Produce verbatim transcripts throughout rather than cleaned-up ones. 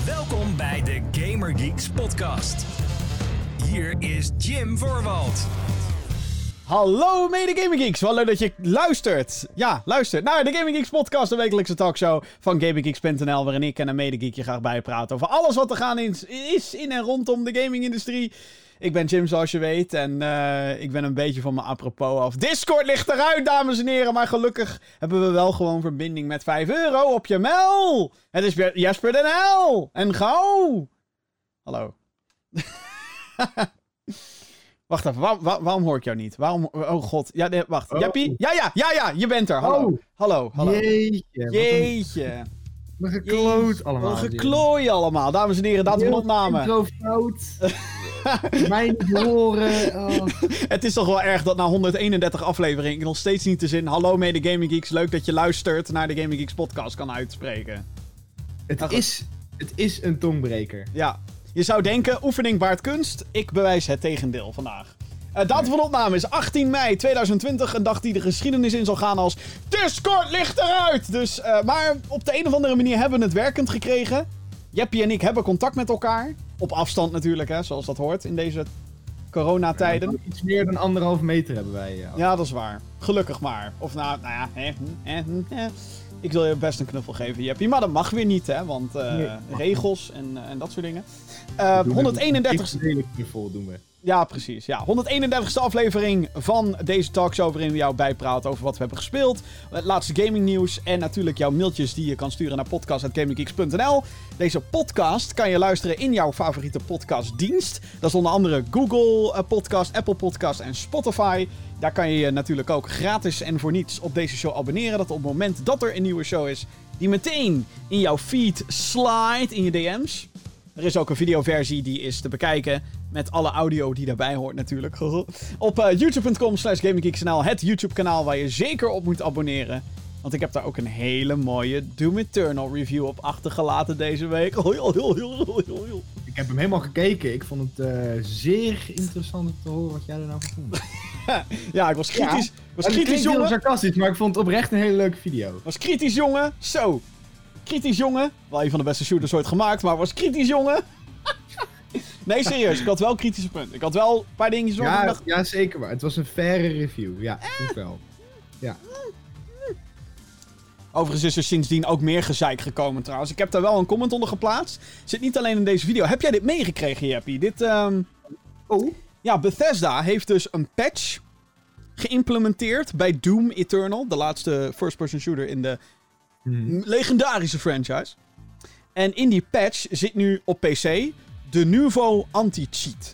Welkom bij de Gamer Geeks podcast. Hier is Jim Voorwald. Hallo mede Gaming Geeks, wat leuk dat je luistert. Ja, luistert naar de Gaming Geeks podcast, de wekelijkse talkshow van Gaming Geeks punt n l, waarin ik en een mede geek je graag bijpraten over alles wat er gaan is, is in en rondom de gaming-industrie. Ik ben Jim, zoals je weet, en uh, ik ben een beetje van mijn apropos af. Discord ligt eruit, dames en heren, maar gelukkig hebben we wel gewoon verbinding met vijf euro op je mail. Het is weer Jesper den L. En gauw. Hallo. Wacht even, waar, waar, waarom hoor ik jou niet? Waarom, oh god, ja, nee, wacht. Oh. Jappie? Ja, ja, ja, ja, je bent er. Hallo. Oh. Hallo, hallo. Jeetje. Jeetje. Wat een gekloot allemaal. Wat een geklooi allemaal. Dames en heren, datum van opname. Intro fout. Mij niet horen. Oh. Het is toch wel erg dat na honderdeenendertig afleveringen ik nog steeds niet de zin hallo mede Gaming Geeks, leuk dat je luistert naar de Gaming Geeks podcast kan uitspreken. Het, is, het is een tongbreker. Ja. Je zou denken, oefening baart kunst. Ik bewijs het tegendeel vandaag. Uh, datum van opname is achttien mei tweeduizend twintig. Een dag die de geschiedenis in zal gaan als Discord ligt eruit! Dus, uh, maar op de een of andere manier hebben we het werkend gekregen. Jeppie en ik hebben contact met elkaar. Op afstand natuurlijk, hè, zoals dat hoort in deze coronatijden. Ja, iets meer dan anderhalf meter hebben wij. Ja, ja dat is waar. Gelukkig maar. Of nou, nou ja, hè, hè, hè. Ik wil je best een knuffel geven, Jeppie. Maar dat mag weer niet, hè, want uh, nee, regels en, uh, en dat soort dingen. Uh, honderdeenendertigste knuffel doen we. Ja, precies. Ja. honderdeenendertigste aflevering van deze talkshow waarin we jou bijpraten over wat we hebben gespeeld. Het laatste gaming nieuws en natuurlijk jouw mailtjes die je kan sturen naar podcast at gaming geeks punt n l. Deze podcast kan je luisteren in jouw favoriete podcastdienst. Dat is onder andere Google Podcast, Apple Podcast en Spotify. Daar kan je je natuurlijk ook gratis en voor niets op deze show abonneren. Dat op het moment dat er een nieuwe show is, die meteen in jouw feed slide in je D M's. Er is ook een videoversie die is te bekijken met alle audio die daarbij hoort natuurlijk. Op uh, youtube punt com slash gaminggeeksnl, het YouTube kanaal waar je zeker op moet abonneren. Want ik heb daar ook een hele mooie Doom Eternal review op achtergelaten deze week. Ik heb hem helemaal gekeken. Ik vond het uh, zeer interessant om te horen wat jij er nou van vond. Ja, ik was kritisch. Ja, was kritisch, jongen. Heel sarcastisch, maar ik vond het oprecht een hele leuke video. Was kritisch, jongen. Zo. Kritisch, jongen. Wel een van de beste shooters ooit gemaakt, maar was kritisch, jongen. Nee, serieus. Ik had wel kritische punten. Ik had wel een paar dingetjes... Ja, dacht... ja, zeker waar. Het was een faire review. Ja, goed wel. Ja. Overigens is er sindsdien ook meer gezeik gekomen trouwens. Ik heb daar wel een comment onder geplaatst. Zit niet alleen in deze video. Heb jij dit meegekregen, Jeppie? Dit, um... Oh? Ja, Bethesda heeft dus een patch geïmplementeerd bij Doom Eternal. De laatste first-person shooter in de hmm. legendarische franchise. En in die patch zit nu op P C de Nuvo anti-cheat.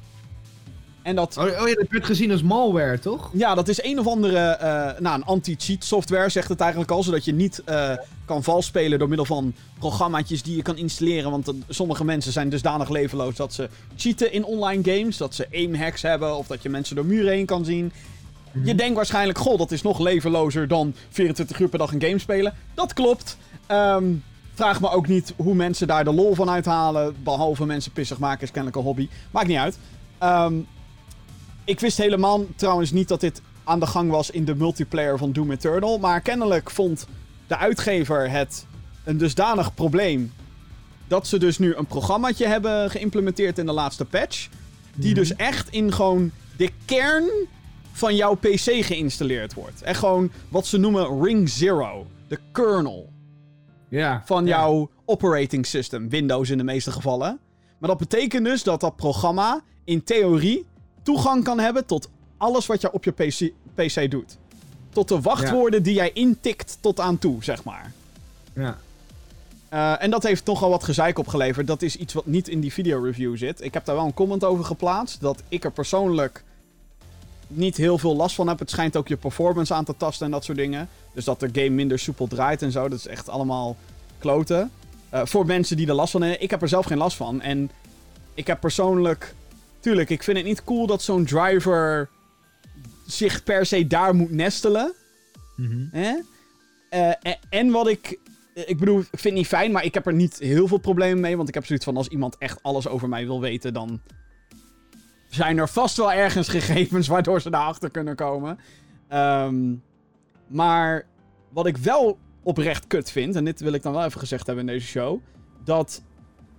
En dat... Oh, oh ja, dat werd gezien als malware, toch? Ja, dat is een of andere... Uh, nou, een anti-cheat software zegt het eigenlijk al. Zodat je niet uh, kan vals spelen door middel van programmaatjes die je kan installeren. Want uh, sommige mensen zijn dusdanig levenloos dat ze cheaten in online games. Dat ze aim hacks hebben of dat je mensen door muren heen kan zien. Mm-hmm. Je denkt waarschijnlijk, goh, dat is nog levenlozer dan vierentwintig uur per dag een game spelen. Dat klopt. Um, vraag me ook niet hoe mensen daar de lol van uithalen. Behalve mensen pissig maken is kennelijk een hobby. Maakt niet uit. Um, Ik wist helemaal trouwens niet dat dit aan de gang was in de multiplayer van Doom Eternal. Maar kennelijk vond de uitgever het een dusdanig probleem dat ze dus nu een programmaatje hebben geïmplementeerd in de laatste patch. Die mm-hmm. dus echt in gewoon de kern van jouw P C geïnstalleerd wordt. En gewoon wat ze noemen Ring Zero. De kernel. Ja, van ja. jouw operating system. Windows in de meeste gevallen. Maar dat betekent dus dat dat programma in theorie toegang kan hebben tot alles wat je op je P C, P C doet. Tot de wachtwoorden ja. die jij intikt tot aan toe, zeg maar. Ja. Uh, en dat heeft nogal wat gezeik opgeleverd. Dat is iets wat niet in die video-review zit. Ik heb daar wel een comment over geplaatst. Dat ik er persoonlijk niet heel veel last van heb. Het schijnt ook je performance aan te tasten en dat soort dingen. Dus dat de game minder soepel draait en zo. Dat is echt allemaal kloten. Uh, voor mensen die er last van hebben. Ik heb er zelf geen last van. En ik heb persoonlijk... Tuurlijk, ik vind het niet cool dat zo'n driver zich per se daar moet nestelen. Mm-hmm. Eh? Uh, en, en wat ik... Ik bedoel, ik vind het niet fijn, maar ik heb er niet heel veel problemen mee. Want ik heb zoiets van, als iemand echt alles over mij wil weten, dan zijn er vast wel ergens gegevens waardoor ze daarachter kunnen komen. Um, maar wat ik wel oprecht kut vind, en dit wil ik dan wel even gezegd hebben in deze show, dat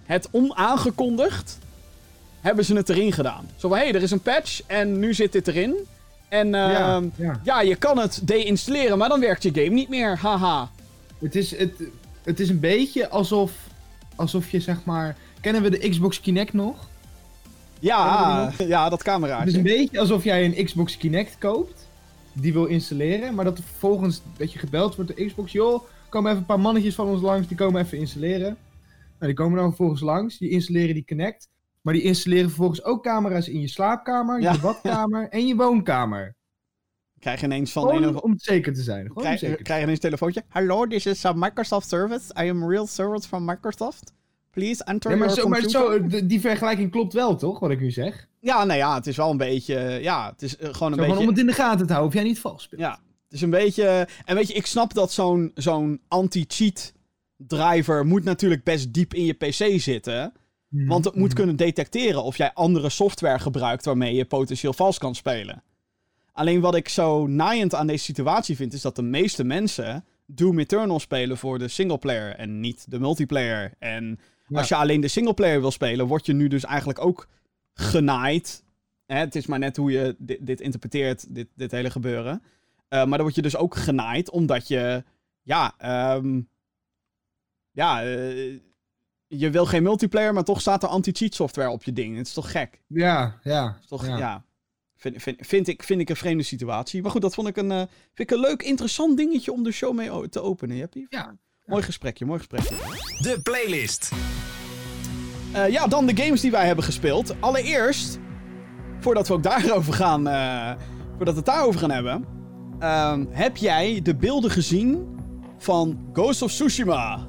het onaangekondigd hebben ze het erin gedaan. Zo van, hé, hey, er is een patch en nu zit dit erin. En uh, ja, ja. ja, je kan het deinstalleren, maar dan werkt je game niet meer. Haha. Het is, het, het is een beetje alsof, alsof je, zeg maar... Kennen we de Xbox Kinect nog? Ja, ja, dat cameraatje. Het is een beetje alsof jij een Xbox Kinect koopt, die wil installeren, maar dat er vervolgens dat je gebeld wordt door Xbox. Joh, komen even een paar mannetjes van ons langs, die komen even installeren. Nou, die komen dan vervolgens langs, die installeren die Kinect. Maar die installeren vervolgens ook camera's in je slaapkamer, ja. je badkamer en je woonkamer. Krijg je ineens van... Gewoon een of... om zeker te zijn. Gewoon krijg, zeker krijg je ineens een telefoontje. Hallo, this is a Microsoft service. I am real service from Microsoft. Please enter ja, maar your zo, computer. Maar zo, die vergelijking klopt wel, toch? Wat ik nu zeg. Ja, nou ja, het is wel een beetje... Ja, het is uh, gewoon een zo, beetje... om het in de gaten te houden, of jij niet vals speelt. Ja, het is een beetje... En weet je, ik snap dat zo'n, zo'n anti-cheat driver moet natuurlijk best diep in je P C zitten. Mm. Want het moet mm. kunnen detecteren of jij andere software gebruikt waarmee je potentieel vals kan spelen. Alleen wat ik zo naaiend aan deze situatie vind, is dat de meeste mensen Doom Eternal spelen voor de singleplayer en niet de multiplayer. En ja. als je alleen de singleplayer wil spelen, word je nu dus eigenlijk ook genaaid. Hè, het is maar net hoe je dit, dit interpreteert, dit, dit hele gebeuren. Uh, maar dan word je dus ook genaaid, omdat je... Ja, um, ja... Uh, je wil geen multiplayer, maar toch staat er anti-cheat software op je ding. Het is toch gek? Ja, ja. Is toch, ja. ja. Vind, vind, vind, ik, vind ik een vreemde situatie. Maar goed, dat vond ik een, uh, vind ik een leuk, interessant dingetje om de show mee o- te openen. Jeppie? Ja. Mooi gesprekje, mooi gesprekje. De playlist. Uh, ja, dan de games die wij hebben gespeeld. Allereerst, voordat we ook daarover gaan, uh, voordat we het daarover gaan hebben. Uh, heb jij de beelden gezien van Ghost of Tsushima?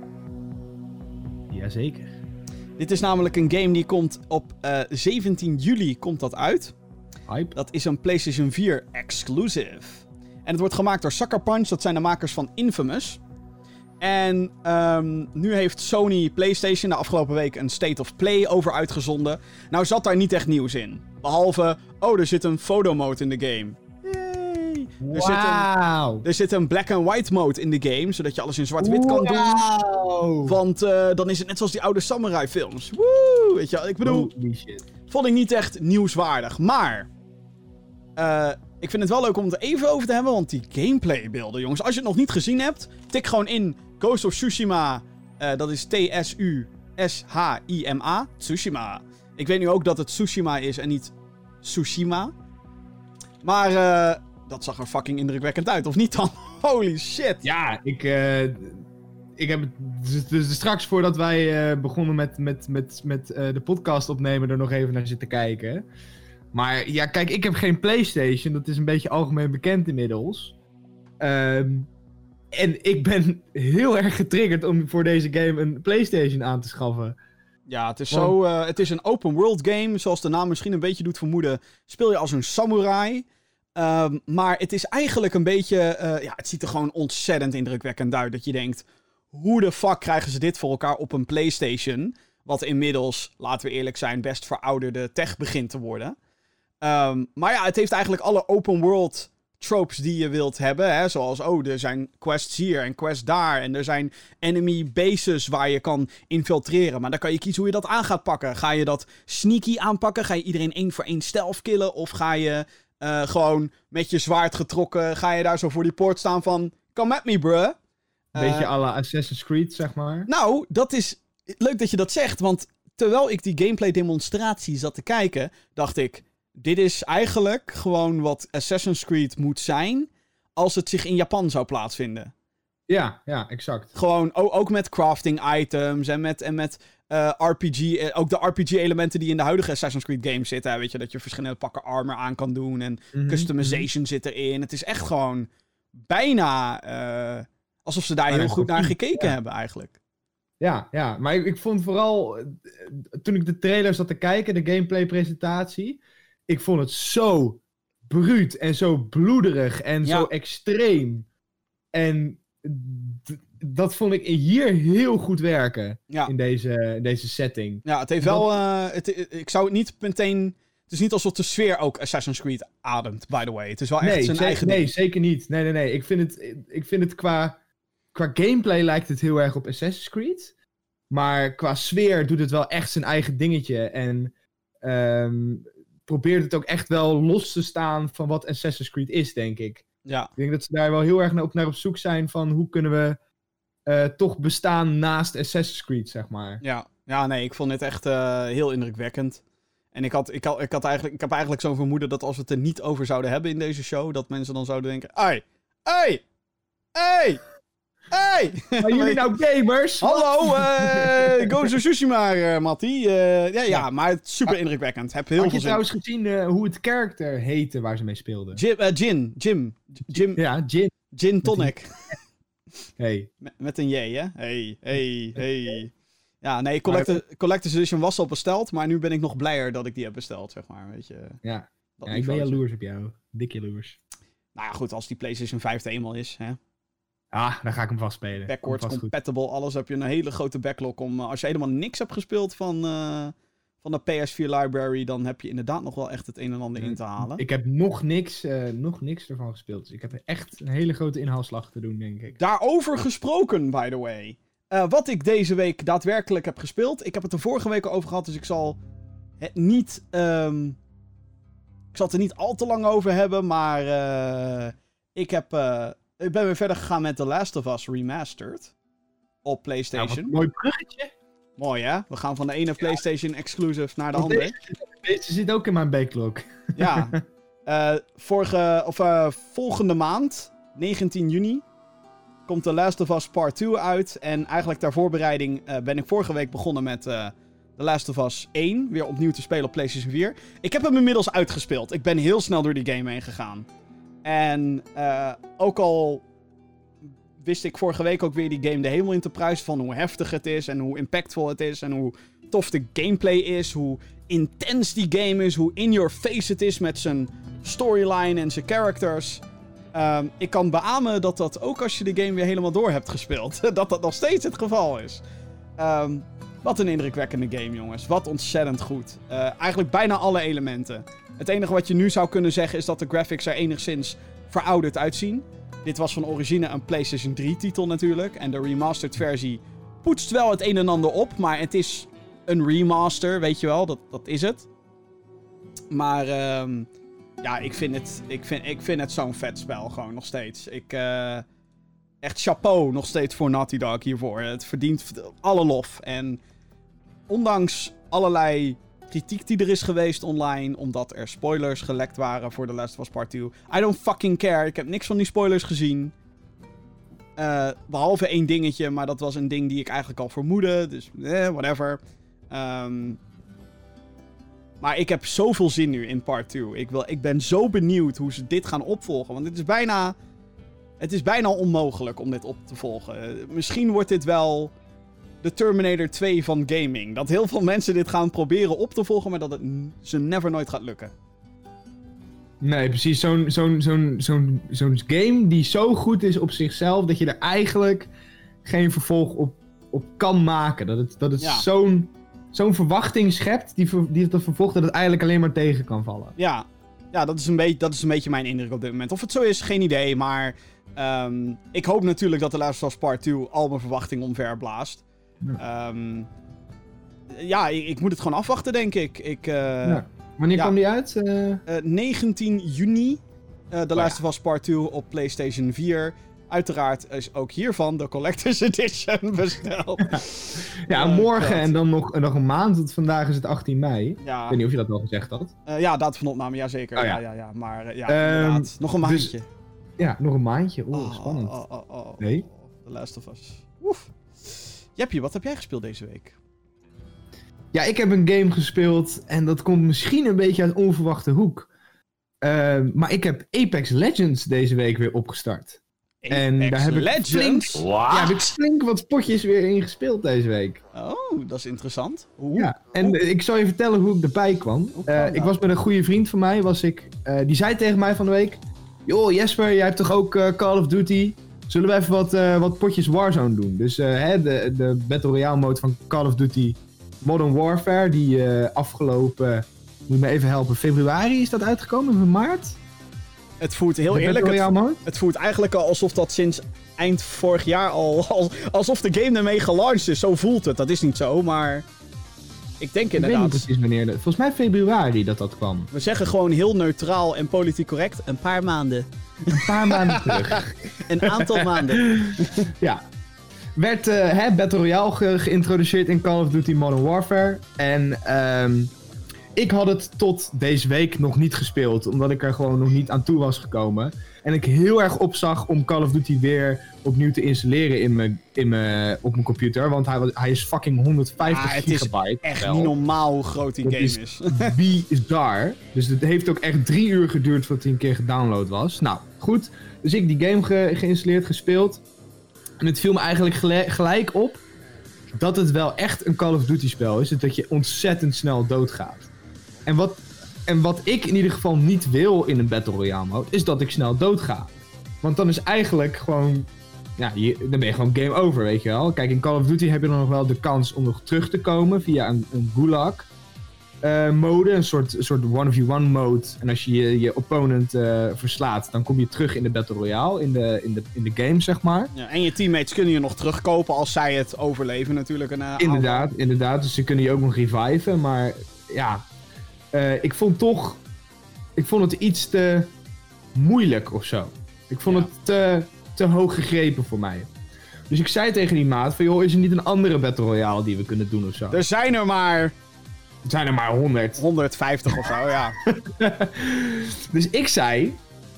Jazeker. Dit is namelijk een game die komt op uh, zeventien juli komt dat uit. Hype. Dat is een PlayStation vier exclusive. En het wordt gemaakt door Sucker Punch. Dat zijn de makers van Infamous. En um, nu heeft Sony PlayStation de afgelopen week een State of Play over uitgezonden. Nou zat daar niet echt nieuws in. Behalve, oh, er zit een photo-mode in de game. Yay! Wow. Er, zit een, er zit een black-and-white mode in de game, zodat je alles in zwart-wit kan wow. doen. Want uh, dan is het net zoals die oude samurai films. Woe! Weet je, ik bedoel... Holy shit. Vond ik niet echt nieuwswaardig. Maar... Uh, ik vind het wel leuk om het er even over te hebben, want die gameplaybeelden, jongens. Als je het nog niet gezien hebt, tik gewoon in Ghost of Tsushima. Uh, dat is T S U S H I M A. Tsushima. Ik weet nu ook dat het Tsushima is en niet Tsushima. Maar uh, dat zag er fucking indrukwekkend uit, of niet dan? Holy shit. Ja, ik... Uh, ik heb dus, dus straks voordat wij uh, begonnen met, met, met, met uh, de podcast opnemen er nog even naar zitten kijken. Maar ja, kijk, ik heb geen PlayStation. Dat is een beetje algemeen bekend inmiddels. Um, en ik ben heel erg getriggerd om voor deze game een PlayStation aan te schaffen. Ja, het is, zo, uh, het is een open world game. Zoals de naam misschien een beetje doet vermoeden. Speel je als een samurai. Um, maar het is eigenlijk een beetje... Uh, ja, het ziet er gewoon ontzettend indrukwekkend uit. Dat je denkt, hoe de fuck krijgen ze dit voor elkaar op een PlayStation? Wat inmiddels, laten we eerlijk zijn, best verouderde tech begint te worden. Um, maar ja, het heeft eigenlijk alle open world tropes die je wilt hebben. Hè? Zoals, oh, er zijn quests hier en quests daar. En er zijn enemy bases waar je kan infiltreren. Maar dan kan je kiezen hoe je dat aan gaat pakken. Ga je dat sneaky aanpakken? Ga je iedereen één voor één stealth killen? Of ga je uh, gewoon met je zwaard getrokken... Ga je daar zo voor die poort staan van... Come at me, bruh. Een beetje uh, à la Assassin's Creed, zeg maar. Nou, dat is leuk dat je dat zegt. Want terwijl ik die gameplay demonstratie zat te kijken... dacht ik... Dit is eigenlijk gewoon wat Assassin's Creed moet zijn als het zich in Japan zou plaatsvinden. Ja, ja, exact. Gewoon ook met crafting items en met, en met uh, R P G... Ook de R P G-elementen die in de huidige Assassin's Creed games zitten. Weet je, dat je verschillende pakken armor aan kan doen en mm-hmm. customization zit erin. Het is echt gewoon bijna uh, alsof ze daar bijna heel goed naar gekeken ja. hebben eigenlijk. Ja, ja, maar ik, ik vond vooral... Toen ik de trailer zat te kijken, de gameplay-presentatie... Ik vond het zo bruut en zo bloederig en ja. zo extreem. En d- dat vond ik hier heel goed werken ja. in, deze, in deze setting. Ja, het heeft wel... Uh, het, ik zou het niet meteen... Het is niet alsof de sfeer ook Assassin's Creed ademt, by the way. Het is wel echt nee, zijn ze- eigen Nee, ding. zeker niet. Nee, nee, nee. Ik vind het, ik vind het qua, qua gameplay lijkt het heel erg op Assassin's Creed. Maar qua sfeer doet het wel echt zijn eigen dingetje. En um, probeert het ook echt wel los te staan van wat Assassin's Creed is, denk ik. Ja. Ik denk dat ze daar wel heel erg ook naar op zoek zijn van hoe kunnen we uh, toch bestaan naast Assassin's Creed, zeg maar. Ja, ja nee, ik vond dit echt uh, heel indrukwekkend. En ik, had, ik, had, ik, had eigenlijk, ik heb eigenlijk zo'n vermoeden dat als we het er niet over zouden hebben in deze show, dat mensen dan zouden denken, hey, hey, hey, hey. Maar jullie nou gamers? Hallo, uh, Ghost of Tsushima, uh, Mattie. Uh, ja, ja, maar het is super indrukwekkend. Heb heel Had veel je trouwens gezien uh, hoe het karakter heette waar ze mee speelden? Jim, uh, Jin, Jim, Jim. Ja, Jin. Gin Tonic. Hey. Met, met een J, hè? Hey, hey, hey. Ja, nee, Collector, Collector's Edition was al besteld, maar nu ben ik nog blijer dat ik die heb besteld, zeg maar, weet je. Ja, ja ik ben jaloers op jou. Dik jaloers. Nou ja, goed, als die PlayStation vijf er eenmaal is, hè. Ah, dan ga ik hem vast spelen. Backwards vast compatible, goed. Alles heb je een hele grote backlog om... Uh, als je helemaal niks hebt gespeeld van, uh, van de P S vier library, dan heb je inderdaad nog wel echt het een en ander in te halen. Ik heb nog niks, uh, nog niks ervan gespeeld, dus ik heb echt een hele grote inhaalslag te doen, denk ik. Daarover gesproken, by the way. Uh, wat ik deze week daadwerkelijk heb gespeeld. Ik heb het er vorige week al over gehad, dus ik zal het niet... Um, ik zal het er niet al te lang over hebben, maar uh, ik heb... Uh, ik ben weer verder gegaan met The Last of Us Remastered. Op PlayStation. Nou, mooi bruggetje. Mooi, hè? We gaan van de ene PlayStation exclusive naar de Want andere. Deze, deze zit ook in mijn backlog. Ja. Uh, vorige, of, uh, volgende maand, negentien juni, komt The Last of Us Part twee uit. En eigenlijk ter voorbereiding uh, ben ik vorige week begonnen met uh, The Last of Us één. Weer opnieuw te spelen op PlayStation vier. Ik heb hem inmiddels uitgespeeld. Ik ben heel snel door die game heen gegaan. En uh, ook al wist ik vorige week ook weer die game de hemel in te prijzen van hoe heftig het is en hoe impactful het is en hoe tof de gameplay is, hoe intens die game is, hoe in your face het is met zijn storyline en zijn characters. Um, ik kan beamen dat dat ook als je de game weer helemaal door hebt gespeeld, dat dat nog steeds het geval is. Um, wat een indrukwekkende game, jongens. Wat ontzettend goed. Uh, eigenlijk bijna alle elementen. Het enige wat je nu zou kunnen zeggen is dat de graphics er enigszins verouderd uitzien. Dit was van origine een PlayStation drie titel natuurlijk. En de remastered versie poetst wel het een en ander op. Maar het is een remaster, weet je wel. Dat, dat is het. Maar um, ja, ik vind het, ik vind, ik vind het zo'n vet spel gewoon nog steeds. Ik, uh, echt chapeau nog steeds voor Naughty Dog hiervoor. Het verdient alle lof. En ondanks allerlei kritiek die er is geweest online, omdat er spoilers gelekt waren voor The Last of Us Part twee. I don't fucking care. Ik heb niks van die spoilers gezien. Uh, behalve één dingetje, maar dat was een ding die ik eigenlijk al vermoedde. Dus, eh, whatever. Um, maar ik heb zoveel zin nu in Part twee. Ik, wil, ik ben zo benieuwd hoe ze dit gaan opvolgen. Want het is bijna... Het is bijna onmogelijk om dit op te volgen. Uh, misschien wordt dit wel de Terminator twee van gaming. Dat heel veel mensen dit gaan proberen op te volgen, maar dat het n- ze never nooit gaat lukken. Nee, precies. Zo'n, zo'n, zo'n, zo'n, zo'n game die zo goed is op zichzelf, dat je er eigenlijk geen vervolg op, op kan maken. Dat het, dat het ja. zo'n, zo'n verwachting schept, die, ver, die het vervolgt dat het eigenlijk alleen maar tegen kan vallen. Ja, ja dat, is een beetje, dat is een beetje mijn indruk op dit moment. Of het zo is, geen idee, maar um, ik hoop natuurlijk dat The Last of Us Part twee al mijn verwachtingen omver blaast. Ja, um, ja ik, ik moet het gewoon afwachten, denk ik. ik uh, ja. Wanneer ja. kwam die uit? Uh... Uh, negentien juni. Uh, The oh, Last ja. of Us Part twee op PlayStation vier. Uiteraard is ook hiervan de Collector's Edition besteld. ja, uh, morgen God. en dan nog, nog een maand. Want vandaag is het achttien mei. Ja. Ik weet niet of je dat al gezegd had. Uh, ja, datum van opname, ja zeker. Oh, ja. Ja, ja, ja. Maar uh, ja, um, inderdaad. Nog een maandje. Dus, ja, nog een maandje. Oeh, oh, spannend. Oh, oh, oh, oh. Nee? The Last of Us. Oef. Jeppie, wat heb jij gespeeld deze week? Ja, ik heb een game gespeeld en dat komt misschien een beetje uit onverwachte hoek. Uh, maar ik heb Apex Legends deze week weer opgestart. Apex en daar heb Legends? ik flink, ja, heb ik flink wat potjes weer in gespeeld deze week. Oh, dat is interessant. Oeh. Ja, en Oeh. ik zal je vertellen hoe ik erbij kwam. Uh, ik was met een goede vriend van mij, was ik, uh, die zei tegen mij van de week: joh Jesper, jij hebt toch ook uh, Call of Duty? Zullen we even wat, uh, wat potjes Warzone doen? Dus uh, hè, de, de Battle Royale mode van Call of Duty Modern Warfare, die uh, afgelopen, moet je me even helpen, februari is dat uitgekomen, in maart? Het voelt heel De eerlijk. Battle Royale mode? Het, het voelt eigenlijk al alsof dat sinds eind vorig jaar al... Als, alsof de game ermee gelaunched is. Zo voelt het. Dat is niet zo, maar... Ik denk Ik inderdaad... weet niet precies wanneer. De, volgens mij februari dat dat kwam. We zeggen gewoon heel neutraal en politiek correct. Een paar maanden. Een paar maanden terug. Een aantal maanden. Ja. Werd uh, hè, Battle Royale ge- geïntroduceerd in Call of Duty Modern Warfare. En um, ik had het tot deze week nog niet gespeeld. Omdat ik er gewoon nog niet aan toe was gekomen. En ik heel erg opzag om Call of Duty weer opnieuw te installeren in mijn, in mijn, op mijn computer. Want hij, hij is fucking honderdvijftig Ah, het gigabyte. is echt wel. niet normaal hoe groot die Dat game is- is. Bizar. Dus het heeft ook echt drie uur geduurd voordat hij een keer gedownload was. Nou, goed. Dus ik die game ge- geïnstalleerd, gespeeld. En het viel me eigenlijk gele- gelijk op dat het wel echt een Call of Duty spel is. Dat je ontzettend snel doodgaat. En wat, en wat ik in ieder geval niet wil in een Battle Royale mode, is dat ik snel doodga. Want dan is eigenlijk gewoon... Ja, je, dan ben je gewoon game over, weet je wel. Kijk, in Call of Duty heb je dan nog wel de kans om nog terug te komen via een, een gulag uh, mode. Een soort, een soort one v one mode. En als je je, je opponent uh, verslaat, dan kom je terug in de Battle Royale, in de, in de, in de game, zeg maar. Ja, en je teammates kunnen je nog terugkopen als zij het overleven natuurlijk. Een, uh, Inderdaad, aanval. inderdaad. Dus ze kunnen je ook nog reviven. Maar ja, uh, ik vond toch... Ik vond het iets te moeilijk of zo. Ik vond Ja. het te, te hoog gegrepen voor mij. Dus ik zei tegen die maat van, joh, is er niet een andere Battle Royale die we kunnen doen of zo? Er zijn er maar Het zijn er maar honderd. honderdvijftig of zo, ja. Dus ik zei,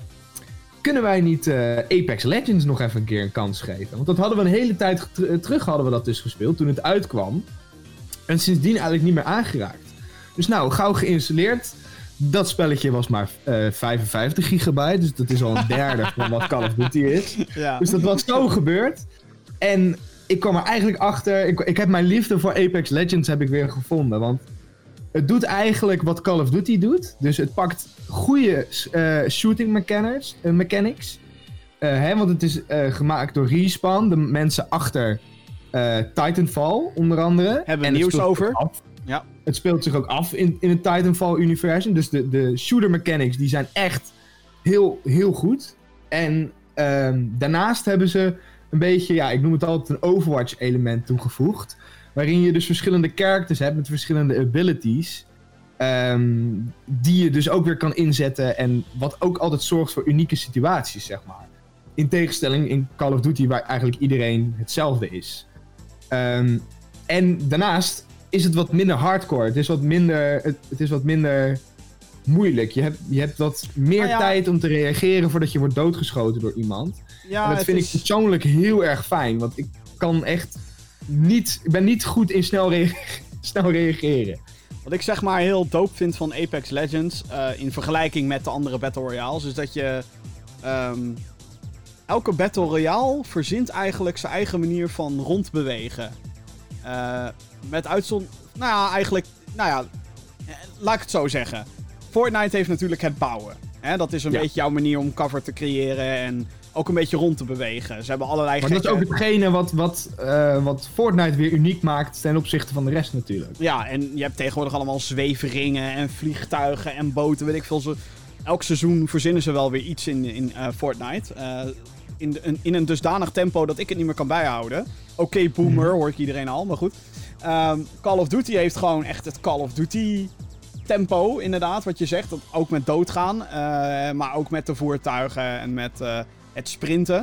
kunnen wij niet uh, Apex Legends nog even een keer een kans geven? Want dat hadden we een hele tijd get- terug hadden we dat dus gespeeld, toen het uitkwam. En sindsdien eigenlijk niet meer aangeraakt. Dus nou, gauw geïnstalleerd. Dat spelletje was maar uh, vijfenvijftig gigabyte, dus dat is al een derde van wat Call of Duty is. ja. Dus dat was zo gebeurd. En ik kwam er eigenlijk achter, ik, ik heb mijn liefde voor Apex Legends heb ik weer gevonden. Want het doet eigenlijk wat Call of Duty doet. Dus het pakt goede uh, shooting mechanics. Uh, mechanics. Uh, hè, want het is uh, gemaakt door Respawn, de mensen achter uh, Titanfall onder andere. Hebben we En het nieuws speelt over? zich af. Ja. Het speelt zich ook af in, in het Titanfall-universum. Dus de, de shooter mechanics die zijn echt heel, heel goed. En um, daarnaast hebben ze een beetje, ja, ik noem het altijd een Overwatch-element toegevoegd. Waarin je dus verschillende characters hebt met verschillende abilities. Um, die je dus ook weer kan inzetten. En wat ook altijd zorgt voor unieke situaties, zeg maar. In tegenstelling in Call of Duty, waar eigenlijk iedereen hetzelfde is. Um, en daarnaast is het wat minder hardcore. Het is wat minder, het, het is wat minder moeilijk. Je hebt, je hebt wat meer Nou ja. tijd om te reageren voordat je wordt doodgeschoten door iemand. ja en dat het vind is- ik persoonlijk heel erg fijn. Want ik kan echt niet... Ik ben niet goed in snel, rea- snel reageren. Wat ik zeg maar heel dope vind van Apex Legends, uh, in vergelijking met de andere Battle Royales, is dat je... Um, elke Battle Royale verzint eigenlijk zijn eigen manier van rondbewegen. Uh, met uitzond... Nou ja, eigenlijk... Nou ja, eh, laat ik het zo zeggen. Fortnite heeft natuurlijk het bouwen. Hè? Dat is een Ja. beetje jouw manier om cover te creëren en ook een beetje rond te bewegen. Ze hebben allerlei Maar dat is gekke- ook hetgene wat, wat, uh, wat Fortnite weer uniek maakt ten opzichte van de rest natuurlijk. Ja, en je hebt tegenwoordig allemaal zweefringen en vliegtuigen en boten, weet ik veel. Ze, elk seizoen verzinnen ze wel weer iets in, in uh, Fortnite. Uh, in, de, in, in een dusdanig tempo dat ik het niet meer kan bijhouden. Oké, okay, boomer, hoor ik iedereen al, maar goed. Um, Call of Duty heeft gewoon echt het Call of Duty tempo, inderdaad, wat je zegt. Dat ook met doodgaan, uh, maar ook met de voertuigen en met uh, het sprinten.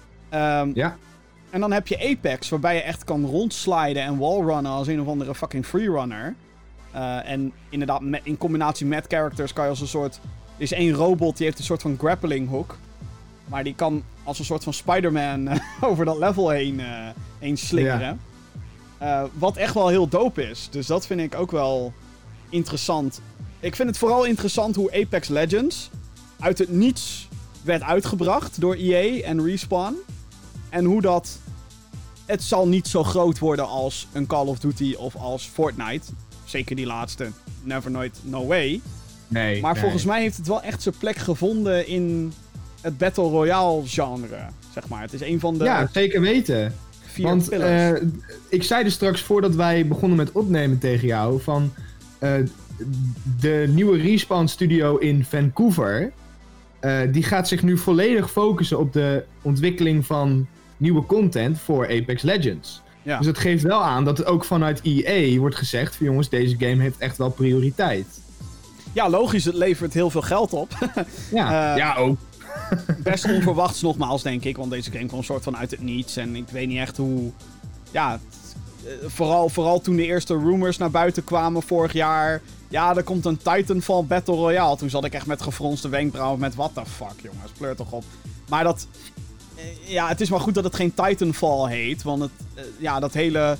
Um, Ja. En dan heb je Apex, waarbij je echt kan rondsliden en wallrunnen als een of andere fucking freerunner. Uh, en inderdaad, met, in combinatie met characters kan je als een soort... Er is één robot, die heeft een soort van grappling hook. Maar die kan als een soort van Spider-Man uh, over dat level heen, uh, heen slingeren. Uh, wat echt wel heel dope is. Dus dat vind ik ook wel interessant. Ik vind het vooral interessant hoe Apex Legends uit het niets werd uitgebracht door E A en Respawn. En hoe dat... Het zal niet zo groot worden als een Call of Duty of als Fortnite. Zeker die laatste. Never, nooit, no way. Nee. Maar nee. volgens mij heeft het wel echt zijn plek gevonden in het Battle Royale genre. Zeg maar. Het is een van de Ja, zeker weten. vier Want pillars. uh, ik zei dus straks voordat wij begonnen met opnemen tegen jou van uh, de nieuwe Respawn studio in Vancouver. uh, die gaat zich nu volledig focussen op de ontwikkeling van nieuwe content voor Apex Legends. Ja. Dus het geeft wel aan dat het ook vanuit E A wordt gezegd van jongens, deze game heeft echt wel prioriteit. Ja, logisch, het levert heel veel geld op. ja, uh, ja, ook. Best onverwachts nogmaals, denk ik, want deze game kwam een soort van uit het niets en ik weet niet echt hoe... Ja, vooral, vooral toen de eerste rumors naar buiten kwamen vorig jaar. Ja, er komt een Titanfall Battle Royale. Toen zat ik echt met gefronste wenkbrauwen met what the fuck, jongens, pleur toch op. Maar dat... Ja, het is maar goed dat het geen Titanfall heet, want het... Ja, dat hele...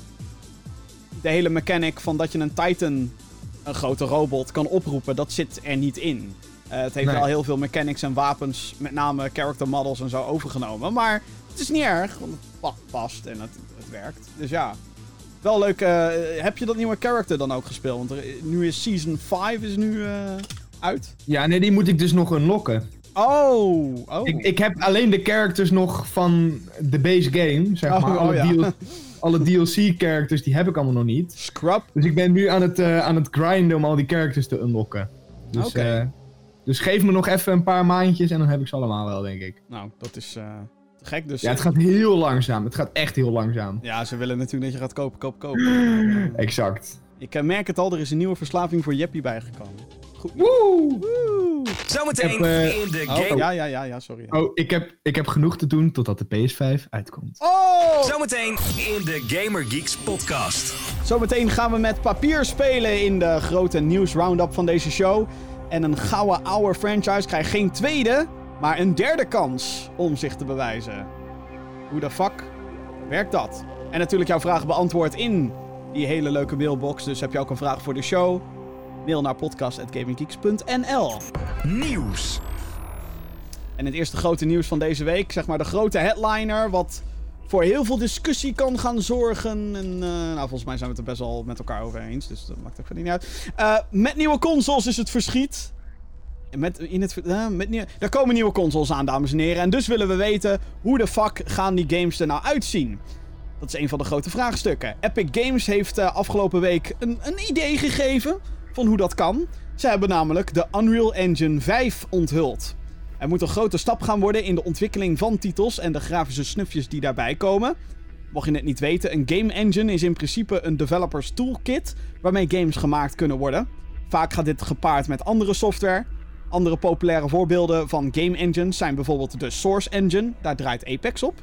De hele mechanic van dat je een Titan, een grote robot, kan oproepen, dat zit er niet in. Uh, het heeft nee. wel heel veel mechanics en wapens, met name character models en zo, overgenomen. Maar het is niet erg, want het past en het, het werkt. Dus ja, wel leuk. Uh, heb je dat nieuwe character dan ook gespeeld? Want er, nu is Season vijf is nu uh, uit. Ja, nee, die moet ik dus nog unlocken. Oh, oh. Ik, ik heb alleen de characters nog van de base game, zeg maar. Oh, alle, oh, ja. D L- alle D L C-characters, die heb ik allemaal nog niet. Scrub. Dus ik ben nu aan het, uh, aan het grinden om al die characters te unlocken. Dus, Oké. Okay. Uh, dus geef me nog even een paar maandjes en dan heb ik ze allemaal wel, denk ik. Nou, dat is uh, te gek dus. Ja, het gaat heel langzaam. Het gaat echt heel langzaam. Ja, ze willen natuurlijk dat je gaat kopen, kopen, kopen. Exact. Ik uh, merk het al, er is een nieuwe verslaving voor Jeppy bijgekomen. Goed. Woe! Woe! Zometeen heb, uh, in de oh, game. Ja, ja, ja, ja, sorry. Oh, ik heb, ik heb genoeg te doen totdat de P S vijf uitkomt. Oh! Zometeen in de Gamer Geeks podcast. Zometeen gaan we met papier spelen in de grote nieuws roundup van deze show. En een gouden oude franchise krijgt geen tweede, maar een derde kans om zich te bewijzen. Hoe de fuck werkt dat? En natuurlijk jouw vragen beantwoord in die hele leuke mailbox. Dus heb je ook een vraag voor de show? Mail naar podcast at gaminggeeks punt n l. Nieuws. En het eerste grote nieuws van deze week, zeg maar de grote headliner, wat voor heel veel discussie kan gaan zorgen. En uh, nou, volgens mij zijn we het er best wel met elkaar over eens, dus dat maakt ook verder niet uit. Uh, met nieuwe consoles is het verschiet. Met, in het, uh, met nieuw, er komen nieuwe consoles aan, dames en heren. En dus willen we weten, hoe de fuck gaan die games er nou uitzien? Dat is een van de grote vraagstukken. Epic Games heeft uh, afgelopen week een, een idee gegeven van hoe dat kan. Ze hebben namelijk de Unreal Engine vijf onthuld. Er moet een grote stap gaan worden in de ontwikkeling van titels en de grafische snufjes die daarbij komen. Mocht je het niet weten, een game engine is in principe een developers toolkit waarmee games gemaakt kunnen worden. Vaak gaat dit gepaard met andere software. Andere populaire voorbeelden van game engines zijn bijvoorbeeld de Source Engine, daar draait Apex op.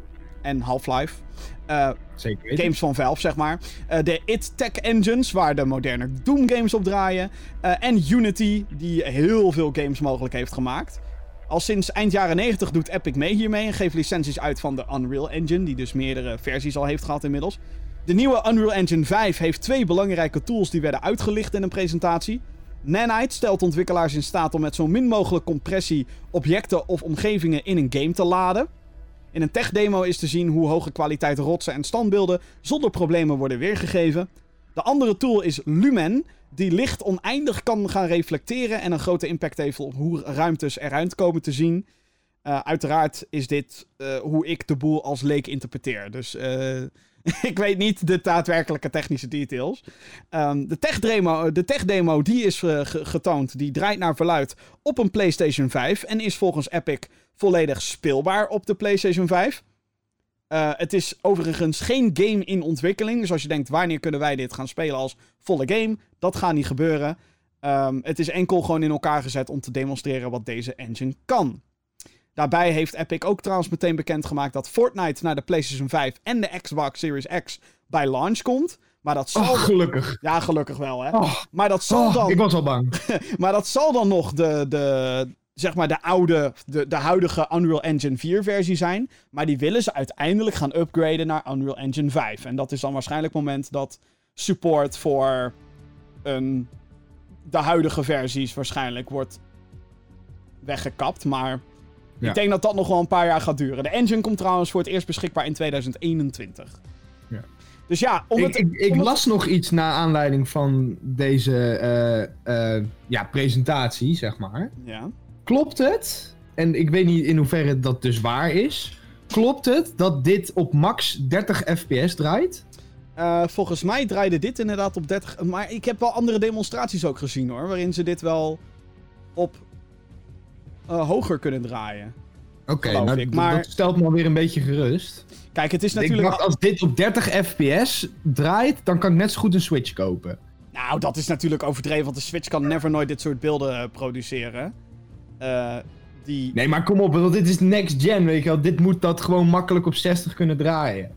En Half-Life. Uh, Zeker. Games van Valve, zeg maar. Uh, de id Tech Engines, waar de moderne Doom games op draaien. Uh, en Unity, die heel veel games mogelijk heeft gemaakt. Al sinds eind jaren negentig doet Epic mee hiermee en geeft licenties uit van de Unreal Engine, die dus meerdere versies al heeft gehad inmiddels. De nieuwe Unreal Engine vijf heeft twee belangrijke tools die werden uitgelicht in een presentatie. Nanite stelt ontwikkelaars in staat om met zo min mogelijk compressie objecten of omgevingen in een game te laden. In een tech-demo is te zien hoe hoge kwaliteit rotsen en standbeelden zonder problemen worden weergegeven. De andere tool is Lumen, die licht oneindig kan gaan reflecteren en een grote impact heeft op hoe ruimtes eruit komen te zien. Uh, uiteraard is dit uh, hoe ik de boel als leek interpreteer. Dus uh, ik weet niet de daadwerkelijke technische details. Um, de tech-demo, de tech-demo die is uh, getoond, die draait naar verluid op een PlayStation vijf en is volgens Epic volledig speelbaar op de PlayStation vijf. Uh, het is overigens geen game in ontwikkeling. Dus als je denkt, wanneer kunnen wij dit gaan spelen als volle game? Dat gaat niet gebeuren. Um, het is enkel gewoon in elkaar gezet om te demonstreren wat deze engine kan. Daarbij heeft Epic ook trouwens meteen bekendgemaakt dat Fortnite naar de PlayStation vijf en de Xbox Series X bij launch komt. Maar dat zal... Oh, gelukkig. Ja, gelukkig wel, hè. Oh. Maar dat zal oh, dan... Ik was al bang. Maar dat zal dan nog de... de zeg maar de oude, de, de huidige Unreal Engine vier versie zijn. Maar die willen ze uiteindelijk gaan upgraden naar Unreal Engine vijf. En dat is dan waarschijnlijk het moment dat support voor een, de huidige versies waarschijnlijk wordt weggekapt. Maar ja. Ik denk dat dat nog wel een paar jaar gaat duren. De engine komt trouwens voor het eerst beschikbaar in tweeduizend eenentwintig. Ja. Dus ja, om het, ik, ik, ik om las het... nog iets naar aanleiding van deze uh, uh, ja, presentatie, zeg maar. Ja. Klopt het, en ik weet niet in hoeverre dat dus waar is, klopt het dat dit op max dertig F P S draait? Uh, volgens mij draaide dit inderdaad op dertig... Maar ik heb wel andere demonstraties ook gezien hoor, waarin ze dit wel op uh, hoger kunnen draaien. Oké, okay, nou, d- maar... dat stelt me alweer een beetje gerust. Kijk, het is natuurlijk... Ik dacht, als dit op dertig F P S draait, dan kan ik net zo goed een Switch kopen. Nou, dat is natuurlijk overdreven, want de Switch kan never nooit dit soort beelden uh, produceren. Uh, die... Nee, maar kom op, want dit is next gen, weet je wel. Dit moet dat gewoon makkelijk op zestig kunnen draaien.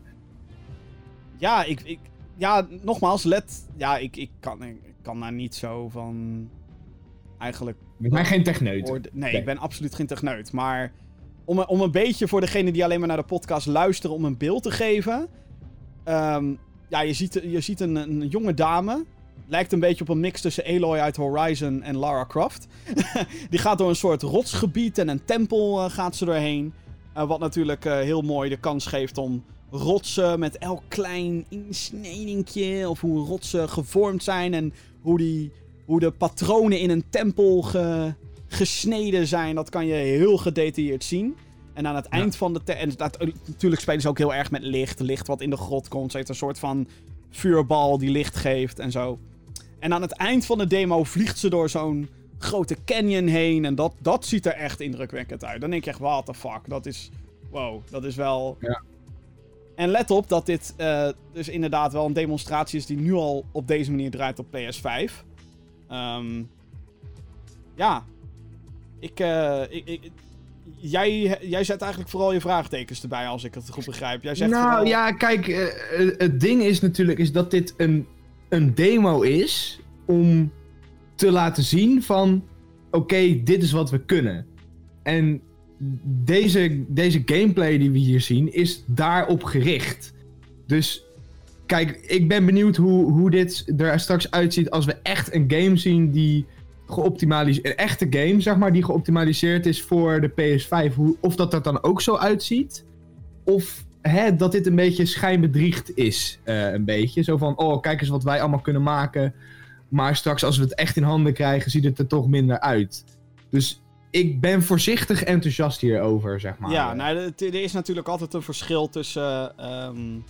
Ja, ik... ik ja, nogmaals, let... Ja, ik, ik, kan, ik kan daar niet zo van... Eigenlijk... Ik ben geen techneut. Nee, nee, ik ben absoluut geen techneut. Maar om, om een beetje voor degene die alleen maar naar de podcast luisteren, om een beeld te geven. Um, ja, je ziet, je ziet een, een jonge dame. Lijkt een beetje op een mix tussen Aloy uit Horizon en Lara Croft. Die gaat door een soort rotsgebied en een tempel uh, gaat ze doorheen. Uh, wat natuurlijk uh, heel mooi de kans geeft om rotsen met elk klein insnedingje. Of hoe rotsen gevormd zijn en hoe, die, hoe de patronen in een tempel ge, gesneden zijn. Dat kan je heel gedetailleerd zien. En aan het ja. eind van de... Te- en dat, natuurlijk spelen ze ook heel erg met licht. Licht wat in de grot komt. Ze heeft een soort van vuurbal die licht geeft en zo. En aan het eind van de demo vliegt ze door zo'n grote canyon heen. En dat, dat ziet er echt indrukwekkend uit. Dan denk je echt, what the fuck. Dat is... Wow, dat is wel... Ja. En let op dat dit uh, dus inderdaad wel een demonstratie is die nu al op deze manier draait op P S vijf. Um, ja. Ik, uh, ik, ik... Jij, jij zet eigenlijk vooral je vraagtekens erbij, als ik het goed begrijp. Jij zegt nou vooral... ja, kijk, uh, het ding is natuurlijk is dat dit een, een demo is om te laten zien van... Oké, okay, dit is wat we kunnen. En deze, deze gameplay die we hier zien is daarop gericht. Dus kijk, ik ben benieuwd hoe, hoe dit er straks uitziet als we echt een game zien die... geoptimaliseerd, een echte game, zeg maar, die geoptimaliseerd is voor de P S vijf. Hoe, of dat dat dan ook zo uitziet. Of hè, dat dit een beetje schijnbedriegt is. Uh, een beetje. Zo van, oh, kijk eens wat wij allemaal kunnen maken. Maar straks als we het echt in handen krijgen, ziet het er toch minder uit. Dus ik ben voorzichtig enthousiast hierover, zeg maar. Ja, nou, er is natuurlijk altijd een verschil tussen... Uh, um,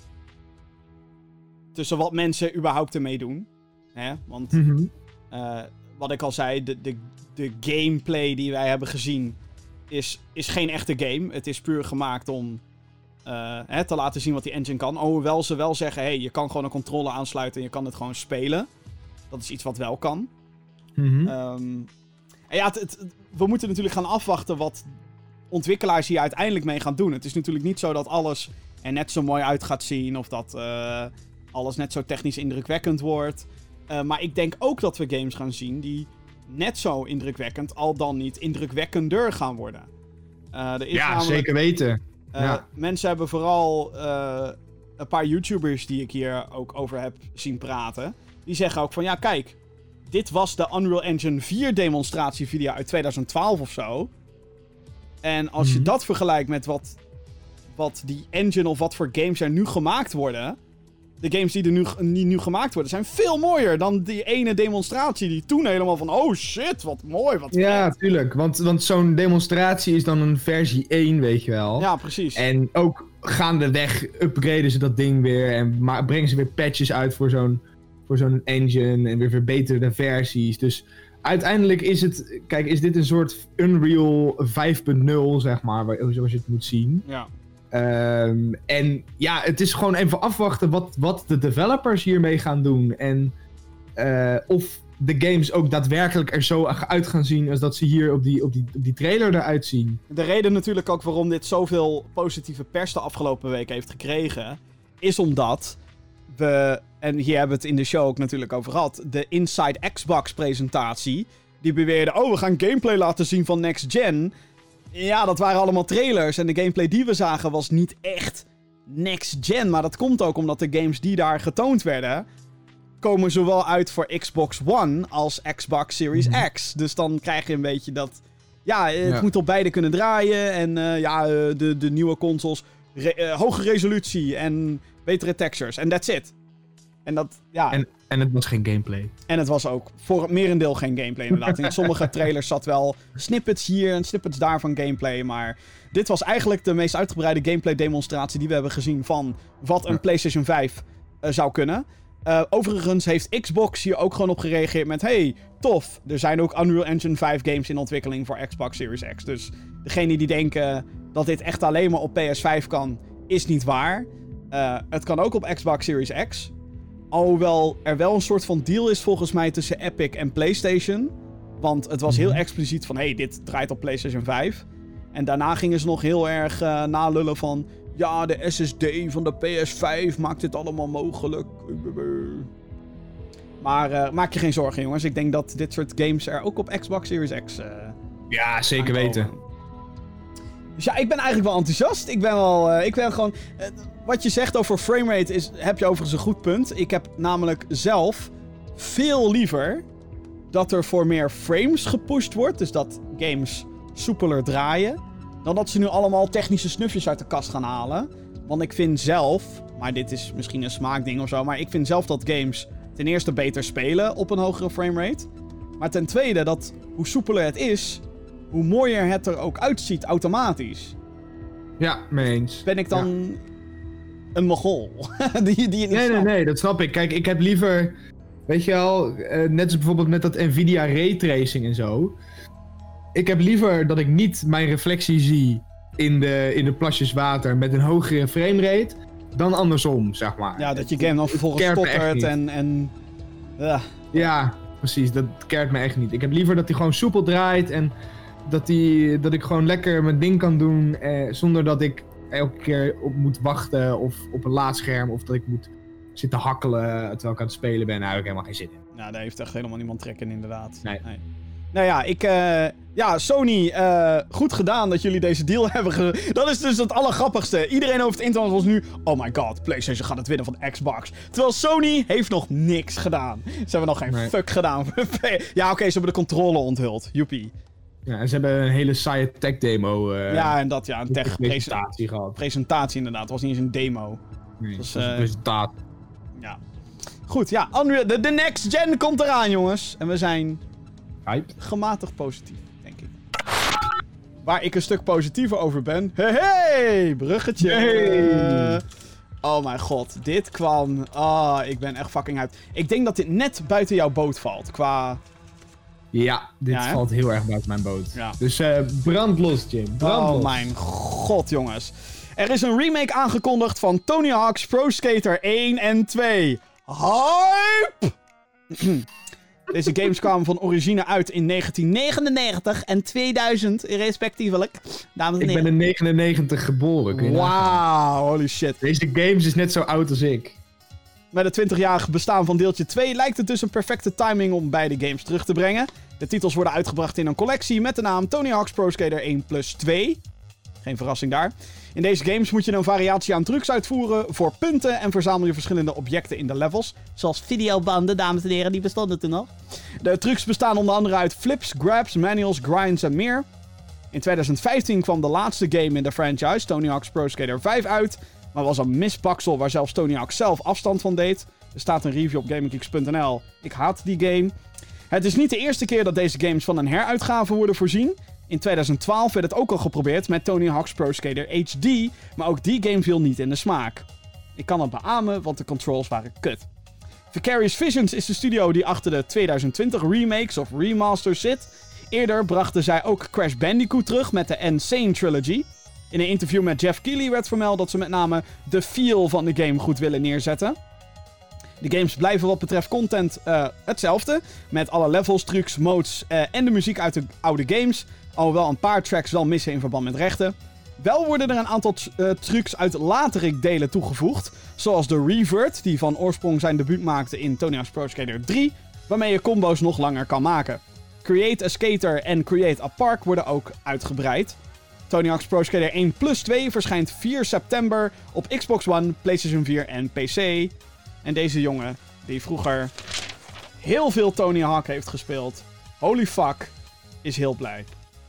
tussen wat mensen überhaupt ermee doen. Hè? Want... Mm-hmm. Uh, Wat ik al zei, de, de, de gameplay die wij hebben gezien is, is geen echte game. Het is puur gemaakt om uh, hè, te laten zien wat die engine kan. Hoewel ze wel zeggen, hey, je kan gewoon een controller aansluiten en je kan het gewoon spelen. Dat is iets wat wel kan. Mm-hmm. Um, en ja, het, het, we moeten natuurlijk gaan afwachten wat ontwikkelaars hier uiteindelijk mee gaan doen. Het is natuurlijk niet zo dat alles er net zo mooi uit gaat zien of dat uh, alles net zo technisch indrukwekkend wordt. Uh, maar ik denk ook dat we games gaan zien die net zo indrukwekkend, al dan niet indrukwekkender gaan worden. Uh, er is ja, namelijk, zeker weten. Uh, ja. Mensen hebben vooral uh, een paar YouTubers die ik hier ook over heb zien praten. Die zeggen ook van, ja kijk, dit was de Unreal Engine vier demonstratievideo uit tweeduizend twaalf of zo. En als mm-hmm. je dat vergelijkt met wat, wat die engine of wat voor games er nu gemaakt worden... De games die er nu, die nu gemaakt worden zijn veel mooier dan die ene demonstratie die toen helemaal van... Oh shit, wat mooi, wat Ja, vet. tuurlijk. Want, want zo'n demonstratie is dan een versie één, weet je wel. Ja, precies. En ook gaandeweg upgraden ze dat ding weer en ma- brengen ze weer patches uit voor zo'n, voor zo'n engine en weer verbeterde versies. Dus uiteindelijk is het... Kijk, is dit een soort Unreal vijf punt nul, zeg maar, zoals je het moet zien. Ja. Um, en ja, het is gewoon even afwachten wat, wat de developers hiermee gaan doen. En uh, of de games ook daadwerkelijk er zo uit gaan zien als dat ze hier op die, op die, op die trailer eruit zien. De reden natuurlijk ook waarom dit zoveel positieve pers de afgelopen week heeft gekregen, is omdat we, en hier hebben we het in de show ook natuurlijk over gehad, de Inside Xbox presentatie, die beweerde, oh, we gaan gameplay laten zien van Next Gen. Ja, dat waren allemaal trailers. En de gameplay die we zagen was niet echt next gen. Maar dat komt ook omdat de games die daar getoond werden... komen zowel uit voor Xbox One als Xbox Series mm-hmm. X. Dus dan krijg je een beetje dat... Ja, het ja. moet op beide kunnen draaien. En uh, ja, uh, de, de nieuwe consoles... Re- uh, hoge resolutie en betere textures. En that's it. En dat, ja... En, en het was geen gameplay. En het was ook voor het merendeel geen gameplay inderdaad. In sommige trailers zat wel snippets hier en snippets daar van gameplay. Maar dit was eigenlijk de meest uitgebreide gameplay demonstratie die we hebben gezien van wat een PlayStation vijf uh, zou kunnen. Uh, overigens heeft Xbox hier ook gewoon op gereageerd met... Hey, tof, er zijn ook Unreal Engine vijf games in ontwikkeling voor Xbox Series X. Dus degenen die denken dat dit echt alleen maar op P S vijf kan, is niet waar. Uh, het kan ook op Xbox Series X. Alhoewel er wel een soort van deal is volgens mij tussen Epic en PlayStation. Want het was heel expliciet van... Hey, dit draait op PlayStation vijf. En daarna gingen ze nog heel erg uh, nalullen van... Ja, de S S D van de P S vijf maakt dit allemaal mogelijk. Maar uh, maak je geen zorgen, jongens. Ik denk dat dit soort games er ook op Xbox Series X uh, Ja, zeker weten. Dus ja, ik ben eigenlijk wel enthousiast. Ik ben wel... Uh, ik ben gewoon... Uh, wat je zegt over framerate is... Heb je overigens een goed punt. Ik heb namelijk zelf veel liever... dat er voor meer frames gepusht wordt. Dus dat games soepeler draaien. Dan dat ze nu allemaal technische snufjes uit de kast gaan halen. Want ik vind zelf... Maar dit is misschien een smaakding of zo. Maar ik vind zelf dat games ten eerste beter spelen op een hogere framerate. Maar ten tweede dat hoe soepeler het is... hoe mooier het er ook uitziet automatisch. Ja, mee eens. Ben ik dan ja. een mogol? die, die je niet nee, snapt. nee, nee, dat snap ik. Kijk, ik heb liever... Weet je wel, uh, net als bijvoorbeeld met dat Nvidia raytracing en zo. Ik heb liever dat ik niet mijn reflectie zie in de, in de plasjes water met een hogere framerate, dan andersom, zeg maar. Ja, dat je game dan vervolgens stottert en... en uh. Ja, precies. Dat keert me echt niet. Ik heb liever dat hij gewoon soepel draait en dat, die, dat ik gewoon lekker mijn ding kan doen eh, zonder dat ik elke keer op moet wachten of op een laadscherm of dat ik moet zitten hakkelen terwijl ik aan het spelen ben. Daar heb ik helemaal geen zin in. Nou, daar heeft echt helemaal niemand trek in, inderdaad. Nee. nee. Nou ja, ik... Uh, ja, Sony, uh, goed gedaan dat jullie deze deal hebben ge... Dat is dus het allergrappigste. Iedereen over het internet was nu... Oh my god, PlayStation gaat het winnen van Xbox. Terwijl Sony heeft nog niks gedaan. Ze hebben nog geen nee. fuck gedaan. Ja, oké, okay, ze hebben de controle onthuld. Joepie. Ja, en ze hebben een hele saaie tech demo. Uh, ja, en dat, ja, een tech presentatie gehad. Presentatie inderdaad. Het was niet eens een demo. Nee, het was uh, een presentatie. Ja. Goed, ja. Unreal, de, de next gen komt eraan, jongens. En we zijn... Hype. Gematigd positief, denk ik. Waar ik een stuk positiever over ben... Hey, hey bruggetje! Hey. Uh, oh mijn god, dit kwam... Ah, oh, ik ben echt fucking hyped. Ik denk dat dit net buiten jouw boot valt, qua... Ja, dit ja, valt heel erg buiten mijn boot. Ja. Dus uh, brand los, Jim. Brand oh los. mijn god, jongens. Er is een remake aangekondigd van Tony Hawk's Pro Skater één en twee. Hype! Deze games kwamen van origine uit in negentien negenennegentig en tweeduizend respectievelijk. Dames en ik heren. ben in negenennegentig geboren. Wauw, holy shit. Deze games is net zo oud als ik. Met het twintigjarig bestaan van deeltje twee lijkt het dus een perfecte timing om beide games terug te brengen. De titels worden uitgebracht in een collectie met de naam Tony Hawk's Pro Skater één plus twee. Geen verrassing daar. In deze games moet je een variatie aan trucs uitvoeren voor punten en verzamel je verschillende objecten in de levels. Zoals videobanden, dames en heren, die bestonden toen nog. De trucs bestaan onder andere uit flips, grabs, manuals, grinds en meer. In tweeduizend vijftien kwam de laatste game in de franchise, Tony Hawk's Pro Skater vijf, uit. Maar was een misbaksel waar zelfs Tony Hawk zelf afstand van deed. Er staat een review op gaminggeeks punt n l. Ik haat die game. Het is niet de eerste keer dat deze games van een heruitgave worden voorzien. In tweeduizend twaalf werd het ook al geprobeerd met Tony Hawk's Pro Skater H D, maar ook die game viel niet in de smaak. Ik kan het beamen, want de controls waren kut. Vicarious Visions is de studio die achter de tweeduizend twintig remakes of remasters zit. Eerder brachten zij ook Crash Bandicoot terug met de Insane Trilogy. In een interview met Jeff Keighley werd vermeld dat ze met name de feel van de game goed willen neerzetten. De games blijven wat betreft content uh, hetzelfde, met alle levels, trucs, modes uh, en de muziek uit de oude games, alhoewel een paar tracks wel missen in verband met rechten. Wel worden er een aantal t- uh, trucs uit latere delen toegevoegd, zoals de Revert, die van oorsprong zijn debuut maakte in Tony Hawk's Pro Skater drie, waarmee je combo's nog langer kan maken. Create a Skater en Create a Park worden ook uitgebreid. Tony Hawk's Pro Skater één plus twee verschijnt vier september op Xbox One, PlayStation vier en P C. En deze jongen, die vroeger heel veel Tony Hawk heeft gespeeld, holy fuck, is heel blij.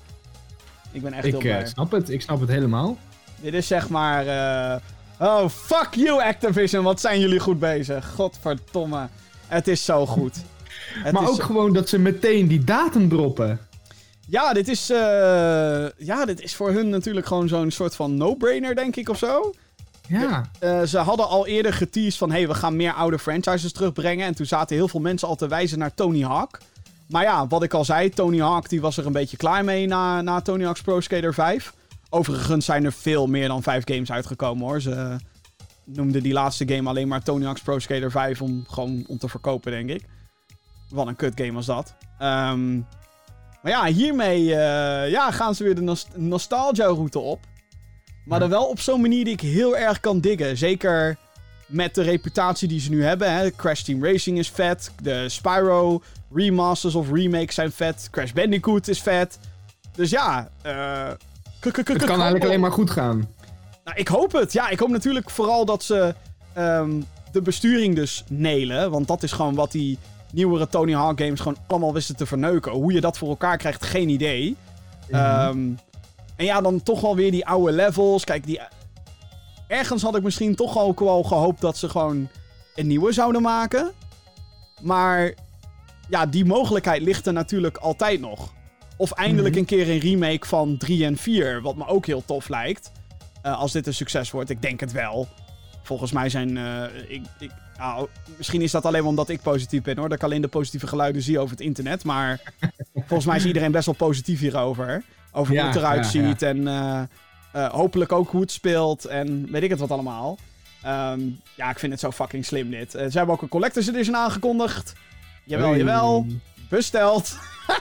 Ik ben echt ik, heel blij. Ik uh, snap het, ik snap het helemaal. Dit is zeg maar... Uh... Oh, fuck you Activision, wat zijn jullie goed bezig. Godverdomme. Het is zo goed. Het maar is ook zo... gewoon dat ze meteen die datum droppen. Ja, dit is, uh... ja, dit is voor hun natuurlijk gewoon zo'n soort van no-brainer, denk ik, of zo. Ja. Uh, ze hadden al eerder geteased van... hey, we gaan meer oude franchises terugbrengen. En toen zaten heel veel mensen al te wijzen naar Tony Hawk. Maar ja, wat ik al zei... Tony Hawk die was er een beetje klaar mee na, na Tony Hawk's Pro Skater vijf. Overigens zijn er veel meer dan vijf games uitgekomen, hoor. Ze uh, noemden die laatste game alleen maar Tony Hawk's Pro Skater vijf... om gewoon om te verkopen, denk ik. Wat een kut game was dat. Um, maar ja, hiermee uh, ja, gaan ze weer de nost- nostalgia-route op. Maar dan wel op zo'n manier die ik heel erg kan diggen. Zeker met de reputatie die ze nu hebben. Hè. Crash Team Racing is vet. De Spyro remasters of remakes zijn vet. Crash Bandicoot is vet. Dus ja... Uh, het kan eigenlijk alleen maar goed gaan. Nou, ik hoop het. Ja, ik hoop natuurlijk vooral dat ze um, de besturing dus nailen. Want dat is gewoon wat die nieuwere Tony Hawk games gewoon allemaal wisten te verneuken. Hoe je dat voor elkaar krijgt, geen idee. Mm-hmm. Um, en ja, dan toch wel weer die oude levels. Kijk, die... ergens had ik misschien toch ook wel gehoopt dat ze gewoon een nieuwe zouden maken. Maar ja, die mogelijkheid ligt er natuurlijk altijd nog. Of eindelijk mm-hmm. een keer een remake van drie en vier, wat me ook heel tof lijkt. Uh, als dit een succes wordt. Ik denk het wel. Volgens mij zijn... Uh, ik, ik, nou, misschien is dat alleen omdat ik positief ben, hoor. Dat ik alleen de positieve geluiden zie over het internet. Maar volgens mij is iedereen best wel positief hierover. Over ja, hoe het eruit ja, ziet. Ja. En uh, uh, hopelijk ook hoe het speelt. En weet ik het wat allemaal. Um, ja, ik vind het zo fucking slim dit. Uh, ze hebben ook een Collector's Edition aangekondigd. Jawel, hey. jawel. Besteld.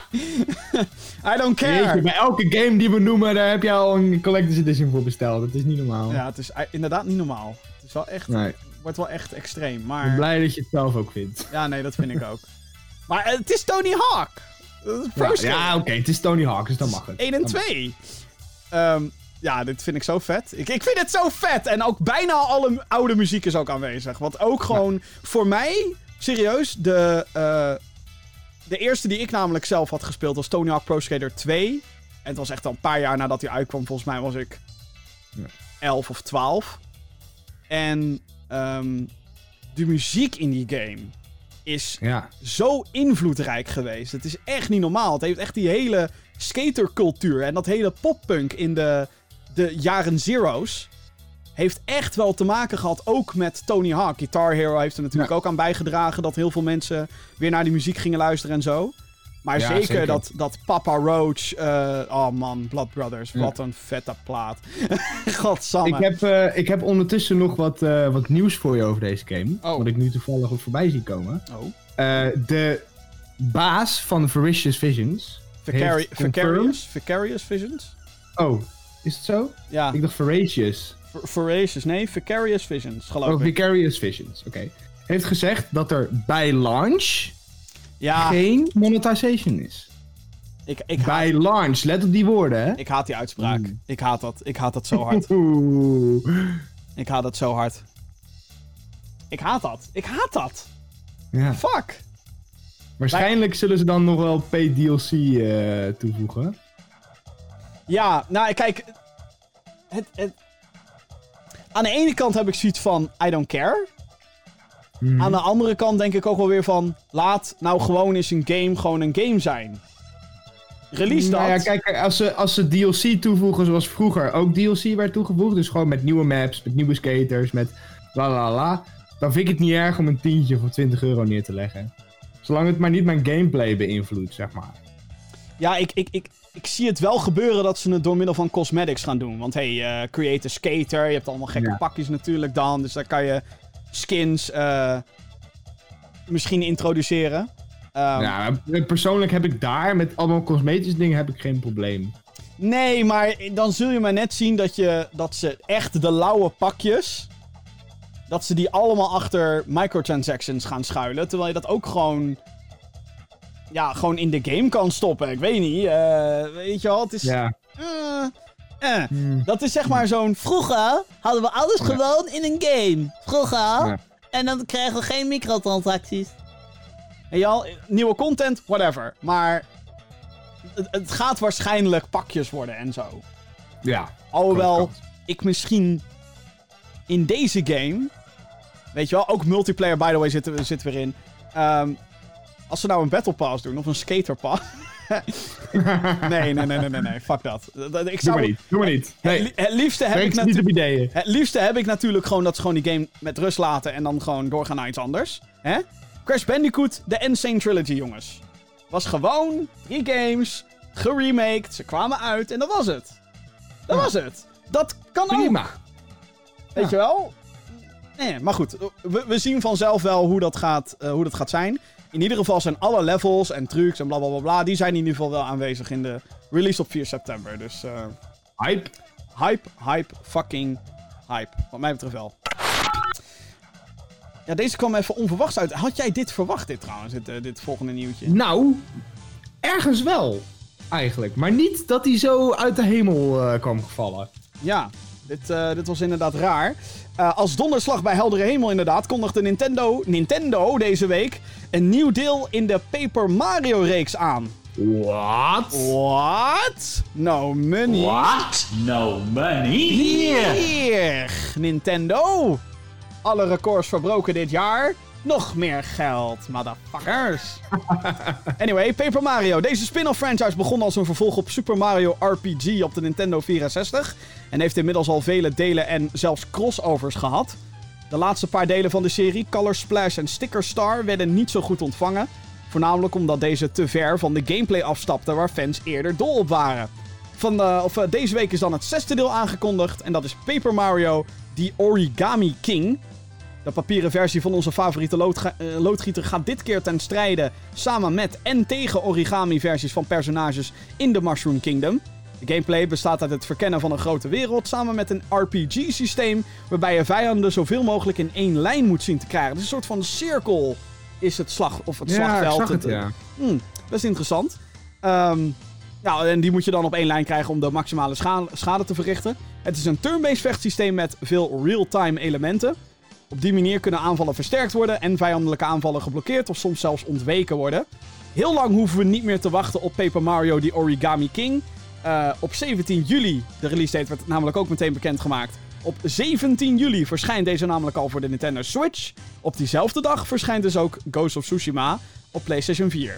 I don't care. Jeetje, bij elke game die we noemen, daar heb je al een Collector's Edition voor besteld. Dat is niet normaal. Ja, het is inderdaad niet normaal. Het is wel echt... Nee. Wordt wel echt extreem, maar... Ik ben blij dat je het zelf ook vindt. Ja, nee, dat vind ik ook. Maar uh, het is Tony Hawk. Ja, ja oké, okay, het is Tony Hawk, dus dan mag het. één en twee. Um, ja, dit vind ik zo vet. Ik, ik vind het zo vet. En ook bijna alle oude muziek is ook aanwezig. Wat ook gewoon, ja. voor mij, serieus, de... Uh, De eerste die ik namelijk zelf had gespeeld was Tony Hawk Pro Skater twee. En het was echt al een paar jaar nadat hij uitkwam. Volgens mij was ik ja. elf of twaalf. En um, de muziek in die game is ja. zo invloedrijk geweest. Het is echt niet normaal. Het heeft echt die hele skatercultuur en dat hele poppunk in de, de jaren zero's heeft echt wel te maken gehad ook met Tony Hawk. Guitar Hero heeft er natuurlijk ja. ook aan bijgedragen dat heel veel mensen weer naar die muziek gingen luisteren en zo. Maar ja, zeker, zeker. Dat, dat Papa Roach... Uh, oh man, Blood Brothers. Ja. Wat een vette plaat. Godsamme. Ik heb, uh, ik heb ondertussen nog wat, uh, wat nieuws voor je over deze game. Oh. Wat ik nu toevallig op voorbij zie komen. Oh. Uh, de baas van Vicarious Visions... Vicari- Vicarious? Vicarious Visions? Oh, is het zo? Ja. Ik dacht Voracious. Voracious, nee, Vicarious Visions, geloof oh, ik. Oh, Vicarious Visions, oké. Okay. Heeft gezegd dat er bij launch ja. geen monetization is. Ik, ik bij haat... launch, let op die woorden, hè. Ik haat die uitspraak. Mm. Ik haat dat. Ik haat dat zo hard. Ik haat dat zo hard. Ik haat dat. Ik haat dat. Ja. Fuck. Waarschijnlijk bij... zullen ze dan nog wel paid D L C uh, toevoegen. Ja, nou, kijk... Het... het... Aan de ene kant heb ik zoiets van, I don't care. Mm. Aan de andere kant denk ik ook wel weer van, laat nou gewoon eens een game gewoon een game zijn. Release dat. Nou ja, kijk, als ze, als ze D L C toevoegen zoals vroeger ook D L C werd toegevoegd, dus gewoon met nieuwe maps, met nieuwe skaters, met la la la, dan vind ik het niet erg om een tientje voor twintig euro neer te leggen. Zolang het maar niet mijn gameplay beïnvloedt, zeg maar. Ja, ik, ik, ik, ik zie het wel gebeuren dat ze het door middel van cosmetics gaan doen. Want hey, uh, create a skater, je hebt allemaal gekke ja. pakjes natuurlijk dan. Dus daar kan je skins uh, misschien introduceren. Um, ja, persoonlijk heb ik daar met allemaal cosmetische dingen heb ik geen probleem. Nee, maar dan zul je maar net zien dat, je, dat ze echt de lauwe pakjes, dat ze die allemaal achter microtransactions gaan schuilen. Terwijl je dat ook gewoon... Ja, gewoon in de game kan stoppen. Ik weet niet. Uh, weet je wel, het is... Ja. Uh, uh. Hmm. Dat is zeg maar zo'n... Vroeger hadden we alles ja. gewoon in een game. Vroeger. Ja. En dan kregen we geen microtransacties. Weet je wel, nieuwe content, whatever. Maar het, het gaat waarschijnlijk pakjes worden en zo. Ja. Alhoewel ik misschien in deze game... Weet je wel, ook multiplayer by the way zit, zit weer in... Um, Als ze nou een Battle Pass doen, of een Skater Pass... nee, nee, nee, nee, nee, nee, fuck dat. Ik zou... Doe maar niet, doe maar niet. Nee. Het, het liefste heb ik natuurlijk... Het liefste heb ik natuurlijk gewoon dat ze gewoon die game met rust laten en dan gewoon doorgaan naar iets anders. Hè? Crash Bandicoot, de Insane Trilogy, jongens. Was gewoon drie games, geremaked, ze kwamen uit en dat was het. Dat ja. was het. Dat kan ook. Prima. Weet ja. je wel? Nee, maar goed, we, we zien vanzelf wel hoe dat, gaat, uh, hoe dat gaat zijn. In ieder geval zijn alle levels en trucs en blablabla, bla, bla, bla, die zijn in ieder geval wel aanwezig in de release op vier september. Dus, uh, hype. Hype, hype, fucking hype. Wat mij betreft wel. Ja, deze kwam even onverwachts uit. Had jij dit verwacht, dit trouwens, dit, uh, dit volgende nieuwtje? Nou, ergens wel, eigenlijk. Maar niet dat hij zo uit de hemel uh, kwam gevallen. Ja, dit, uh, dit was inderdaad raar. Uh, als donderslag bij heldere hemel inderdaad kondigde Nintendo, Nintendo deze week een nieuw deel in de Paper Mario-reeks aan. What? What? No money. What? No money? Hier. Hier. Nintendo. Alle records verbroken dit jaar. Nog meer geld, motherfuckers. Anyway, Paper Mario. Deze spin-off franchise begon als een vervolg op Super Mario R P G op de Nintendo vierenzestig. En heeft inmiddels al vele delen en zelfs crossovers gehad. De laatste paar delen van de serie, Color Splash en Sticker Star, werden niet zo goed ontvangen. Voornamelijk omdat deze te ver van de gameplay afstapten waar fans eerder dol op waren. Van de, of, uh, deze week is dan het zesde deel aangekondigd en dat is Paper Mario The Origami King. De papieren versie van onze favoriete loodga- uh, loodgieter gaat dit keer ten strijde samen met en tegen origami-versies van personages in de Mushroom Kingdom. De gameplay bestaat uit het verkennen van een grote wereld samen met een R P G-systeem waarbij je vijanden zoveel mogelijk in één lijn moet zien te krijgen. Dus een soort van cirkel is het, slag, of het ja, slagveld. Ik zag het, ja. Hmm, best interessant. Um, nou, en die moet je dan op één lijn krijgen om de maximale scha- schade te verrichten. Het is een turn-based vechtsysteem met veel real-time elementen. Op die manier kunnen aanvallen versterkt worden en vijandelijke aanvallen geblokkeerd of soms zelfs ontweken worden. Heel lang hoeven we niet meer te wachten op Paper Mario The Origami King. Uh, op zeventien juli, de release date werd namelijk ook meteen bekendgemaakt. Op zeventien juli verschijnt deze namelijk al voor de Nintendo Switch. Op diezelfde dag verschijnt dus ook Ghost of Tsushima op PlayStation vier.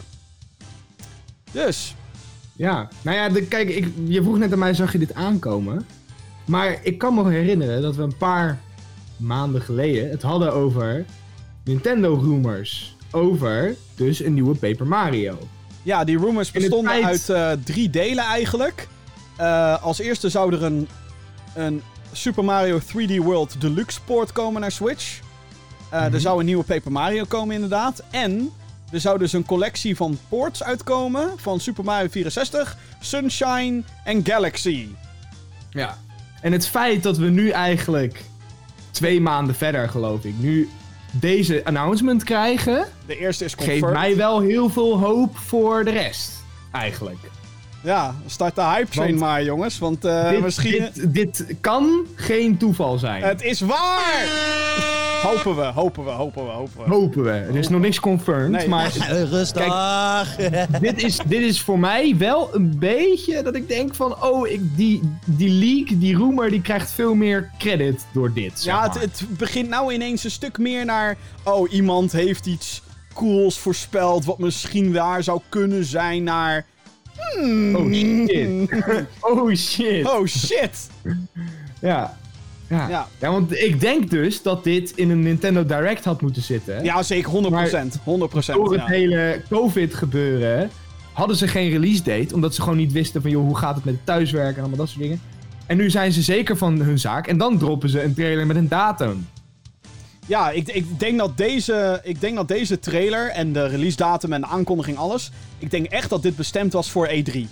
Dus. Ja, nou ja, de, kijk, ik, je vroeg net aan mij, zag je dit aankomen? Maar ik kan me herinneren dat we een paar maanden geleden het hadden over Nintendo rumors. Over dus een nieuwe Paper Mario. Ja, die rumors bestonden feit... uit uh, drie delen eigenlijk. Uh, als eerste zou er een, een Super Mario drie D World Deluxe port komen naar Switch. Uh, mm-hmm. Er zou een nieuwe Paper Mario komen inderdaad. En er zou dus een collectie van ports uitkomen van Super Mario vierenzestig, Sunshine en Galaxy. Ja. En het feit dat we nu eigenlijk twee maanden verder, geloof ik, nu deze announcement krijgen, de eerste is confirmed, geeft mij wel heel veel hoop voor de rest, eigenlijk. Ja, start de hype train maar, jongens, want uh, dit, misschien... Dit, dit kan geen toeval zijn. Het is waar! Hopen we, hopen we, hopen we, hopen we. Hopen we. Er is nog niks confirmed, nee. maar... Rustig! Kijk, dit, is, dit is voor mij wel een beetje dat ik denk van... Oh, ik, die, die leak, die rumor, die krijgt veel meer credit door dit, zeg Ja, maar. het, het begint nou ineens een stuk meer naar... Oh, iemand heeft iets cools voorspeld wat misschien waar zou kunnen zijn naar... Hmm. Oh shit. Oh shit. Oh shit. Ja. Ja. Ja. ja, want ik denk dus dat dit in een Nintendo Direct had moeten zitten. Ja, zeker. honderd procent. honderd procent door het ja. hele COVID gebeuren hadden ze geen release date. Omdat ze gewoon niet wisten van, joh, hoe gaat het met het thuiswerken en allemaal dat soort dingen. En nu zijn ze zeker van hun zaak. En dan droppen ze een trailer met een datum. Ja, ik, ik, denk dat deze, ik denk dat deze trailer en de release datum en de aankondiging, alles... Ik denk echt dat dit bestemd was voor E drie.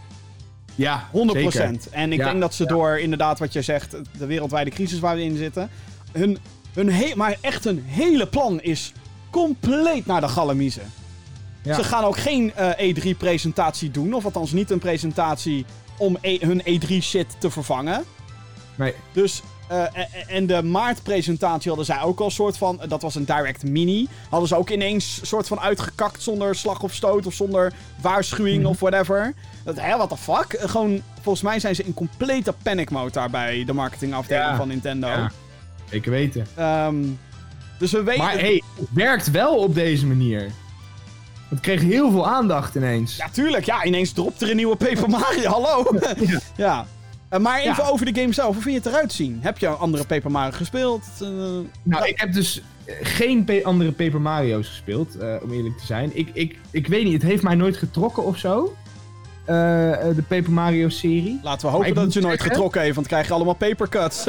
Ja, honderd procent. Zeker. En ik ja, denk dat ze ja. door, inderdaad wat je zegt, de wereldwijde crisis waar we in zitten... Hun, hun he- maar echt hun hele plan is compleet naar de galamiezen. Ja. Ze gaan ook geen uh, E drie presentatie doen. Of althans niet een presentatie om e- hun E drie shit te vervangen. Nee. Dus... Uh, en de maartpresentatie hadden zij ook al soort van... Dat was een direct mini. Hadden ze ook ineens soort van uitgekakt zonder slag of stoot of zonder waarschuwing mm-hmm. of whatever. Dat, hè, what the fuck? Gewoon, volgens mij zijn ze in complete panic mode daar bij de marketingafdeling ja. van Nintendo. Ja, zeker weten. Um, dus we weten... Maar hey, het werkt wel op deze manier. Het kreeg heel veel aandacht ineens. Ja, tuurlijk. Ja, ineens dropt er een nieuwe Paper Mario. Hallo. ja. ja. Uh, maar even ja. over de game zelf. Hoe vind je het eruit zien? Heb je andere Paper Mario gespeeld? Uh, nou, nou, ik heb dus geen pe- andere Paper Mario's gespeeld, uh, om eerlijk te zijn. Ik, ik, ik weet niet, het heeft mij nooit getrokken of zo. Uh, de Paper Mario serie. Laten we hopen dat het je nooit zeggen... getrokken heeft, want dan krijg je allemaal papercuts.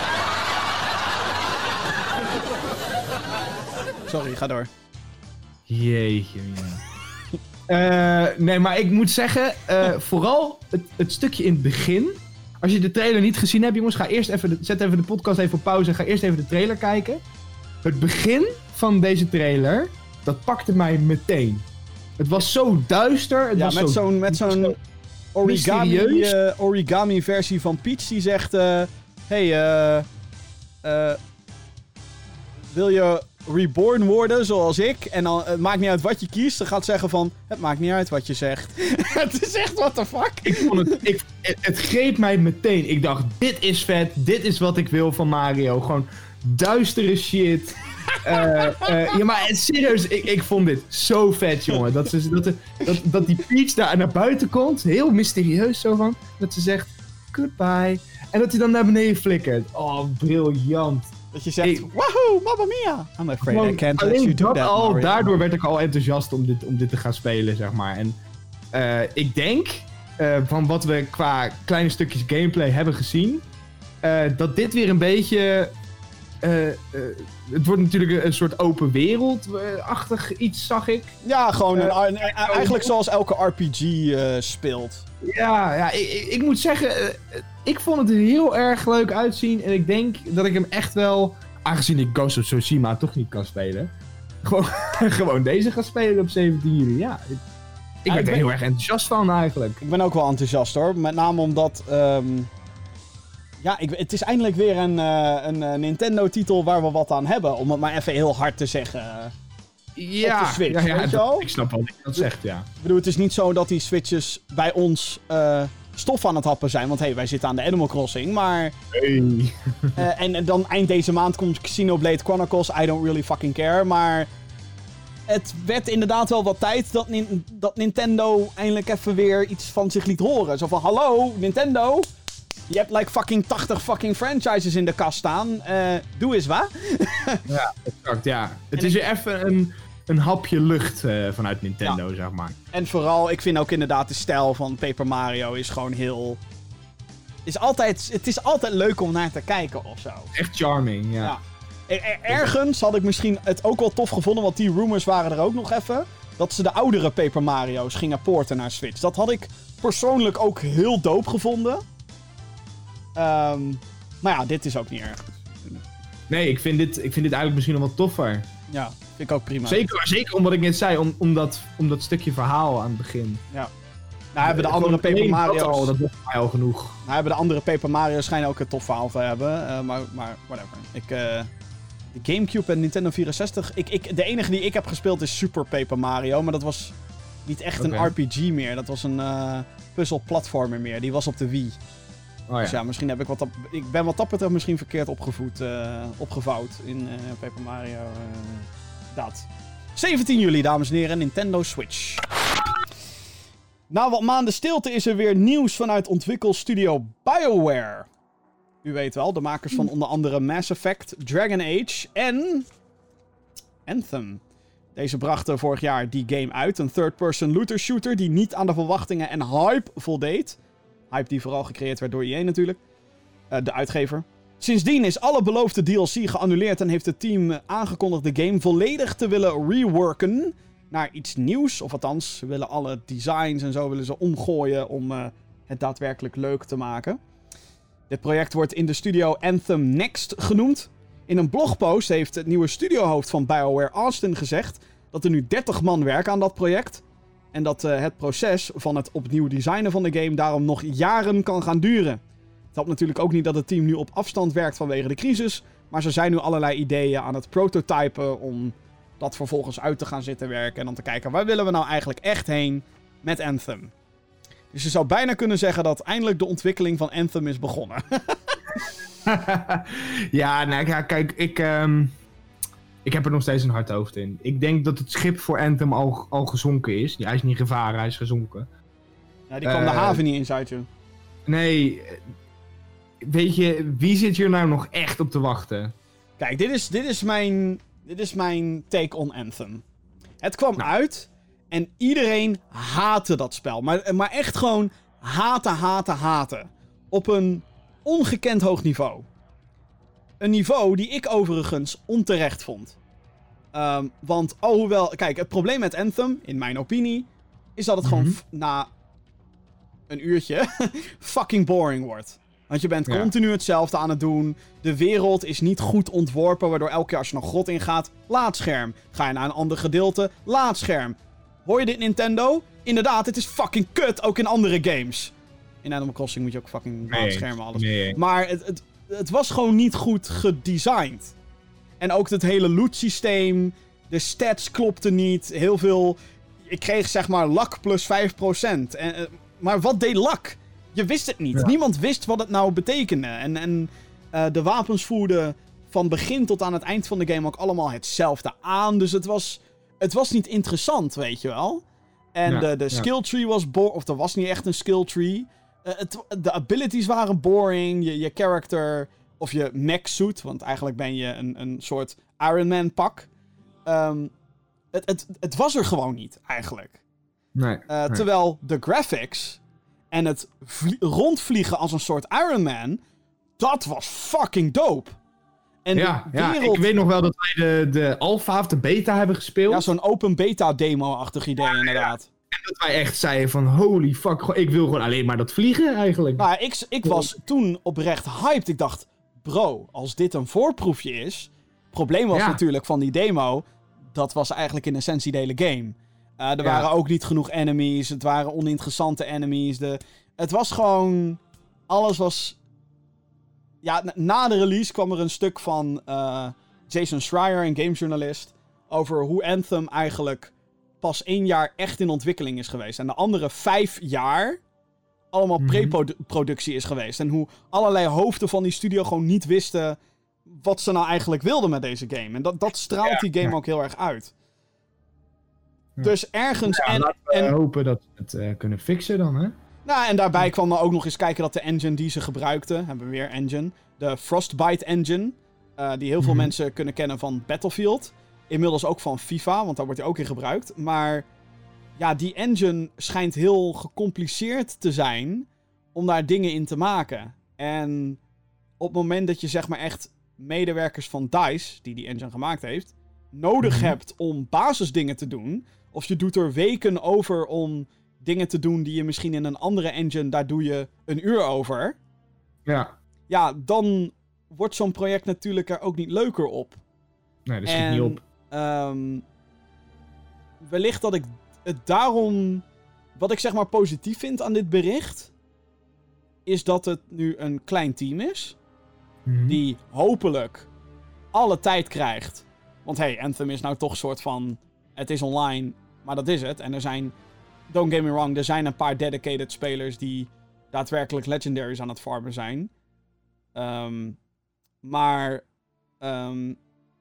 Sorry, ga door. Jeetje, ja. uh, nee, maar ik moet zeggen, uh, vooral het, het stukje in het begin. Als je de trailer niet gezien hebt, jongens, ga eerst even de, zet even de podcast even op pauze en ga eerst even de trailer kijken. Het begin van deze trailer, dat pakte mij meteen. Het was zo duister. Het ja, was met zo, zo'n, met zo'n origami, uh, origami versie van Peach die zegt... Uh, hey, eh... Uh, uh, wil je reborn worden zoals ik? En dan, het maakt niet uit wat je kiest. Ze gaat zeggen van, het maakt niet uit wat je zegt. Het is echt, what the fuck? Ik vond het, ik, het, het greep mij meteen. Ik dacht, dit is vet. Dit is wat ik wil van Mario. Gewoon duistere shit. uh, uh, ja, maar serieus, ik, ik vond dit zo vet, jongen. Dat, ze, dat, de, dat, dat die Peach daar naar buiten komt. Heel mysterieus zo van. Dat ze zegt, goodbye. En dat hij dan naar beneden flikkert. Oh, briljant. Dat je zegt, hey, wahoo, mamma mia. I'm afraid man, I can't let you do that, al, daardoor werd ik al enthousiast om dit, om dit te gaan spelen, zeg maar. En uh, ik denk, uh, van wat we qua kleine stukjes gameplay hebben gezien, uh, dat dit weer een beetje... Uh, uh, het wordt natuurlijk een, een soort open wereld-achtig iets, zag ik. Ja, gewoon uh, een, een, een, eigenlijk zoals elke R P G uh, speelt. Ja, ja ik, ik, ik moet zeggen, uh, ik vond het er heel erg leuk uitzien. En ik denk dat ik hem echt wel, aangezien ik Ghost of Tsushima toch niet kan spelen, gewoon, gewoon deze ga spelen op zeventien juli. Ja, ik, ik ja, ben er heel erg enthousiast van eigenlijk. Ik ben ook wel enthousiast hoor, met name omdat... Um... Ja, ik, het is eindelijk weer een, uh, een uh, Nintendo-titel waar we wat aan hebben. Om het maar even heel hard te zeggen. Ja, op de Switch, ja, ja weet je dat, ik snap wel wat je dat zegt, ja. Ik bedoel, het is niet zo dat die Switches bij ons uh, stof aan het happen zijn. Want hé, hey, wij zitten aan de Animal Crossing, maar... Hey. uh, en, en dan eind deze maand komt Xenoblade Chronicles. I don't really fucking care, maar... Het werd inderdaad wel wat tijd dat, nin- dat Nintendo eindelijk even weer iets van zich liet horen. Zo van, hallo, Nintendo... Je hebt like fucking tachtig fucking franchises in de kast staan. Uh, doe eens wat. Ja, exact, ja. Het en is weer ik... even een, een hapje lucht uh, vanuit Nintendo, ja. zeg maar. En vooral, ik vind ook inderdaad de stijl van Paper Mario is gewoon heel... Is altijd, het is altijd leuk om naar te kijken of zo. Echt charming, ja. ja. Er, ergens had ik misschien het ook wel tof gevonden, want die rumors waren er ook nog even. Dat ze de oudere Paper Mario's gingen porten naar Switch. Dat had ik persoonlijk ook heel dope gevonden. Um, maar ja, dit is ook niet erg. Nee, ik vind dit, ik vind dit eigenlijk misschien nog wel toffer. Ja, vind ik ook prima. Zeker, zeker omdat ik net zei, om, om, dat, om dat stukje verhaal aan het begin. Ja. Nou hebben de andere Paper Mario's... Dat, al, dat was mij al genoeg. Nou hebben de andere Paper Mario's schijnen ook een tof verhaal te hebben. Uh, maar, maar, whatever. Ik, uh, de Gamecube en Nintendo vierenzestig... Ik, ik, de enige die ik heb gespeeld is Super Paper Mario. Maar dat was niet echt okay. een R P G meer. Dat was een uh, puzzle-platformer meer. Die was op de Wii. Oh ja. Dus ja, misschien heb ik wat... Ik ben wat dat betreft misschien verkeerd opgevoed, uh, opgevouwd in uh, Paper Mario. Uh, dat. zeventien juli, dames en heren, Nintendo Switch. Na wat maanden stilte is er weer nieuws vanuit ontwikkelstudio BioWare. U weet wel, de makers van onder andere Mass Effect, Dragon Age en... Anthem. Deze brachten vorig jaar die game uit. Een third-person looter shooter die niet aan de verwachtingen en hype voldeed. Hype die vooral gecreëerd werd door E A natuurlijk. Uh, de uitgever. Sindsdien is alle beloofde D L C geannuleerd en heeft het team aangekondigd de game volledig te willen reworken naar iets nieuws. Of althans, ze willen alle designs en zo willen ze omgooien om uh, het daadwerkelijk leuk te maken. Dit project wordt in de studio Anthem Next genoemd. In een blogpost heeft het nieuwe studiohoofd van BioWare, Austin, gezegd dat er nu dertig man werken aan dat project. En dat uh, het proces van het opnieuw designen van de game daarom nog jaren kan gaan duren. Het helpt natuurlijk ook niet dat het team nu op afstand werkt vanwege de crisis. Maar ze zijn nu allerlei ideeën aan het prototypen om dat vervolgens uit te gaan zitten werken. En dan te kijken, waar willen we nou eigenlijk echt heen met Anthem? Dus je zou bijna kunnen zeggen dat eindelijk de ontwikkeling van Anthem is begonnen. ja, nou ja, kijk, ik... Um... ik heb er nog steeds een hard hoofd in. Ik denk dat het schip voor Anthem al, al gezonken is. Ja, hij is niet gevaren, hij is gezonken. Ja, die kwam uh, de haven niet in, zei je. Nee, weet je, wie zit hier nou nog echt op te wachten? Kijk, dit is, dit is, mijn, dit is mijn take on Anthem. Het kwam nou. uit en iedereen haatte dat spel. Maar, maar echt gewoon haten, haten, haten. Op een ongekend hoog niveau. Een niveau die ik overigens onterecht vond. Um, want alhoewel... Kijk, het probleem met Anthem, in mijn opinie, is dat het mm-hmm. gewoon f- na een uurtje fucking boring wordt. Want je bent ja. continu hetzelfde aan het doen. De wereld is niet goed ontworpen, waardoor elke keer als je een grot ingaat, laadscherm. Ga je naar een ander gedeelte, laadscherm. Hoor je dit, Nintendo? Inderdaad, het is fucking kut, ook in andere games. In Animal Crossing moet je ook fucking nee, laadschermen, alles. Nee. Maar het, het, het was gewoon niet goed gedesigned. En ook het hele loot systeem, de stats klopten niet. Heel veel... Ik kreeg zeg maar luck plus vijf procent. En, uh, maar wat deed luck? Je wist het niet. Ja. Niemand wist wat het nou betekende. En, en uh, de wapens voerden van begin tot aan het eind van de game ook allemaal hetzelfde aan. Dus het was, het was niet interessant, weet je wel. En ja, de, de skill ja. tree was boring. Of er was niet echt een skill tree. Uh, het, de abilities waren boring. Je, je character... Of je mech suit. Want eigenlijk ben je een, een soort Iron Man pak. Um, het, het, het was er gewoon niet, eigenlijk. Nee, uh, nee. Terwijl de graphics... En het vlie- rondvliegen als een soort Iron Man... Dat was fucking dope. En ja, de ja, wereld... ik weet nog wel dat wij de, de alpha of de beta hebben gespeeld. Ja, zo'n open beta demo-achtig idee, ja, inderdaad. Ja. En dat wij echt zeiden van holy fuck, ik wil gewoon alleen maar dat vliegen eigenlijk. Nou, ik, ik was toen oprecht hyped. Ik dacht, bro, als dit een voorproefje is... Het probleem was ja. natuurlijk van die demo... Dat was eigenlijk in essentie de hele game. Uh, er ja. waren ook niet genoeg enemies. Het waren oninteressante enemies. De, het was gewoon... Alles was... Ja, na de release kwam er een stuk van uh, Jason Schreier, een gamejournalist... over hoe Anthem eigenlijk pas één jaar echt in ontwikkeling is geweest. En de andere vijf jaar allemaal mm-hmm. pre-productie is geweest. En hoe allerlei hoofden van die studio gewoon niet wisten... wat ze nou eigenlijk wilden met deze game. En dat, dat straalt ja, die game ja. ook heel erg uit. Ja. Dus ergens... Ja, en, laten we en, hopen dat we het uh, kunnen fixen dan, hè? Nou, en daarbij kwam dan ook nog eens kijken dat de engine die ze gebruikten... Hebben we weer engine. De Frostbite engine. Uh, die heel veel mm-hmm. mensen kunnen kennen van Battlefield. Inmiddels ook van FIFA, want daar wordt hij ook in gebruikt. Maar ja, die engine schijnt heel gecompliceerd te zijn... om daar dingen in te maken. En op het moment dat je zeg maar echt... medewerkers van DICE, die die engine gemaakt heeft... nodig mm-hmm. hebt om basisdingen te doen... of je doet er weken over om dingen te doen... die je misschien in een andere engine... daar doe je een uur over... Ja. Ja, dan wordt zo'n project natuurlijk er ook niet leuker op. Nee, dat schiet niet op. Um, wellicht dat ik het daarom... Wat ik zeg maar positief vind aan dit bericht... is dat het nu een klein team is... Mm-hmm. Die hopelijk alle tijd krijgt. Want hey, Anthem is nou toch een soort van... Het is online, maar dat is het. En er zijn... Don't get me wrong, er zijn een paar dedicated spelers... die daadwerkelijk legendaries aan het farmen zijn. Um, maar... Um,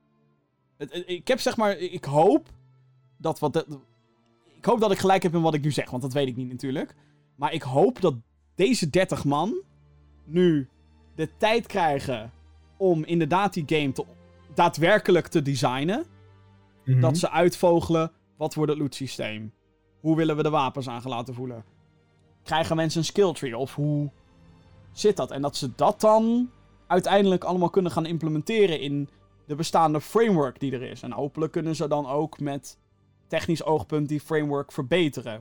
het, het, ik heb zeg maar... Ik hoop... Dat wat... De, ik hoop dat ik gelijk heb in wat ik nu zeg. Want dat weet ik niet natuurlijk. Maar ik hoop dat deze dertig man... nu... de tijd krijgen om inderdaad die game te, daadwerkelijk te designen. Mm-hmm. Dat ze uitvogelen, wat wordt het loot systeem? Hoe willen we de wapens aan laten voelen? Krijgen mensen een skill tree? Of hoe zit dat? En dat ze dat dan uiteindelijk allemaal kunnen gaan implementeren in de bestaande framework die er is. En hopelijk kunnen ze dan ook met technisch oogpunt die framework verbeteren.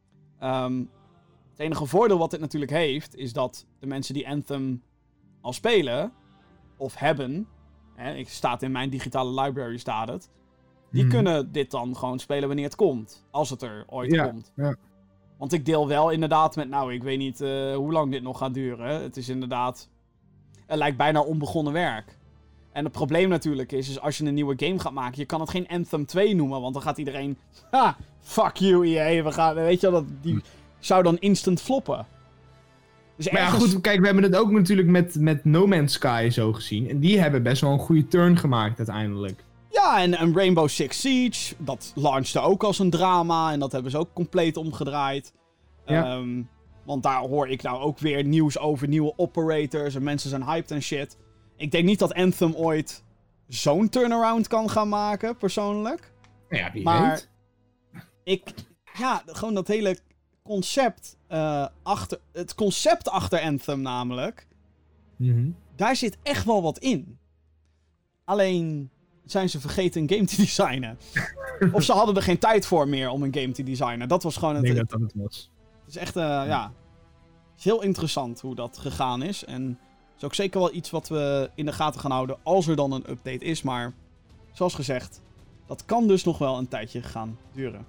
Um, het enige voordeel wat dit natuurlijk heeft, is dat de mensen die Anthem... al spelen, of hebben, hè, ik staat in mijn digitale library staat het, die mm. kunnen dit dan gewoon spelen wanneer het komt. Als het er ooit ja, komt. Ja. Want ik deel wel inderdaad met, nou, ik weet niet uh, hoe lang dit nog gaat duren. Het is inderdaad, het lijkt bijna onbegonnen werk. En het probleem natuurlijk is, is als je een nieuwe game gaat maken, je kan het geen Anthem twee noemen, want dan gaat iedereen, ha, fuck you E A, we gaan, weet je wel, dat, die zou dan instant floppen. Dus maar ergens... ja, goed, kijk, we hebben het ook natuurlijk met, met No Man's Sky zo gezien. En die hebben best wel een goede turn gemaakt uiteindelijk. Ja, en, en Rainbow Six Siege, dat launchte ook als een drama. En dat hebben ze ook compleet omgedraaid. Ja. Um, want daar hoor ik nou ook weer nieuws over nieuwe operators. En mensen zijn hyped en shit. Ik denk niet dat Anthem ooit zo'n turnaround kan gaan maken, persoonlijk. Ja, wie maar weet. ik... Ja, gewoon dat hele concept uh, achter... Het concept achter Anthem namelijk... Mm-hmm. Daar zit echt wel wat in. Alleen zijn ze vergeten een game te designen. Of ze hadden er geen tijd voor meer om een game te designen. Dat was gewoon Ik het... denk dat dat het was. Het is echt, uh, ja... Het is heel interessant hoe dat gegaan is. En het is ook zeker wel iets wat we in de gaten gaan houden als er dan een update is. Maar zoals gezegd, dat kan dus nog wel een tijdje gaan duren.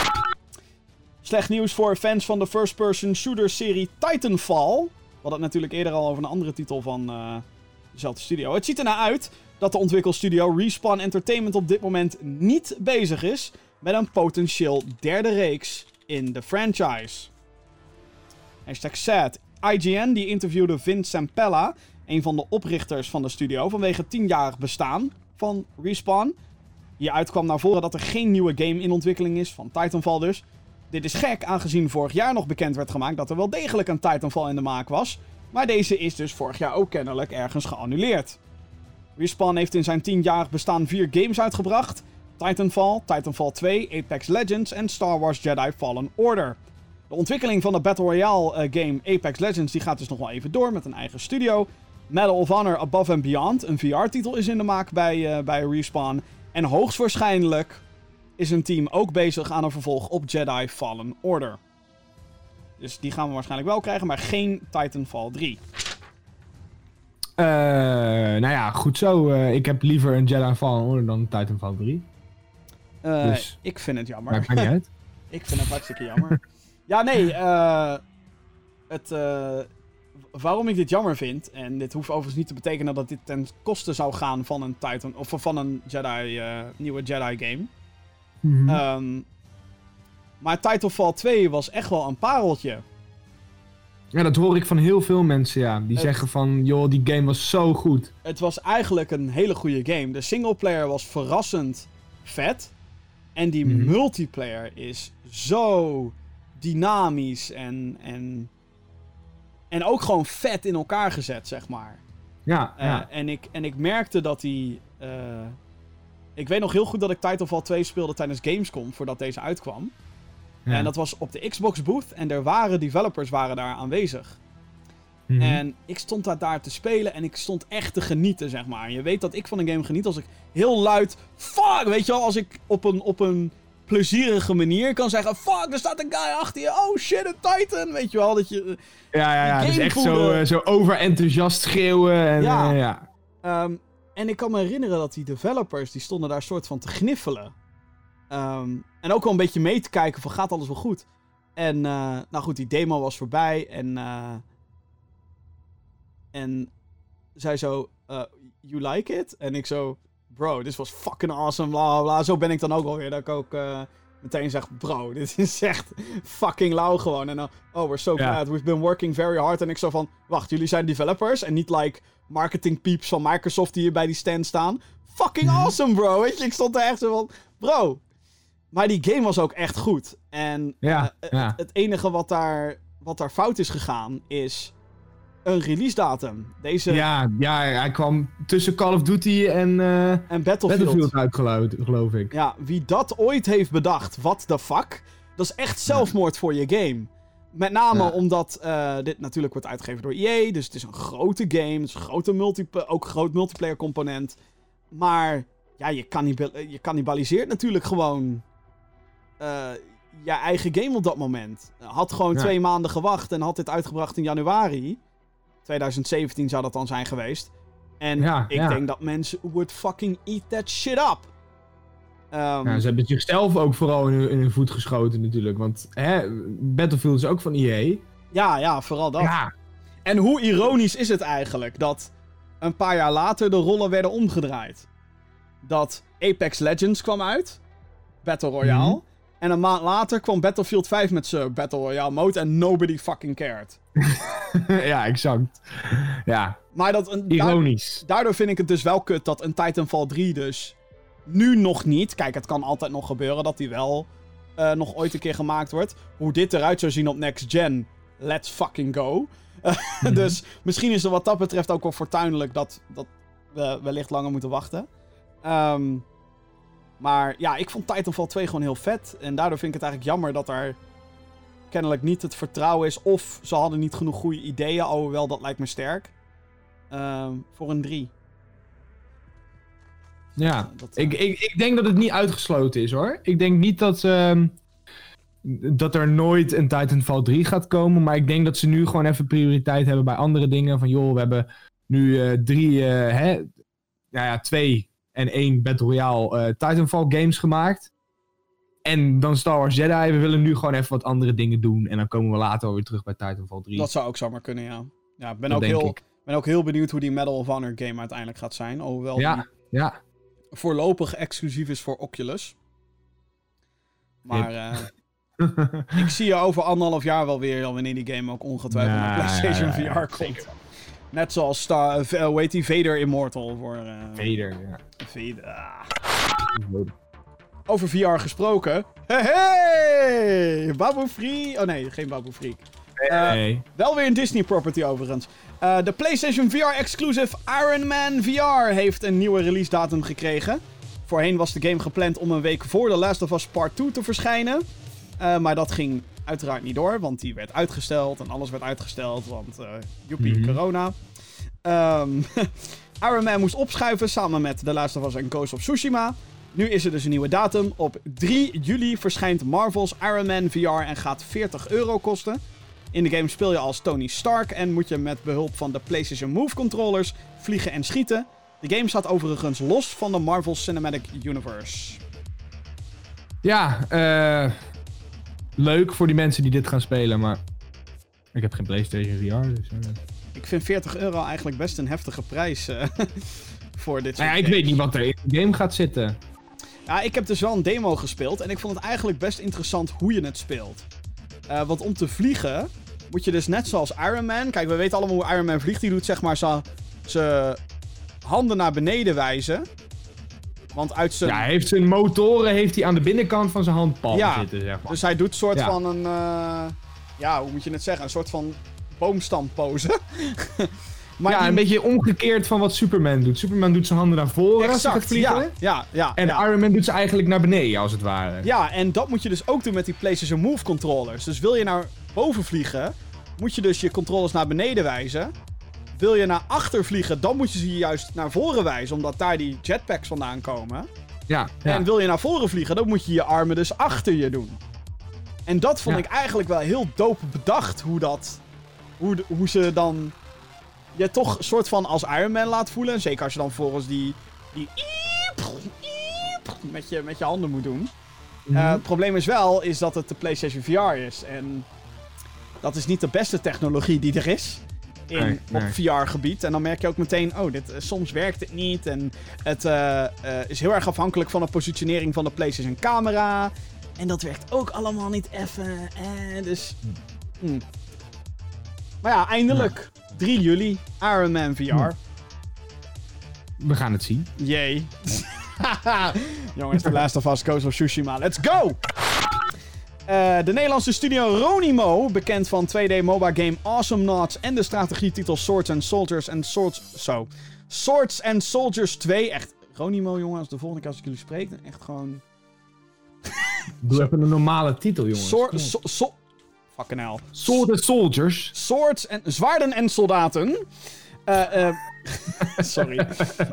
Slecht nieuws voor fans van de first-person shooter-serie Titanfall. We hadden het natuurlijk eerder al over een andere titel van uh, dezelfde studio. Het ziet ernaar uit dat de ontwikkelstudio Respawn Entertainment op dit moment niet bezig is met een potentieel derde reeks in de franchise. Hashtag sad. I G N die interviewde Vince Zampella, een van de oprichters van de studio, vanwege het tienjarig bestaan van Respawn. Hieruit kwam naar voren dat er geen nieuwe game in ontwikkeling is, van Titanfall dus. Dit is gek, aangezien vorig jaar nog bekend werd gemaakt dat er wel degelijk een Titanfall in de maak was. Maar deze is dus vorig jaar ook kennelijk ergens geannuleerd. Respawn heeft in zijn tienjarig bestaan vier games uitgebracht. Titanfall, Titanfall twee, Apex Legends en Star Wars Jedi Fallen Order. De ontwikkeling van de Battle Royale uh, game Apex Legends die gaat dus nog wel even door met een eigen studio. Medal of Honor Above and Beyond, een V R-titel, is in de maak bij, uh, bij Respawn. En hoogstwaarschijnlijk is een team ook bezig aan een vervolg op Jedi Fallen Order. Dus die gaan we waarschijnlijk wel krijgen, maar geen Titanfall drie. Uh, nou ja, goed zo. Uh, ik heb liever een Jedi Fallen Order dan een Titanfall drie. Uh, dus, ik vind het jammer. maakt mij niet uit. Ik vind het hartstikke jammer. Ja, nee. Uh, het, uh, waarom ik dit jammer vind, en dit hoeft overigens niet te betekenen dat dit ten koste zou gaan van een Titan of van een Jedi, uh, nieuwe Jedi game. Mm-hmm. Um, maar Titanfall twee was echt wel een pareltje. Ja, dat hoor ik van heel veel mensen, ja. Die het, zeggen van, joh, die game was zo goed. Het was eigenlijk een hele goede game. De singleplayer was verrassend vet. En die mm-hmm. multiplayer is zo dynamisch en, en, en ook gewoon vet in elkaar gezet, zeg maar. Ja, uh, ja. En, ik, en ik merkte dat die... Uh, ik weet nog heel goed dat ik Titanfall twee speelde tijdens Gamescom, voordat deze uitkwam. Ja. En dat was op de Xbox booth en er waren developers waren daar aanwezig. Mm-hmm. En ik stond daar, daar te spelen en ik stond echt te genieten, zeg maar. Je weet dat ik van een game geniet als ik heel luid... Fuck! Weet je wel, als ik op een, op een plezierige manier kan zeggen... Fuck, er staat een guy achter je. Oh shit, een Titan! Weet je wel, dat je... Ja, ja, ja. Dus echt voelde... zo, uh, zo overenthousiast schreeuwen. En, ja. Uh, ja. Um, en ik kan me herinneren dat die developers, die stonden daar soort van te gniffelen. Um, en ook wel een beetje mee te kijken van, gaat alles wel goed? En, uh, nou goed, die demo was voorbij en... Uh, En zij zo, uh, you like it? En ik zo, bro, this was fucking awesome, bla bla bla. Zo ben ik dan ook alweer, dat ik ook uh, meteen zeg, bro, dit is echt fucking lauw gewoon. En dan, oh, we're so glad, yeah. we've been working very hard. En ik zo van, wacht, jullie zijn developers en niet like marketing peeps van Microsoft die hier bij die stand staan. Fucking awesome, bro, weet je? Ik stond er echt zo van, bro. Maar die game was ook echt goed. En ja, uh, ja. Het, het enige wat daar, wat daar fout is gegaan is... een release datum. Deze... Ja, ja, hij kwam tussen Call of Duty en, uh, en Battlefield, Battlefield uit, geloof, geloof ik. Ja, wie dat ooit heeft bedacht, what the fuck, dat is echt zelfmoord ja. voor je game. Met name ja. omdat uh, dit natuurlijk wordt uitgegeven door E A, dus het is een grote game, het is een grote multi- ook een groot multiplayer component. Maar ja, je, cannibal- je cannibaliseert natuurlijk gewoon uh, je eigen game op dat moment. Had gewoon ja. twee maanden gewacht en had dit uitgebracht in januari. twintig zeventien zou dat dan zijn geweest. En ja, ik ja. denk dat mensen would fucking eat that shit up. Um, ja, ze hebben zichzelf ook vooral in hun, in hun voet geschoten natuurlijk. Want hè, Battlefield is ook van E A. Ja, ja, vooral dat. Ja. En hoe ironisch is het eigenlijk dat een paar jaar later de rollen werden omgedraaid. Dat Apex Legends kwam uit. Battle Royale. Mm-hmm. En een maand later kwam Battlefield vijf met zijn Battle Royale mode en nobody fucking cared. Ja, exact. Ja. Maar dat een, ironisch. Daardoor vind ik het dus wel kut dat een Titanfall drie dus nu nog niet. Kijk, het kan altijd nog gebeuren dat die wel uh, nog ooit een keer gemaakt wordt. Hoe dit eruit zou zien op next gen, let's fucking go. Uh, mm-hmm. Dus misschien is er wat dat betreft ook wel fortuinlijk dat, dat we wellicht langer moeten wachten. Um, maar ja, ik vond Titanfall twee gewoon heel vet. En daardoor vind ik het eigenlijk jammer dat er kennelijk niet het vertrouwen is. Of ze hadden niet genoeg goede ideeën. Alhoewel, dat lijkt me sterk. Um, voor een drie. Ja, uh, dat, uh... ik, ik, ik denk dat het niet uitgesloten is, hoor. Ik denk niet dat, uh, dat er nooit een Titanfall drie gaat komen. Maar ik denk dat ze nu gewoon even prioriteit hebben bij andere dingen. Van joh, we hebben nu uh, drie, uh, hè, nou ja, twee en één Battle Royale uh, Titanfall games gemaakt. En dan Star Wars Jedi. We willen nu gewoon even wat andere dingen doen. En dan komen we later alweer terug bij Titanfall drie. Dat zou ook zomaar kunnen, ja. Ja, ik ben, ook heel, ben ook heel benieuwd hoe die Medal of Honor game uiteindelijk gaat zijn. Alhoewel ja, die ja. voorlopig exclusief is voor Oculus. Maar uh, ik zie je over anderhalf jaar wel weer, al wanneer die game ook ongetwijfeld nah, naar PlayStation ja, ja, ja, V R komt. Net zoals Star, uh, hoe heet die? Vader Immortal. Voor, uh, Vader, ja. Vader. Ah. Over V R gesproken. Hey, hey! Babu Freak. Oh nee, geen Babu Freak. Uh, nee. Wel weer een Disney property overigens. Uh, de PlayStation V R exclusive Iron Man V R heeft een nieuwe release datum gekregen. Voorheen was de game gepland om een week voor The Last of Us Part twee te verschijnen. Uh, maar dat ging uiteraard niet door, want die werd uitgesteld en alles werd uitgesteld, want uh, joepie, mm-hmm. corona. Um, Iron Man moest opschuiven samen met The Last of Us en Ghost of Tsushima. Nu is er dus een nieuwe datum. Op drie juli verschijnt Marvel's Iron Man V R en gaat veertig euro kosten. In de game speel je als Tony Stark en moet je met behulp van de PlayStation Move controllers vliegen en schieten. De game staat overigens los van de Marvel Cinematic Universe. Ja, uh, leuk voor die mensen die dit gaan spelen, maar ik heb geen PlayStation V R. Dus, uh... Ik vind veertig euro eigenlijk best een heftige prijs uh, voor dit soort nou ja, ik weet niet wat er in de game gaat zitten. Ja, ik heb dus wel een demo gespeeld en ik vond het eigenlijk best interessant hoe je het speelt. Uh, want om te vliegen moet je dus net zoals Iron Man... Kijk, we weten allemaal hoe Iron Man vliegt. Die doet zeg maar zijn handen naar beneden wijzen. Want uit zijn... Ja, hij heeft zijn motoren heeft hij aan de binnenkant van zijn handpalm ja, zitten, zeg maar. Dus hij doet een soort ja. van een... Uh, ja, hoe moet je het zeggen? Een soort van boomstampose. Maar ja, die... een beetje omgekeerd van wat Superman doet. Superman doet zijn handen naar voren exact, als hij vliegen. Ja, ja, ja, en ja. Iron Man doet ze eigenlijk naar beneden, als het ware. Ja, en dat moet je dus ook doen met die PlayStation Move controllers. Dus wil je naar boven vliegen, moet je dus je controllers naar beneden wijzen. Wil je naar achter vliegen, dan moet je ze juist naar voren wijzen, omdat daar die jetpacks vandaan komen. Ja, ja. En wil je naar voren vliegen, dan moet je je armen dus achter je doen. En dat vond ja. ik eigenlijk wel heel dope bedacht, hoe dat... Hoe, de, hoe ze dan... je toch een soort van als Iron Man laat voelen. Zeker als je dan volgens die... die met je, met je handen moet doen. Mm-hmm. Uh, het probleem is wel, is dat het de PlayStation V R is. En dat is niet de beste technologie die er is. In, nee, nee. Op V R-gebied. En dan merk je ook meteen, oh, dit, uh, soms werkt het niet. En het uh, uh, is heel erg afhankelijk van de positionering van de PlayStation camera. En dat werkt ook allemaal niet even. Eh, dus... Hmm. Maar ja, eindelijk. Ja. drie juli. Iron Man V R. Hm. We gaan het zien. Jee. Jongens, The Last of Us, Ghost of Tsushima. Let's go! Uh, de Nederlandse studio Ronimo, bekend van twee D MOBA game Awesome Nods en de strategietitel Swords and Soldiers and Swords... Zo. Swords and Soldiers twee. Echt, Ronimo, jongens, de volgende keer als ik jullie spreek, echt gewoon... Doe even een normale titel, jongens. Soort... So, so, fucking hell. Sword and Soldiers. Swords en... Zwaarden en soldaten. Uh, uh, sorry.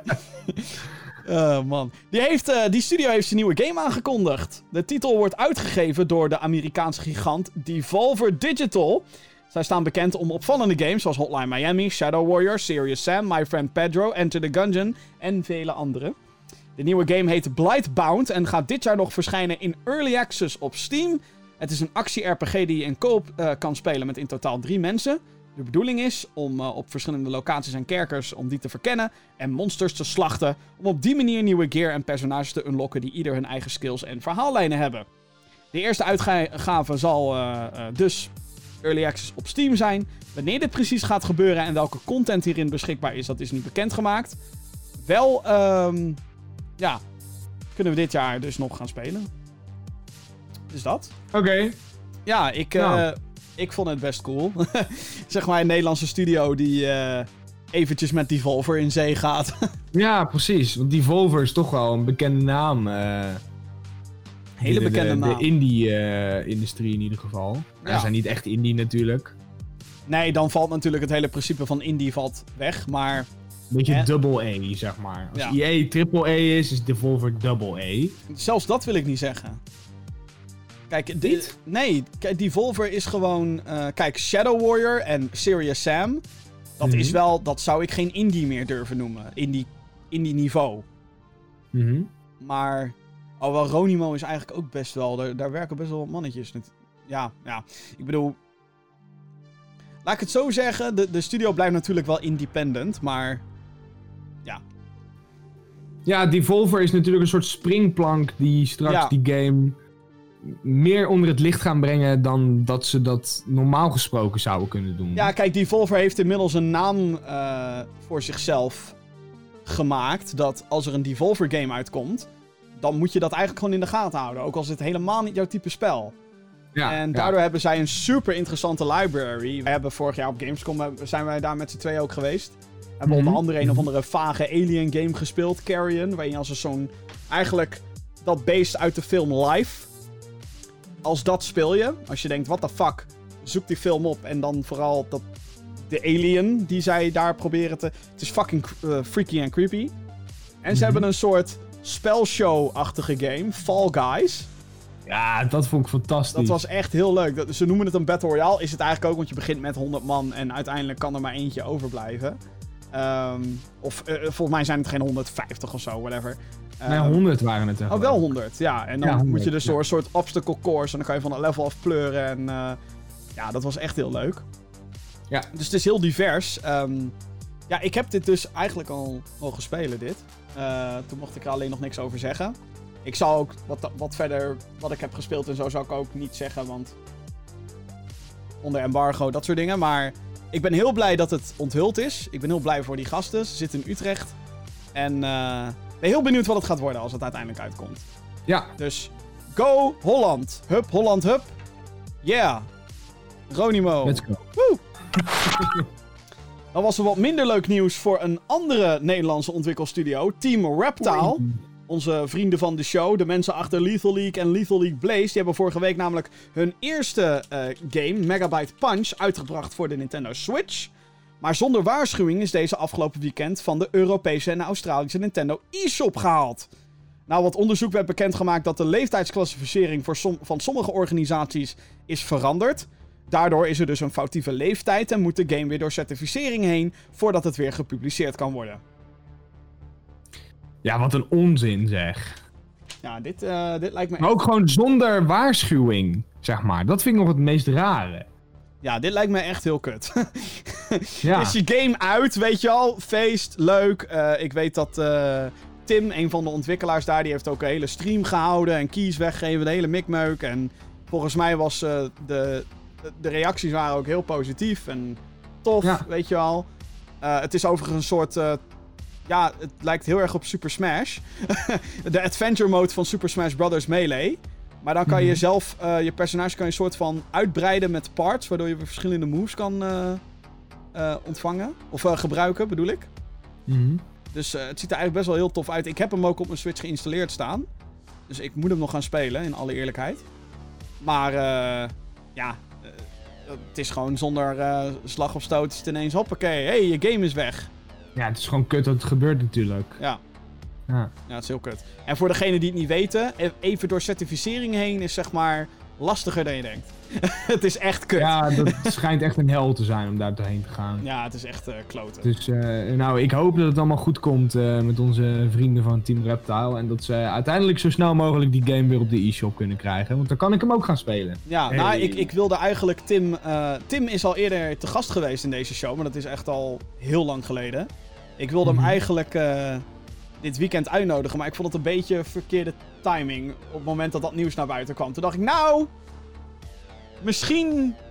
Uh, man. Die, heeft, uh, die studio heeft zijn nieuwe game aangekondigd. De titel wordt uitgegeven door de Amerikaanse gigant Devolver Digital. Zij staan bekend om opvallende games zoals Hotline Miami, Shadow Warrior, Serious Sam, My Friend Pedro, Enter the Gungeon en vele andere. De nieuwe game heet Blightbound en gaat dit jaar nog verschijnen in Early Access op Steam. Het is een actie-R P G die je in koop uh, kan spelen met in totaal drie mensen. De bedoeling is om uh, op verschillende locaties en kerkers om die te verkennen en monsters te slachten, om op die manier nieuwe gear en personages te unlocken die ieder hun eigen skills en verhaallijnen hebben. De eerste uitgave zal uh, uh, dus Early Access op Steam zijn. Wanneer dit precies gaat gebeuren en welke content hierin beschikbaar is, dat is niet bekendgemaakt. Wel, um, ja, kunnen we dit jaar dus nog gaan spelen. Dus dat. Oké. Okay. Ja, ik, uh, Nou. ik vond het best cool. Zeg maar een Nederlandse studio die uh, eventjes met Devolver in zee gaat. Ja, precies. Want Devolver is toch wel een bekende naam. Uh, Hele de, bekende de, naam. De indie-industrie uh, in ieder geval. Ja. Ja. Ze zijn niet echt indie natuurlijk. Nee, dan valt natuurlijk het hele principe van indie valt weg, maar... Beetje Hè? double A, zeg maar. Als Ja. E A triple A is, is Devolver double A. Zelfs dat wil ik niet zeggen. Kijk, de, Niet? nee, kijk, Devolver is gewoon... Uh, kijk, Shadow Warrior en Serious Sam... Dat Mhm. is wel... Dat zou ik geen indie meer durven noemen. Indie, indie niveau. Mm-hmm. Maar... Oh, wel, Ronimo is eigenlijk ook best wel... Daar, daar werken best wel wat mannetjes. Ja, ja. Ik bedoel... Laat ik het zo zeggen. De, de studio blijft natuurlijk wel independent, maar... Ja. Ja, Devolver is natuurlijk een soort springplank die straks Ja. die game meer onder het licht gaan brengen dan dat ze dat normaal gesproken zouden kunnen doen. Ja, kijk, Devolver heeft inmiddels een naam uh, voor zichzelf gemaakt. Dat als er een Devolver game uitkomt, dan moet je dat eigenlijk gewoon in de gaten houden. Ook al is het helemaal niet jouw type spel. Ja, en ja. daardoor hebben zij een super interessante library. We hebben vorig jaar op Gamescom, zijn wij daar met z'n tweeën ook geweest. We hebben Mhm. onder andere een of andere vage alien game gespeeld, Carrion. Waarin je als een zo'n... Eigenlijk dat beest uit de film Life. Als dat speel je. Als je denkt, what the fuck. Zoek die film op. En dan vooral dat... De alien die zij daar proberen te... Het is fucking uh, freaky en creepy. En ze Mhm. hebben een soort spelshow-achtige game. Fall Guys. Ja, dat vond ik fantastisch. Dat was echt heel leuk. Dat, ze noemen het een Battle Royale. Is het eigenlijk ook, want je begint met honderd man. En uiteindelijk kan er maar eentje overblijven. Um, of uh, volgens mij zijn het geen honderdvijftig of zo, whatever. Um, Nee, honderd waren het. Oh, wel honderd, ja. En dan Ja, honderd, moet je dus ja. door een soort obstacle course. En dan kan je van het level af pleuren. En uh, ja, dat was echt heel leuk. Ja. Dus het is heel divers. Um, ja, ik heb dit dus eigenlijk al mogen spelen, dit. Uh, toen mocht ik er alleen nog niks over zeggen. Ik zal ook wat, wat verder, wat ik heb gespeeld en zo, zou ik ook niet zeggen, want... Onder embargo, dat soort dingen. Maar ik ben heel blij dat het onthuld is. Ik ben heel blij voor die gasten. Ze zitten in Utrecht. En uh, ben heel benieuwd wat het gaat worden als het uiteindelijk uitkomt. Ja. Dus, go Holland. Hup, Holland, hup. Yeah. Ronimo. Let's go. Woe. Dan was er wat minder leuk nieuws voor een andere Nederlandse ontwikkelstudio. Team Reptile. Onze vrienden van de show, de mensen achter Lethal League en Lethal League Blaze, die hebben vorige week namelijk hun eerste uh, game, Megabyte Punch, uitgebracht voor de Nintendo Switch. Maar zonder waarschuwing is deze afgelopen weekend van de Europese en Australische Nintendo eShop gehaald. Nou, wat onderzoek werd bekendgemaakt dat de leeftijdsclassificering voor som- van sommige organisaties is veranderd. Daardoor is er dus een foutieve leeftijd en moet de game weer door certificering heen voordat het weer gepubliceerd kan worden. Ja, wat een onzin zeg. Ja, dit, uh, dit lijkt me... Maar ook gewoon zonder waarschuwing, zeg maar. Dat vind ik nog het meest rare. Ja, dit lijkt me echt heel kut. Ja. Is je game uit, weet je al? Feest, leuk. Uh, ik weet dat uh, Tim, een van de ontwikkelaars daar, die heeft ook een hele stream gehouden en keys weggegeven, de hele mikmeuk. En volgens mij was uh, de, de reacties waren ook heel positief en tof, Ja. weet je wel. Uh, het is overigens een soort... Uh, ja, het lijkt heel erg op Super Smash. De adventure mode van Super Smash Bros. Melee. Maar dan kan je Mhm. zelf, uh, je personage kan je een soort van uitbreiden met parts, waardoor je weer verschillende moves kan uh, uh, ontvangen. Of uh, gebruiken, bedoel ik. Mhm. Dus uh, het ziet er eigenlijk best wel heel tof uit. Ik heb hem ook op mijn Switch geïnstalleerd staan. Dus ik moet hem nog gaan spelen, in alle eerlijkheid. Maar, uh, ja, uh, het is gewoon zonder uh, slag of stoot is het ineens, hoppakee, hé, hey, je game is weg. Ja, het is gewoon kut dat het gebeurt natuurlijk. Ja. Ja. Ja, het is heel kut. En voor degenen die het niet weten, even door certificering heen is zeg maar lastiger dan je denkt. Het is echt kut. Ja, Ja, dat schijnt echt een hel te zijn om daar doorheen te gaan. het is echt uh, kloten. Dus uh, nou, ik hoop dat het allemaal goed komt uh, met onze vrienden van Team Reptile. En dat ze uiteindelijk zo snel mogelijk die game weer op de eShop kunnen krijgen. Want dan kan ik hem ook gaan spelen. Ja, Hey. nou, ik, ik wilde eigenlijk Tim... Uh, Tim is al eerder te gast geweest in deze show, maar dat is echt al heel lang geleden. Ik wilde Mhm. hem eigenlijk uh, dit weekend uitnodigen, maar ik vond het een beetje verkeerde timing op het moment dat dat nieuws naar buiten kwam. Toen dacht ik, nou... Misschien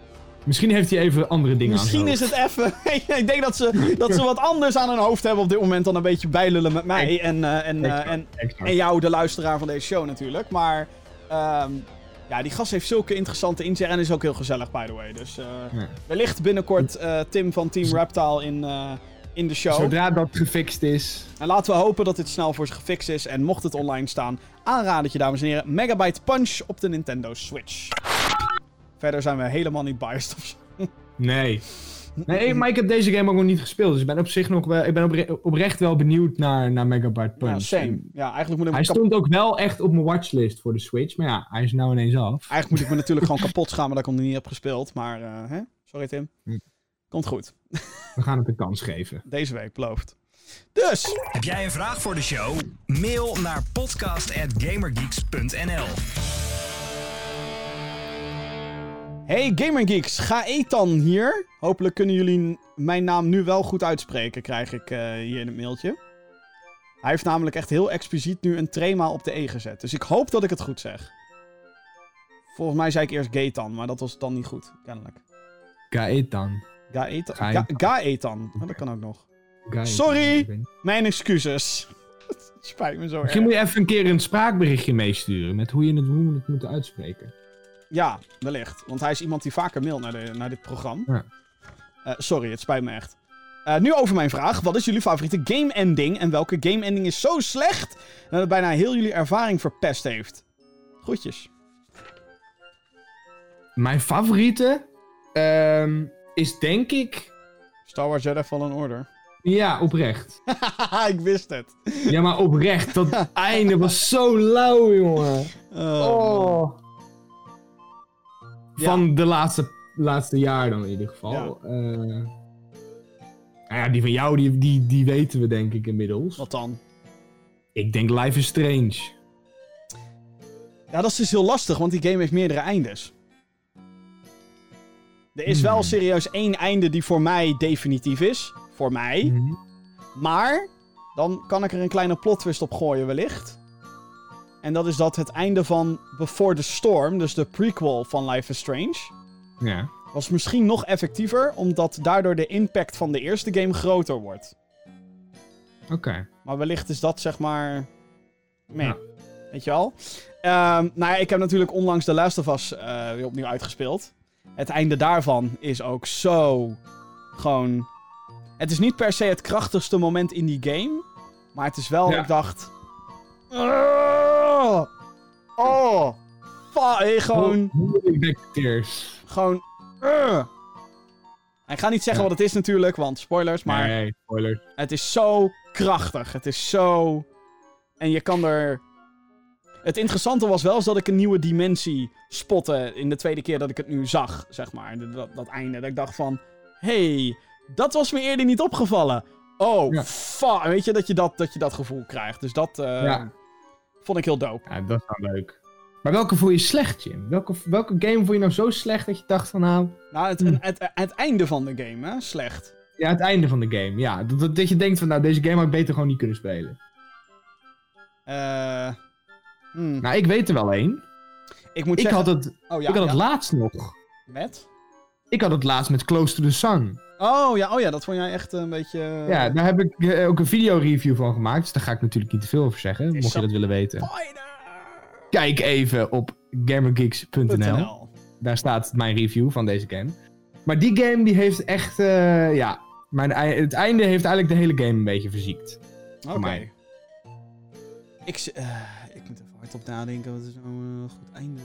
Misschien heeft hij even andere dingen Misschien aan is het even... ik denk dat ze, dat ze wat anders aan hun hoofd hebben op dit moment dan een beetje bijlullen met mij. En, uh, en, uh, en, en jou, de luisteraar van deze show natuurlijk. Maar um, ja, die gast heeft zulke interessante inzichten en is ook heel gezellig, by the way. Dus uh, ja. wellicht binnenkort uh, Tim van Team Reptile in, uh, in de show. Zodra dat gefixt is. En laten we hopen dat dit snel voor ze gefixt is. En mocht het online staan, aanradertje dames en heren. Megabyte Punch op de Nintendo Switch. Verder zijn we helemaal niet biased of zo. Nee. Nee, maar ik heb deze game ook nog niet gespeeld. Dus ik ben op zich nog wel... Ik ben opre- oprecht wel benieuwd naar, naar Megabyte Punch. Ja, same. Ja, eigenlijk moet ik hij kap- stond ook wel echt op mijn watchlist voor de Switch. Maar ja, hij is nou ineens af. Eigenlijk moet ik me natuurlijk gewoon kapot schamen dat ik hem niet heb gespeeld. Maar, uh, hè? Sorry Tim. Hm. Komt goed. We gaan het een kans geven. Deze week, beloofd. Dus. Heb jij een vraag voor de show? Mail naar podcast at gamergeeks punt n l. Hey Gamergeeks, Gaetan hier. Hopelijk kunnen jullie mijn naam nu wel goed uitspreken, krijg ik uh, hier in het mailtje. Hij heeft namelijk echt heel expliciet nu een trema op de E gezet. Dus ik hoop dat ik het goed zeg. Volgens mij zei ik eerst Gaetan, maar dat was dan niet goed, kennelijk. Gaetan. Gaetan. Ga- Gaetan. Oh, dat kan ook nog. Gaetan. Sorry, mijn excuses. Het spijt me zo erg. Misschien moet je even een keer een spraakberichtje meesturen met hoe je het, hoe we het moeten uitspreken. Ja, wellicht. Want hij is iemand die vaker mailt naar, de, naar dit programma. Ja. Uh, sorry, het spijt me echt. Uh, nu over mijn vraag. Wat is jullie favoriete game ending? En welke game ending is zo slecht dat het bijna heel jullie ervaring verpest heeft? Groetjes. Mijn favoriete um, is denk ik... Star Wars Jedi Fallen Order. Ja, oprecht. Ik wist het. Ja, maar oprecht. Dat einde was zo lauw, jongen. Oh. Oh. Van Ja. de laatste, laatste jaar dan in ieder geval. Ja. Uh, nou ja, die van jou, die, die, die weten we denk ik inmiddels. Wat dan? Ik denk Life is Strange. Ja, dat is dus heel lastig, want die game heeft meerdere eindes. Er is Hmm. wel serieus één einde die voor mij definitief is. Voor mij. Mm-hmm. Maar, dan kan ik er een kleine plot twist op gooien wellicht. En dat is dat het einde van Before the Storm, dus de prequel van Life is Strange, Ja. was misschien nog effectiever, omdat daardoor de impact van de eerste game groter wordt. Oké. Okay. Maar wellicht is dat zeg maar... Nee. Ja. Weet je wel? Um, nou ja, ik heb natuurlijk onlangs The Last of Us uh, weer opnieuw uitgespeeld. Het einde daarvan is ook zo... Gewoon... Het is niet per se het krachtigste moment in die game. Maar het is wel, Ja. ik dacht... Oh! Oh! Fa- gewoon... Tears. Gewoon... Uh. Ik ga niet zeggen Ja. wat het is natuurlijk, want spoilers, maar... Nee, spoilers. Het is zo krachtig. Het is zo... En je kan er... Het interessante was wel is dat ik een nieuwe dimensie spotte in de tweede keer dat ik het nu zag, zeg maar. Dat, dat einde. Dat ik dacht van... Hey, dat was me eerder niet opgevallen. Oh, Ja. fuck. Weet je, dat je dat, dat je dat gevoel krijgt. Dus dat uh, Ja. vond ik heel dope. Ja, dat is wel leuk. Maar welke vond je slecht, Jim? Welke, welke game vond je nou zo slecht dat je dacht van nou... Nou, het, Hm. het, het, het einde van de game, hè. Slecht. Ja, het einde van de game. Ja, dat, dat, dat je denkt van nou, deze game had ik beter gewoon niet kunnen spelen. Eh... hmm. Nou, ik weet er wel één. Ik moet Ik zeggen... had het, Oh, ja, ik had ja. het laatst nog. Met? Ik had het laatst met Close to the Sun. Oh ja, oh ja, dat vond jij echt een beetje... Ja, daar heb ik eh, ook een videoreview van gemaakt. Dus daar ga ik natuurlijk niet te veel over zeggen, is mocht je zo- dat willen weten. Spoiler! Kijk even op gamergeeks punt n l. .nl. Daar staat mijn review van deze game. Maar die game die heeft echt, uh, ja... Mijn, ei- het einde heeft eigenlijk de hele game een beetje verziekt. Oké. mij. Ik, z- uh, ik moet even hard op nadenken. Wat is nou een uh, goed einde?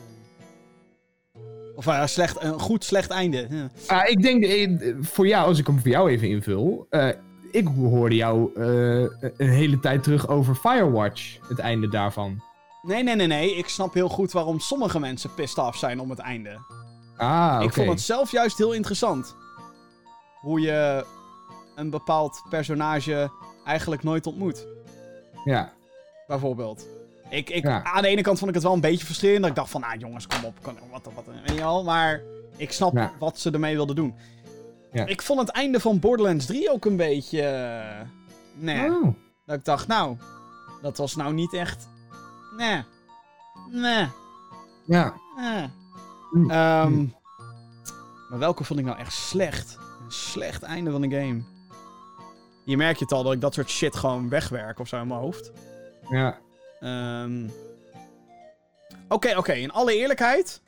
Of uh, slecht, een goed slecht einde. Ja. Ah, ik denk, eh, voor jou, als ik hem voor jou even invul... Uh, ik hoorde jou uh, een hele tijd terug over Firewatch. Het einde daarvan. Nee, nee, nee, nee. Ik snap heel goed waarom sommige mensen pissed off zijn om het einde. Ah, oké. Ik vond het zelf juist heel interessant. Hoe je een bepaald personage eigenlijk nooit ontmoet. Ja. Bijvoorbeeld. Ik, ik, Ja. Aan de ene kant vond ik het wel een beetje frustrerend. Dat ik dacht van, ah jongens, kom op. Kan, wat, wat, weet je wel. Maar ik snap Ja. wat ze ermee wilden doen. Ja. Ik vond het einde van Borderlands drie ook een beetje... uh, nee. Oh. Dat ik dacht, nou... Dat was nou niet echt... Nee. Nee. Ja. nee. Mm. Ehm, Maar welke vond ik nou echt slecht? Een slecht einde van de game. Hier merk je het al dat ik dat soort shit gewoon wegwerk of zo in mijn hoofd. Ja. Ehm... Oké, okay, oké. Okay. In alle eerlijkheid.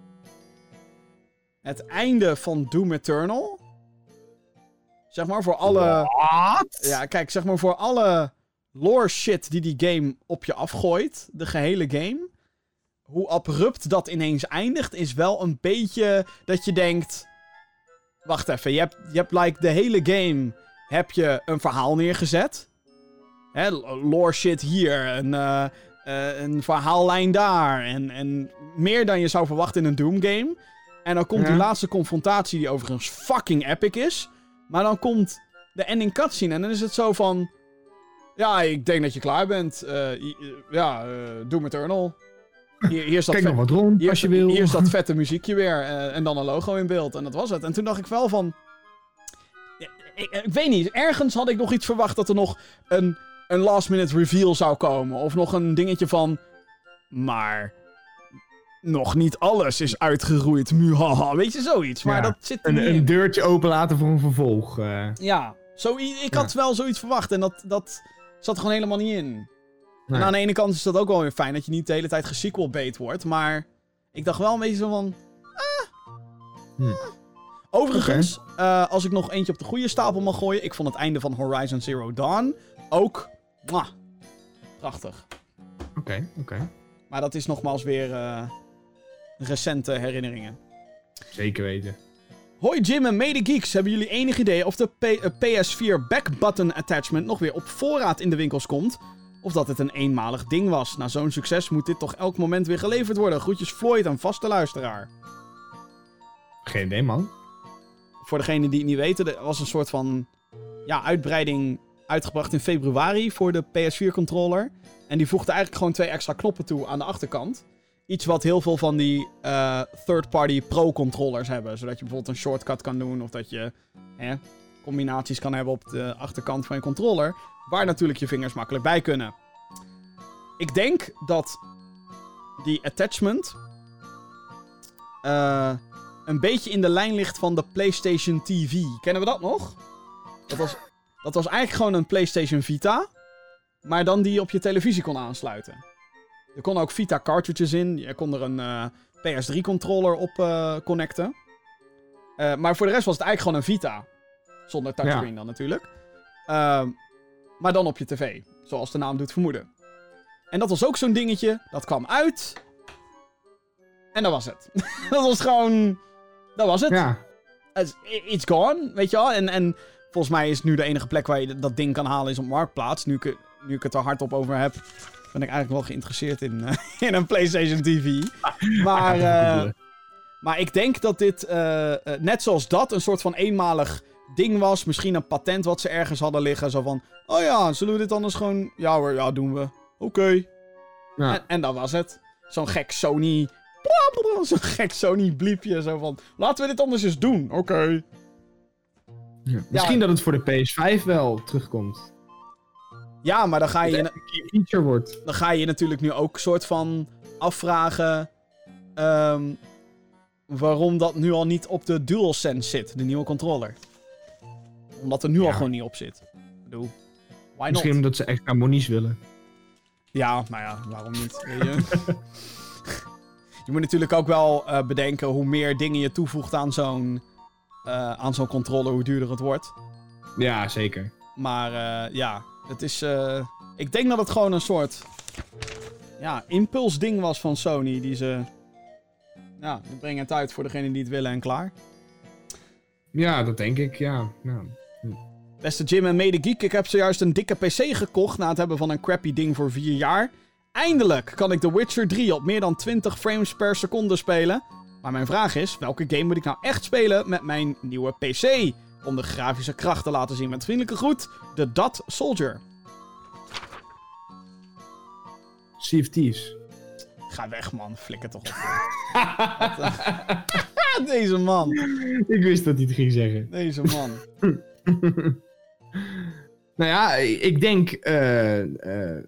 Het einde van Doom Eternal. Zeg maar voor alle... Wat? Ja, kijk, zeg maar voor alle lore shit die die game op je afgooit. De gehele game. Hoe abrupt dat ineens eindigt is wel een beetje dat je denkt... Wacht even, je hebt, je hebt like de hele game... Heb je een verhaal neergezet. Hè, lore shit hier. Een, uh, uh, een verhaallijn daar. En, en meer dan je zou verwachten in een Doom game. En dan komt ja. die laatste confrontatie die overigens fucking epic is. Maar dan komt de ending cutscene. En dan is het zo van... Ja, ik denk dat je klaar bent. Uh, ja, uh, Doom Eternal. Hier, hier is dat Kijk nog wat rond hier, als je wil. Hier is dat vette muziekje weer. Uh, en dan een logo in beeld. En dat was het. En toen dacht ik wel van... Ik, ik, ik weet niet. Ergens had ik nog iets verwacht dat er nog een, een last minute reveal zou komen. Of nog een dingetje van... Maar... Nog niet alles is uitgeroeid. Muhaha. Weet je, zoiets. Maar ja, dat zit er een, niet een in. deurtje open laten voor een vervolg. Uh. Ja. Zo, ik had ja. wel zoiets verwacht. En dat, dat zat er gewoon helemaal niet in. Nee. En aan de ene kant is dat ook wel weer fijn. Dat je niet de hele tijd gesequelbait wordt. Maar ik dacht wel een beetje zo van... Ah, hm. ah. Overigens, okay. uh, als ik nog eentje op de goede stapel mag gooien. Ik vond het einde van Horizon Zero Dawn ook... Mwah, prachtig. Oké, okay, oké. Okay. Maar dat is nogmaals weer uh, recente herinneringen. Zeker weten. Hoi Jim en Mede Geeks. Hebben jullie enig idee of de P- uh, P S vier back button attachment nog weer op voorraad in de winkels komt? Of dat het een eenmalig ding was? Na zo'n succes moet dit toch elk moment weer geleverd worden. Groetjes Floyd, een vaste luisteraar. Geen idee, man. Voor degenen die het niet weten, er was een soort van ja, uitbreiding uitgebracht in februari voor de P S vier controller. En die voegde eigenlijk gewoon twee extra knoppen toe aan de achterkant. Iets wat heel veel van die uh, third-party pro-controllers hebben. Zodat je bijvoorbeeld een shortcut kan doen. Of dat je hè, combinaties kan hebben op de achterkant van je controller. Waar natuurlijk je vingers makkelijk bij kunnen. Ik denk dat die attachment uh, een beetje in de lijn ligt van de PlayStation T V. Kennen we dat nog? Dat was, dat was eigenlijk gewoon een PlayStation Vita. Maar dan die je op je televisie kon aansluiten. Er kon ook Vita cartridges in. Je kon er een uh, P S drie controller op uh, connecten. Uh, maar voor de rest was het eigenlijk gewoon een Vita. Zonder touchscreen ja. dan natuurlijk. Uh, maar dan op je tv. Zoals de naam doet vermoeden. En dat was ook zo'n dingetje. Dat kwam uit. En dat was het. Dat was gewoon... Dat was het. Ja. It's gone, weet je wel. En, en volgens mij is nu de enige plek waar je dat ding kan halen is op Marktplaats. Nu ik, nu ik het er hardop over heb, ben ik eigenlijk wel geïnteresseerd in, uh, in een PlayStation T V. Maar, uh, maar ik denk dat dit, uh, uh, net zoals dat, een soort van eenmalig ding was. Misschien een patent wat ze ergens hadden liggen. Zo van, oh ja, zullen we dit anders gewoon... Ja hoor, ja, doen we. Oké. Okay. Ja. En, en dat was het. Zo'n gek Sony... Zo'n gek Sony bliepje. Zo van, laten we dit anders eens doen. Oké. Okay. Ja, misschien ja. dat het voor de P S vijf wel terugkomt. Ja, maar dan ga je... Dat het een key feature wordt. Dan ga je natuurlijk nu ook soort van afvragen... Um, waarom dat nu al niet op de DualSense zit. De nieuwe controller. Omdat er nu ja. al gewoon niet op zit. Ik bedoel, why misschien not? omdat ze extra monies willen. Ja, nou ja, waarom niet? Weet je? Je moet natuurlijk ook wel uh, bedenken hoe meer dingen je toevoegt aan zo'n, uh, aan zo'n controller, hoe duurder het wordt. Ja, zeker. Maar uh, ja, het is... Uh, ik denk dat het gewoon een soort... Ja, impulsding was van Sony, die ze... Ja, die brengen het uit voor degenen die het willen en klaar. Ja, dat denk ik, ja. ja. Hm. Beste Jim en Mede Geek, ik heb zojuist een dikke P C gekocht na het hebben van een crappy ding voor vier jaar. Eindelijk kan ik The Witcher drie op meer dan twintig frames per seconde spelen. Maar mijn vraag is, welke game moet ik nou echt spelen met mijn nieuwe P C? Om de grafische kracht te laten zien met vriendelijke groet, de Dat Soldier. Sea of Thieves. Ga weg, man. Flikker toch op. Deze man. Ik wist dat hij het ging zeggen. Deze man. Nou ja, ik denk... Uh, uh,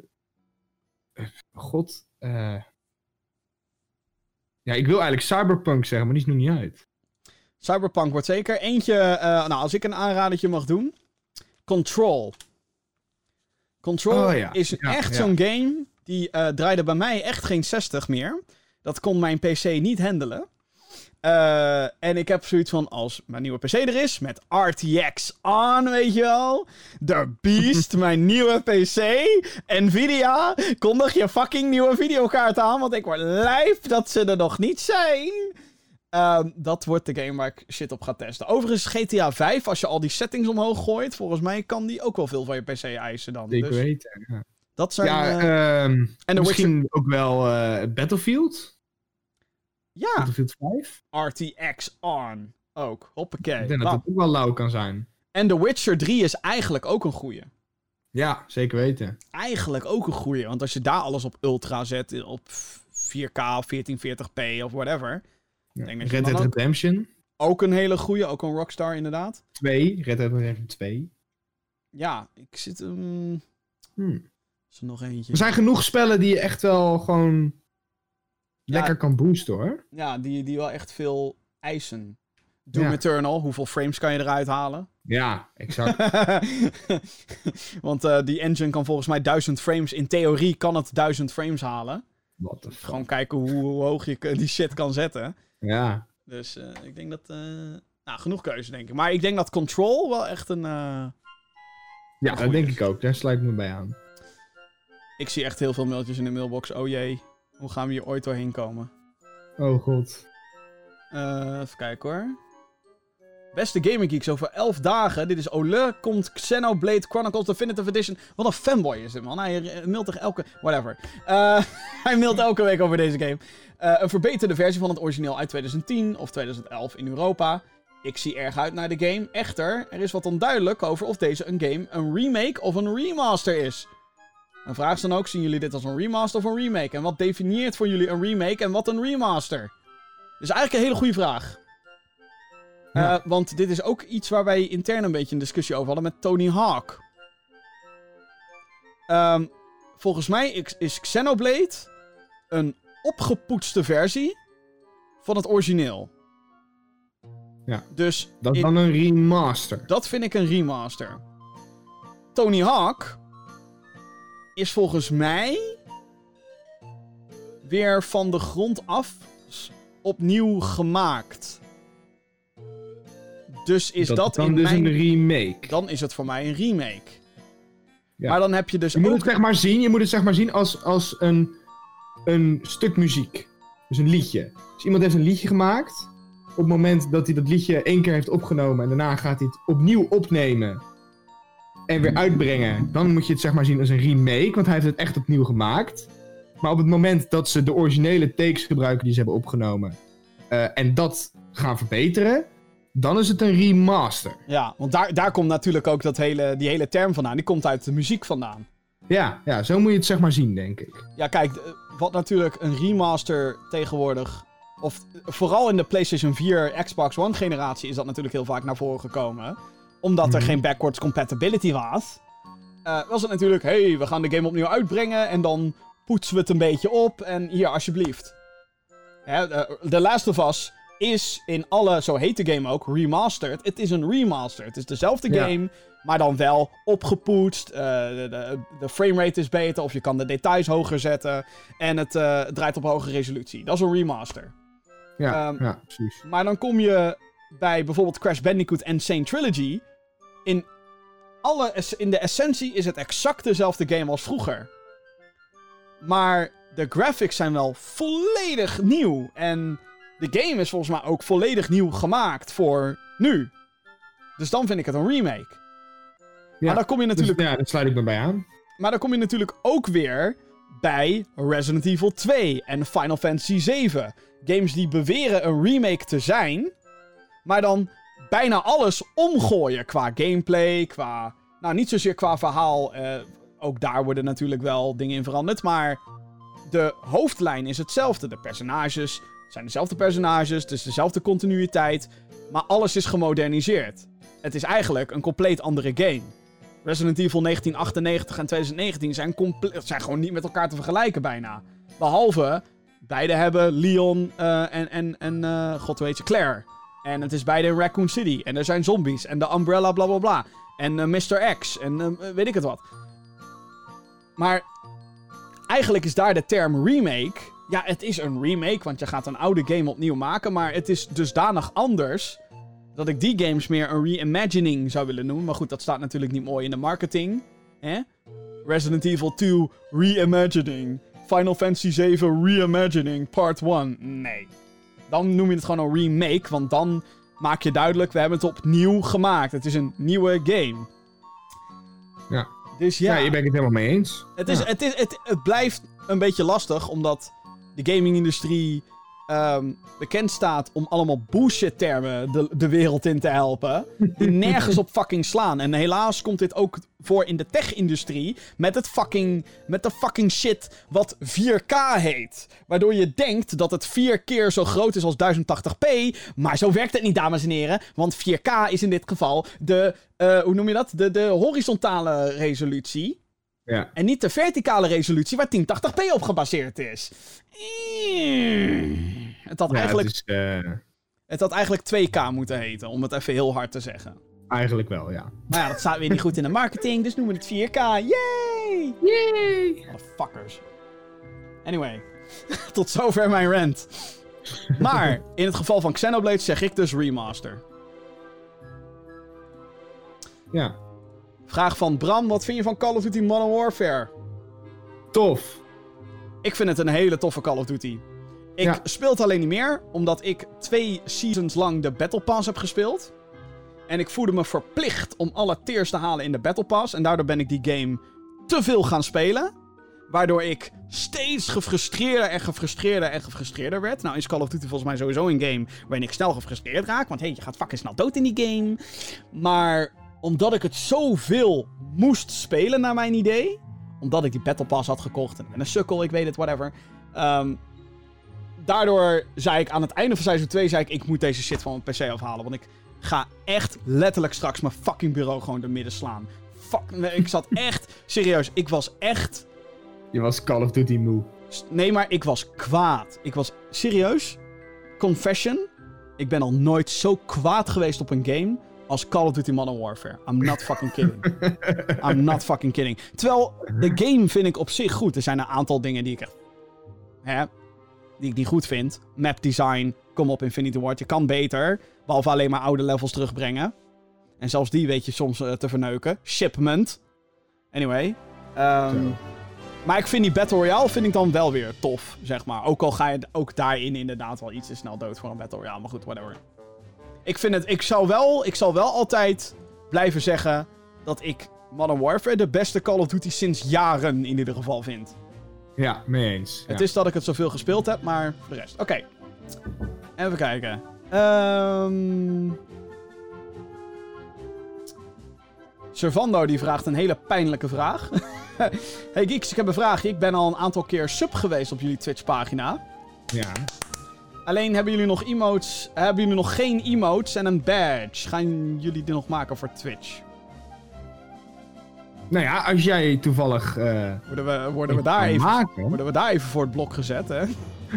God. Uh, ja, ik wil eigenlijk Cyberpunk zeggen, maar die is nog niet uit. Cyberpunk wordt zeker. Eentje, uh, nou, als ik een aanradertje mag doen. Control. Control oh, ja. is ja, echt ja. zo'n game. Die uh, draaide bij mij echt geen zestig meer. Dat kon mijn P C niet handelen. Uh, en ik heb zoiets van, als mijn nieuwe P C er is, met R T X on, weet je wel. The Beast, mijn nieuwe P C. Nvidia, kondig je fucking nieuwe videokaart aan, want ik word lijp dat ze er nog niet zijn. Uh, dat wordt de game waar ik shit op ga testen. Overigens, G T A vijf, als je al die settings omhoog gooit, volgens mij kan die ook wel veel van je P C eisen dan. Ik dus weet het, ja. Dat zijn... Ja, uh, um, en de misschien Witcher... ook wel uh, Battlefield. Ja, Battlefield vijf. R T X on. Ook, hoppakee. Ik denk dat het ook wel lauw kan zijn. En The Witcher drie is eigenlijk ook een goeie. Ja, zeker weten. Eigenlijk ook een goeie. Want als je daar alles op ultra zet, op vier K of veertien veertig p of whatever. Ja. Denk dat je Red dan Dead ook, Redemption. ook een hele goeie, ook een Rockstar inderdaad. twee. Red Dead Redemption twee. Ja, ik zit... Um... Hmm. Is er nog eentje? Er zijn genoeg spellen die je echt wel gewoon Ja. lekker kan boosten, hoor. Ja, die, die wel echt veel eisen. Doom Ja. Eternal, hoeveel frames kan je eruit halen? Ja, exact. Want uh, die engine kan volgens mij duizend frames. In theorie kan het duizend frames halen. What the fuck. Gewoon kijken hoe, hoe hoog je k- die shit kan zetten. Ja. Dus uh, ik denk dat... Uh... Nou, genoeg keuze, denk ik. Maar ik denk dat Control wel echt een... Uh... Ja, Goed dat denk is. ik ook. Daar sluit ik me bij aan. Ik zie echt heel veel mailtjes in de mailbox. Oh jee, hoe gaan we hier ooit doorheen komen? Oh god. Uh, even kijken hoor. Beste Gamer Geeks, over elf dagen. Dit is Ole, komt Xenoblade Chronicles Definitive Edition. Wat een fanboy is dit, man. Hij mailt toch elke... Whatever. Uh, hij mailt elke week over deze game. Uh, een verbeterde versie van het origineel uit twintig tien of twintig elf in Europa. Ik zie erg uit naar de game. Echter, er is wat onduidelijk over of deze een game een remake of een remaster is. Een vraag is dan ook, zien jullie dit als een remaster of een remake? En wat definieert voor jullie een remake en wat een remaster? Dat is eigenlijk een hele goede vraag. Ja. Uh, want dit is ook iets waar wij intern een beetje een discussie over hadden met Tony Hawk. Um, volgens mij is, is Xenoblade een opgepoetste versie van het origineel. Ja. Dus Dat is in- dan een remaster. dat vind ik een remaster. Tony Hawk is volgens mij weer van de grond af s- opnieuw gemaakt. Dus is dat, dan in dus mijn... een remake. Dan is het voor mij een remake. Ja. Maar dan heb je dus Je moet ook... het zeg maar zien, je moet het zeg maar zien als, als een, een stuk muziek. Dus een liedje. Dus iemand heeft een liedje gemaakt. Op het moment dat hij dat liedje één keer heeft opgenomen en daarna gaat hij het opnieuw opnemen en weer uitbrengen, dan moet je het zeg maar zien als een remake, want hij heeft het echt opnieuw gemaakt. Maar op het moment dat ze de originele takes gebruiken die ze hebben opgenomen uh, en dat gaan verbeteren, dan is het een remaster. Ja, want daar, daar komt natuurlijk ook dat hele, die hele term vandaan. Die komt uit de muziek vandaan. Ja, ja, zo moet je het zeg maar zien, denk ik. Ja, kijk, eh, wat natuurlijk een remaster tegenwoordig... Of eh, vooral in de PlayStation vier, Xbox One generatie is dat natuurlijk heel vaak naar voren gekomen. Omdat er Mhm. geen backwards compatibility was. Uh, was het natuurlijk, hey, we gaan de game opnieuw uitbrengen en dan poetsen we het een beetje op en hier, alsjeblieft. Hè, de, The Last of Us is in alle, zo heet de game ook, remastered. Het is een remaster. Het is dezelfde Ja. game, maar dan wel opgepoetst. Uh, de, de, de framerate is beter of je kan de details hoger zetten. En het uh, draait op hoge resolutie. Dat is een remaster. Ja, Ehm, ja precies. Maar dan kom je bij bijvoorbeeld Crash Bandicoot en Insane Trilogy. In, alle, es- in de essentie is het exact dezelfde game als vroeger. Maar de graphics zijn wel volledig nieuw. En de game is volgens mij ook volledig nieuw gemaakt voor nu. Dus dan vind ik het een remake. Ja, Maar dan kom je natuurlijk... Dus, ja, daar sluit ik me bij aan. Maar dan kom je natuurlijk ook weer bij Resident Evil twee en Final Fantasy zeven. Games die beweren een remake te zijn, maar dan bijna alles omgooien qua gameplay, qua... Nou, niet zozeer qua verhaal. Uh, ook daar worden natuurlijk wel dingen in veranderd, maar de hoofdlijn is hetzelfde. De personages zijn dezelfde personages, het is dezelfde continuïteit, maar alles is gemoderniseerd. Het is eigenlijk een compleet andere game. Resident Evil negentien achtennegentig en twintig negentien zijn, comple- zijn gewoon niet met elkaar te vergelijken bijna. Behalve, beide hebben Leon uh, en, en, en uh, god weet je, Claire. En het is beide in Raccoon City. En er zijn zombies. En de Umbrella bla bla bla. En uh, mister X. En uh, weet ik het wat. Maar eigenlijk is daar de term remake. Ja, het is een remake. Want je gaat een oude game opnieuw maken. Maar het is dusdanig anders. Dat ik die games meer een reimagining zou willen noemen. Maar goed, dat staat natuurlijk niet mooi in de marketing. Hè? Resident Evil twee reimagining. Final Fantasy zeven reimagining part één. Nee. Dan noem je het gewoon een remake. Want dan maak je duidelijk, we hebben het opnieuw gemaakt. Het is een nieuwe game. Ja. Dus ja. Ja, hier ben ik het helemaal mee eens. Het, is, ja. het, is, het, het blijft een beetje lastig, omdat de gaming-industrie um, bekend staat om allemaal bullshit-termen de, de wereld in te helpen. Die nergens op fucking slaan. En helaas komt dit ook voor in de tech-industrie met het fucking, met de fucking shit wat vier K heet. Waardoor je denkt dat het vier keer zo groot is als duizend tachtig p. Maar zo werkt het niet, dames en heren. Want vier K is in dit geval de, uh, hoe noem je dat? De, de horizontale resolutie. Ja. En niet de verticale resolutie waar tien tachtig p op gebaseerd is. Het had, ja, eigenlijk, het, is, uh... het had eigenlijk twee K moeten heten, om het even heel hard te zeggen. Eigenlijk wel, ja. Maar ja, dat staat weer niet goed in de marketing, dus noemen we het vier K. Yay! Yay! Motherfuckers. Anyway, tot zover mijn rant. Maar, in het geval van Xenoblade zeg ik dus remaster. Ja. Vraag van Bram, wat vind je van Call of Duty Modern Warfare? Tof. Ik vind het een hele toffe Call of Duty. Ik Ja. speel het alleen niet meer, omdat ik twee seasons lang de Battle Pass heb gespeeld. En ik voelde me verplicht om alle tiers te halen in de Battle Pass. En daardoor ben ik die game te veel gaan spelen. Waardoor ik steeds gefrustreerder en gefrustreerder en gefrustreerder werd. Nou is Call of Duty volgens mij sowieso een game waarin ik snel gefrustreerd raak. Want hé, hey, je gaat fucking snel dood in die game. Maar omdat ik het zoveel moest spelen naar mijn idee. Omdat ik die Battle Pass had gekocht. En ik ben een sukkel, ik weet het, whatever. Um, daardoor zei ik aan het einde van seizoen twee... zei ik, ik moet deze shit van mijn P C afhalen. Want ik ga echt letterlijk straks mijn fucking bureau gewoon door midden slaan. Fuck, nee, ik zat echt... Serieus, ik was echt... Je was Call of Duty moe. Nee, maar ik was kwaad. Ik was... Serieus? Confession? Ik ben al nooit zo kwaad geweest op een game... als Call of Duty Modern Warfare. I'm not fucking kidding. I'm not fucking kidding. Terwijl, de game vind ik op zich goed. Er zijn een aantal dingen die ik echt... Hè? Die ik niet goed vind. Map design. Kom op, Infinity Ward. Je kan beter. Behalve alleen maar oude levels terugbrengen. En zelfs die weet je soms uh, te verneuken. Shipment. Anyway. Um, maar ik vind die Battle Royale vind ik dan wel weer tof, zeg maar. Ook al ga je ook daarin inderdaad wel iets te snel dood voor een Battle Royale. Maar goed, whatever. Ik vind het... Ik zal wel, ik zal wel altijd blijven zeggen dat ik Modern Warfare de beste Call of Duty sinds jaren in ieder geval vind. Ja, mee eens. Ja. Het is dat ik het zoveel gespeeld heb, maar voor de rest. Oké. Okay. Even kijken. Um... Servando die vraagt een hele pijnlijke vraag. Hey Geeks, ik heb een vraagje. Ik ben al een aantal keer sub geweest op jullie Twitch pagina. Ja. Alleen hebben jullie nog emotes, hebben jullie nog geen emotes en een badge. Gaan jullie die nog maken voor Twitch? Nou ja, als jij toevallig... Uh, worden we, worden, we daar even, maken. worden we daar even voor het blok gezet, hè? uh.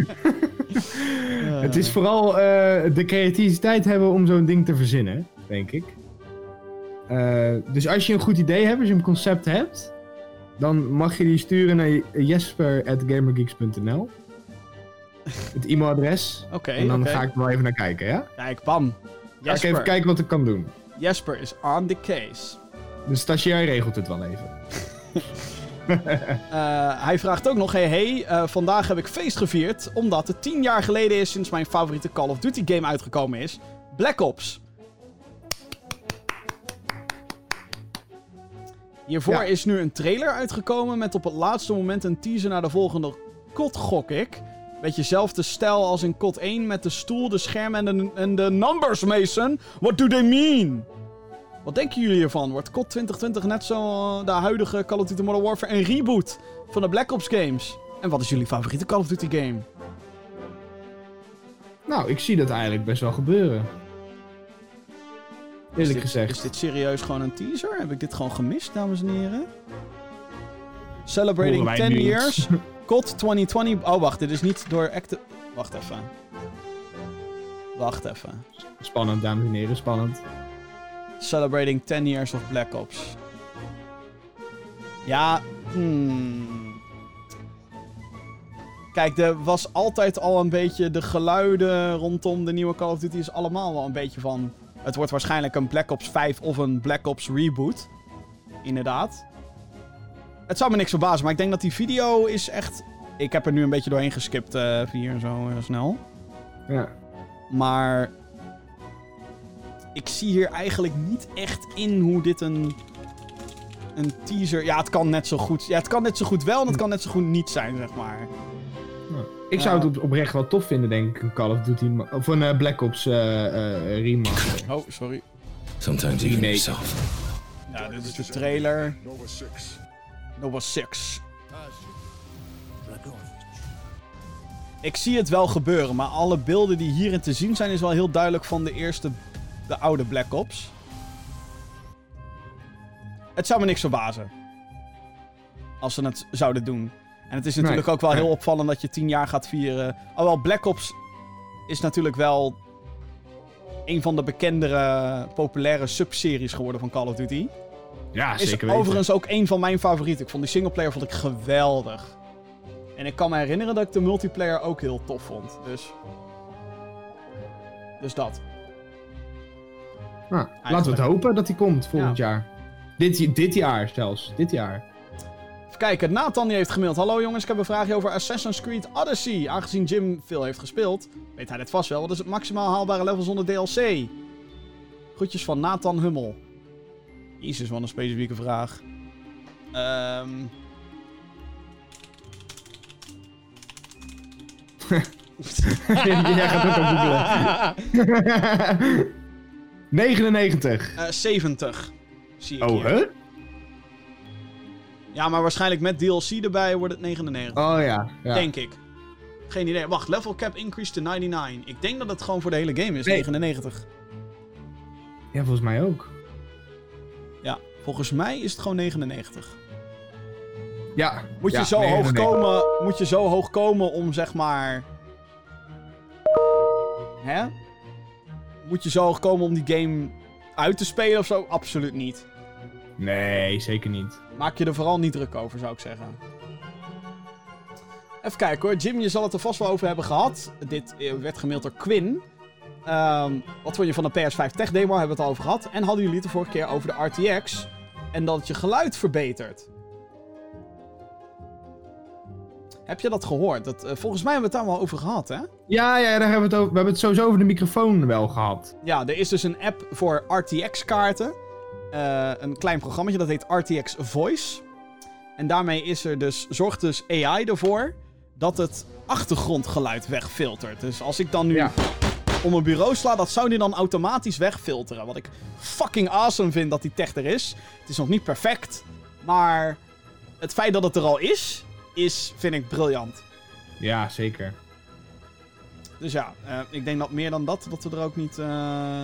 Het is vooral uh, de creativiteit hebben om zo'n ding te verzinnen, denk ik. Uh, dus als je een goed idee hebt, als je een concept hebt... dan mag je die sturen naar jesper at gamergeeks punt n l. Het e-mailadres. Oké, okay, En dan okay. ga ik er wel even naar kijken, ja? Kijk, bam. Ga ik even kijken wat ik kan doen. Jesper is on the case. De stagiair regelt het wel even. uh, hij vraagt ook nog... Hey, hey, uh, vandaag heb ik feest gevierd... omdat het tien jaar geleden is sinds mijn favoriete Call of Duty game uitgekomen is. Black Ops. Hiervoor ja. is nu een trailer uitgekomen... met op het laatste moment een teaser naar de volgende C O D, gok ik. Beetje dezelfde stijl als in C O D één... met de stoel, de scherm en de, en de numbers, Mason. What do they mean? Wat denken jullie hiervan? Wordt C O D twintig twintig net zo uh, de huidige Call of Duty Modern Warfare een reboot van de Black Ops games? En wat is jullie favoriete Call of Duty game? Nou, ik zie dat eigenlijk best wel gebeuren. Eerlijk is dit, gezegd. Is dit serieus gewoon een teaser? Heb ik dit gewoon gemist, dames en heren? Celebrating ten years. C O D twintig twintig. Oh, wacht. Dit is niet door Acti... Wacht even. Wacht even. Spannend, dames en heren, spannend. Celebrating ten years of Black Ops. Ja, hmm. Kijk, er was altijd al een beetje de geluiden rondom de nieuwe Call of Duty is allemaal wel een beetje van... Het wordt waarschijnlijk een Black Ops vijf of een Black Ops reboot. Inderdaad. Het zou me niks verbazen, maar ik denk dat die video is echt... Ik heb er nu een beetje doorheen geskipt, uh, hier zo heel snel. Ja. Maar... Ik zie hier eigenlijk niet echt in hoe dit een... Een teaser... Ja, het kan net zo goed... Ja, het kan net zo goed wel en het kan net zo goed niet zijn, zeg maar. Ja. Ik zou het op, oprecht wel tof vinden, denk ik, een Call of Duty... ma- Of een uh, Black Ops uh, uh, remaster. Oh, sorry. Sometimes even yourself. Ja, dit is de trailer. Nova zes. Ik zie het wel gebeuren, maar alle beelden die hierin te zien zijn... is wel heel duidelijk van de eerste... De oude Black Ops. Het zou me niks verbazen. Als ze het zouden doen. En het is natuurlijk nee, ook wel nee. heel opvallend dat je tien jaar gaat vieren. Alhoewel Black Ops is natuurlijk wel... een van de bekendere, populaire subseries geworden van Call of Duty. Ja, is zeker weten. Overigens ook een van mijn favorieten. Ik vond die singleplayer vond ik geweldig. En ik kan me herinneren dat ik de multiplayer ook heel tof vond. Dus... Dus dat. Nou, laten we het hopen dat die komt volgend ja. jaar. Dit, dit jaar zelfs. Dit jaar. Even kijken. Nathan die heeft gemaild. Hallo jongens, ik heb een vraagje over Assassin's Creed Odyssey. Aangezien Jim veel heeft gespeeld, weet hij dit vast wel. Wat is het maximaal haalbare level zonder D L C? Groetjes van Nathan Hummel. Jezus, wat een specifieke vraag. Ehm... Um... Jij gaat ook al googlen. negenennegentig. Uh, zeventig. Zie ik oh, hier. Huh? Ja, maar waarschijnlijk met D L C erbij wordt het negenennegentig. Oh ja, ja. Denk ik. Geen idee. Wacht, level cap increase to negenennegentig. Ik denk dat het gewoon voor de hele game is, nee. negenennegentig. Ja, volgens mij ook. Ja, volgens mij is het gewoon negenennegentig. Ja. Moet je, ja, zo negenennegentig. hoog komen, moet je zo hoog komen om zeg maar... Hè? Moet je zo hoog komen om die game uit te spelen of zo? Absoluut niet. Nee, zeker niet. Maak je er vooral niet druk over, zou ik zeggen. Even kijken hoor. Jim, je zal het er vast wel over hebben gehad. Dit werd gemaild door Quinn. Um, wat vond je van de P S vijf Tech Demo? Hebben we het al over gehad. En hadden jullie het de vorige keer over de R T X. En dat het je geluid verbetert. Heb je dat gehoord? Dat, uh, volgens mij hebben we het daar wel over gehad, hè? Ja, ja, daar hebben we het over. We hebben het sowieso over de microfoon wel gehad. Ja, er is dus een app voor R T X-kaarten. Uh, een klein programmaatje, dat heet R T X Voice. En daarmee is er dus, zorgt dus A I ervoor dat het achtergrondgeluid wegfiltert. Dus als ik dan nu ja. om mijn bureau sla, dat zou die dan automatisch wegfilteren. Wat ik fucking awesome vind dat die tech er is. Het is nog niet perfect, maar het feit dat het er al is, is vind ik briljant. Ja, zeker. Dus ja, uh, ik denk dat meer dan dat, dat we er ook niet... Uh...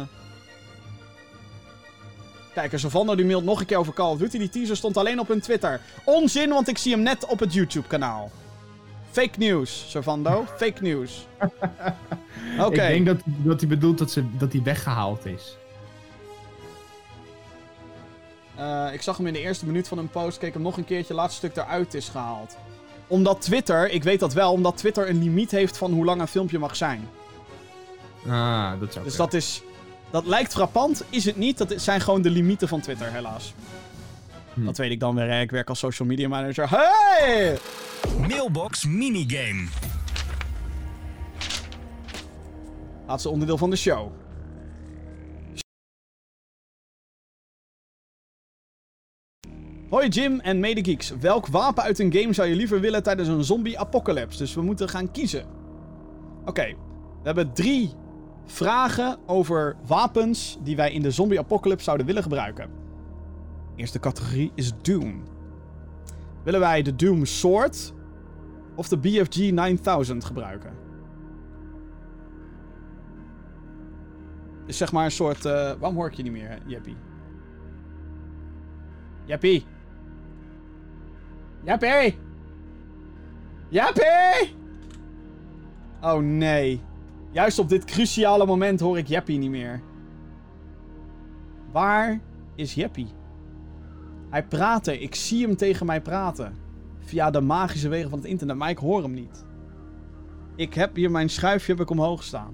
Kijk, Savando die mailt nog een keer over Call of Duty. Die teaser stond alleen op hun Twitter. Onzin, want ik zie hem net op het YouTube-kanaal. Fake news, Savando. Fake news. Oké. Okay. Ik denk dat, dat hij bedoelt dat, ze, dat hij weggehaald is. Uh, ik zag hem in de eerste minuut van een post. Keek hem nog een keertje. Laatste stuk eruit is gehaald. Omdat Twitter, ik weet dat wel, omdat Twitter een limiet heeft van hoe lang een filmpje mag zijn. Ah, dat zou Dus kunnen. dat is... Dat lijkt frappant, is het niet. Dat zijn gewoon de limieten van Twitter, helaas. Hm. Dat weet ik dan weer. Ik werk als social media manager. Hey! Mailbox minigame. Laatste onderdeel van de show. Hoi Jim en medegeeks. Welk wapen uit een game zou je liever willen tijdens een zombie-apocalypse? Dus we moeten gaan kiezen. Oké, okay. We hebben drie vragen over wapens die wij in de zombie-apocalypse zouden willen gebruiken. Eerste categorie is Doom. Willen wij de Doom Sword of de B F G negen gebruiken? Is zeg maar een soort... Uh, waarom hoor ik je niet meer, Jeppie? Jeppie! Jeppie! Jeppie! Oh nee. Juist op dit cruciale moment hoor ik Jeppy niet meer. Waar is Jeppy? Hij praatte. Ik zie hem tegen mij praten. Via de magische wegen van het internet, maar ik hoor hem niet. Ik heb hier mijn schuifje heb ik omhoog staan.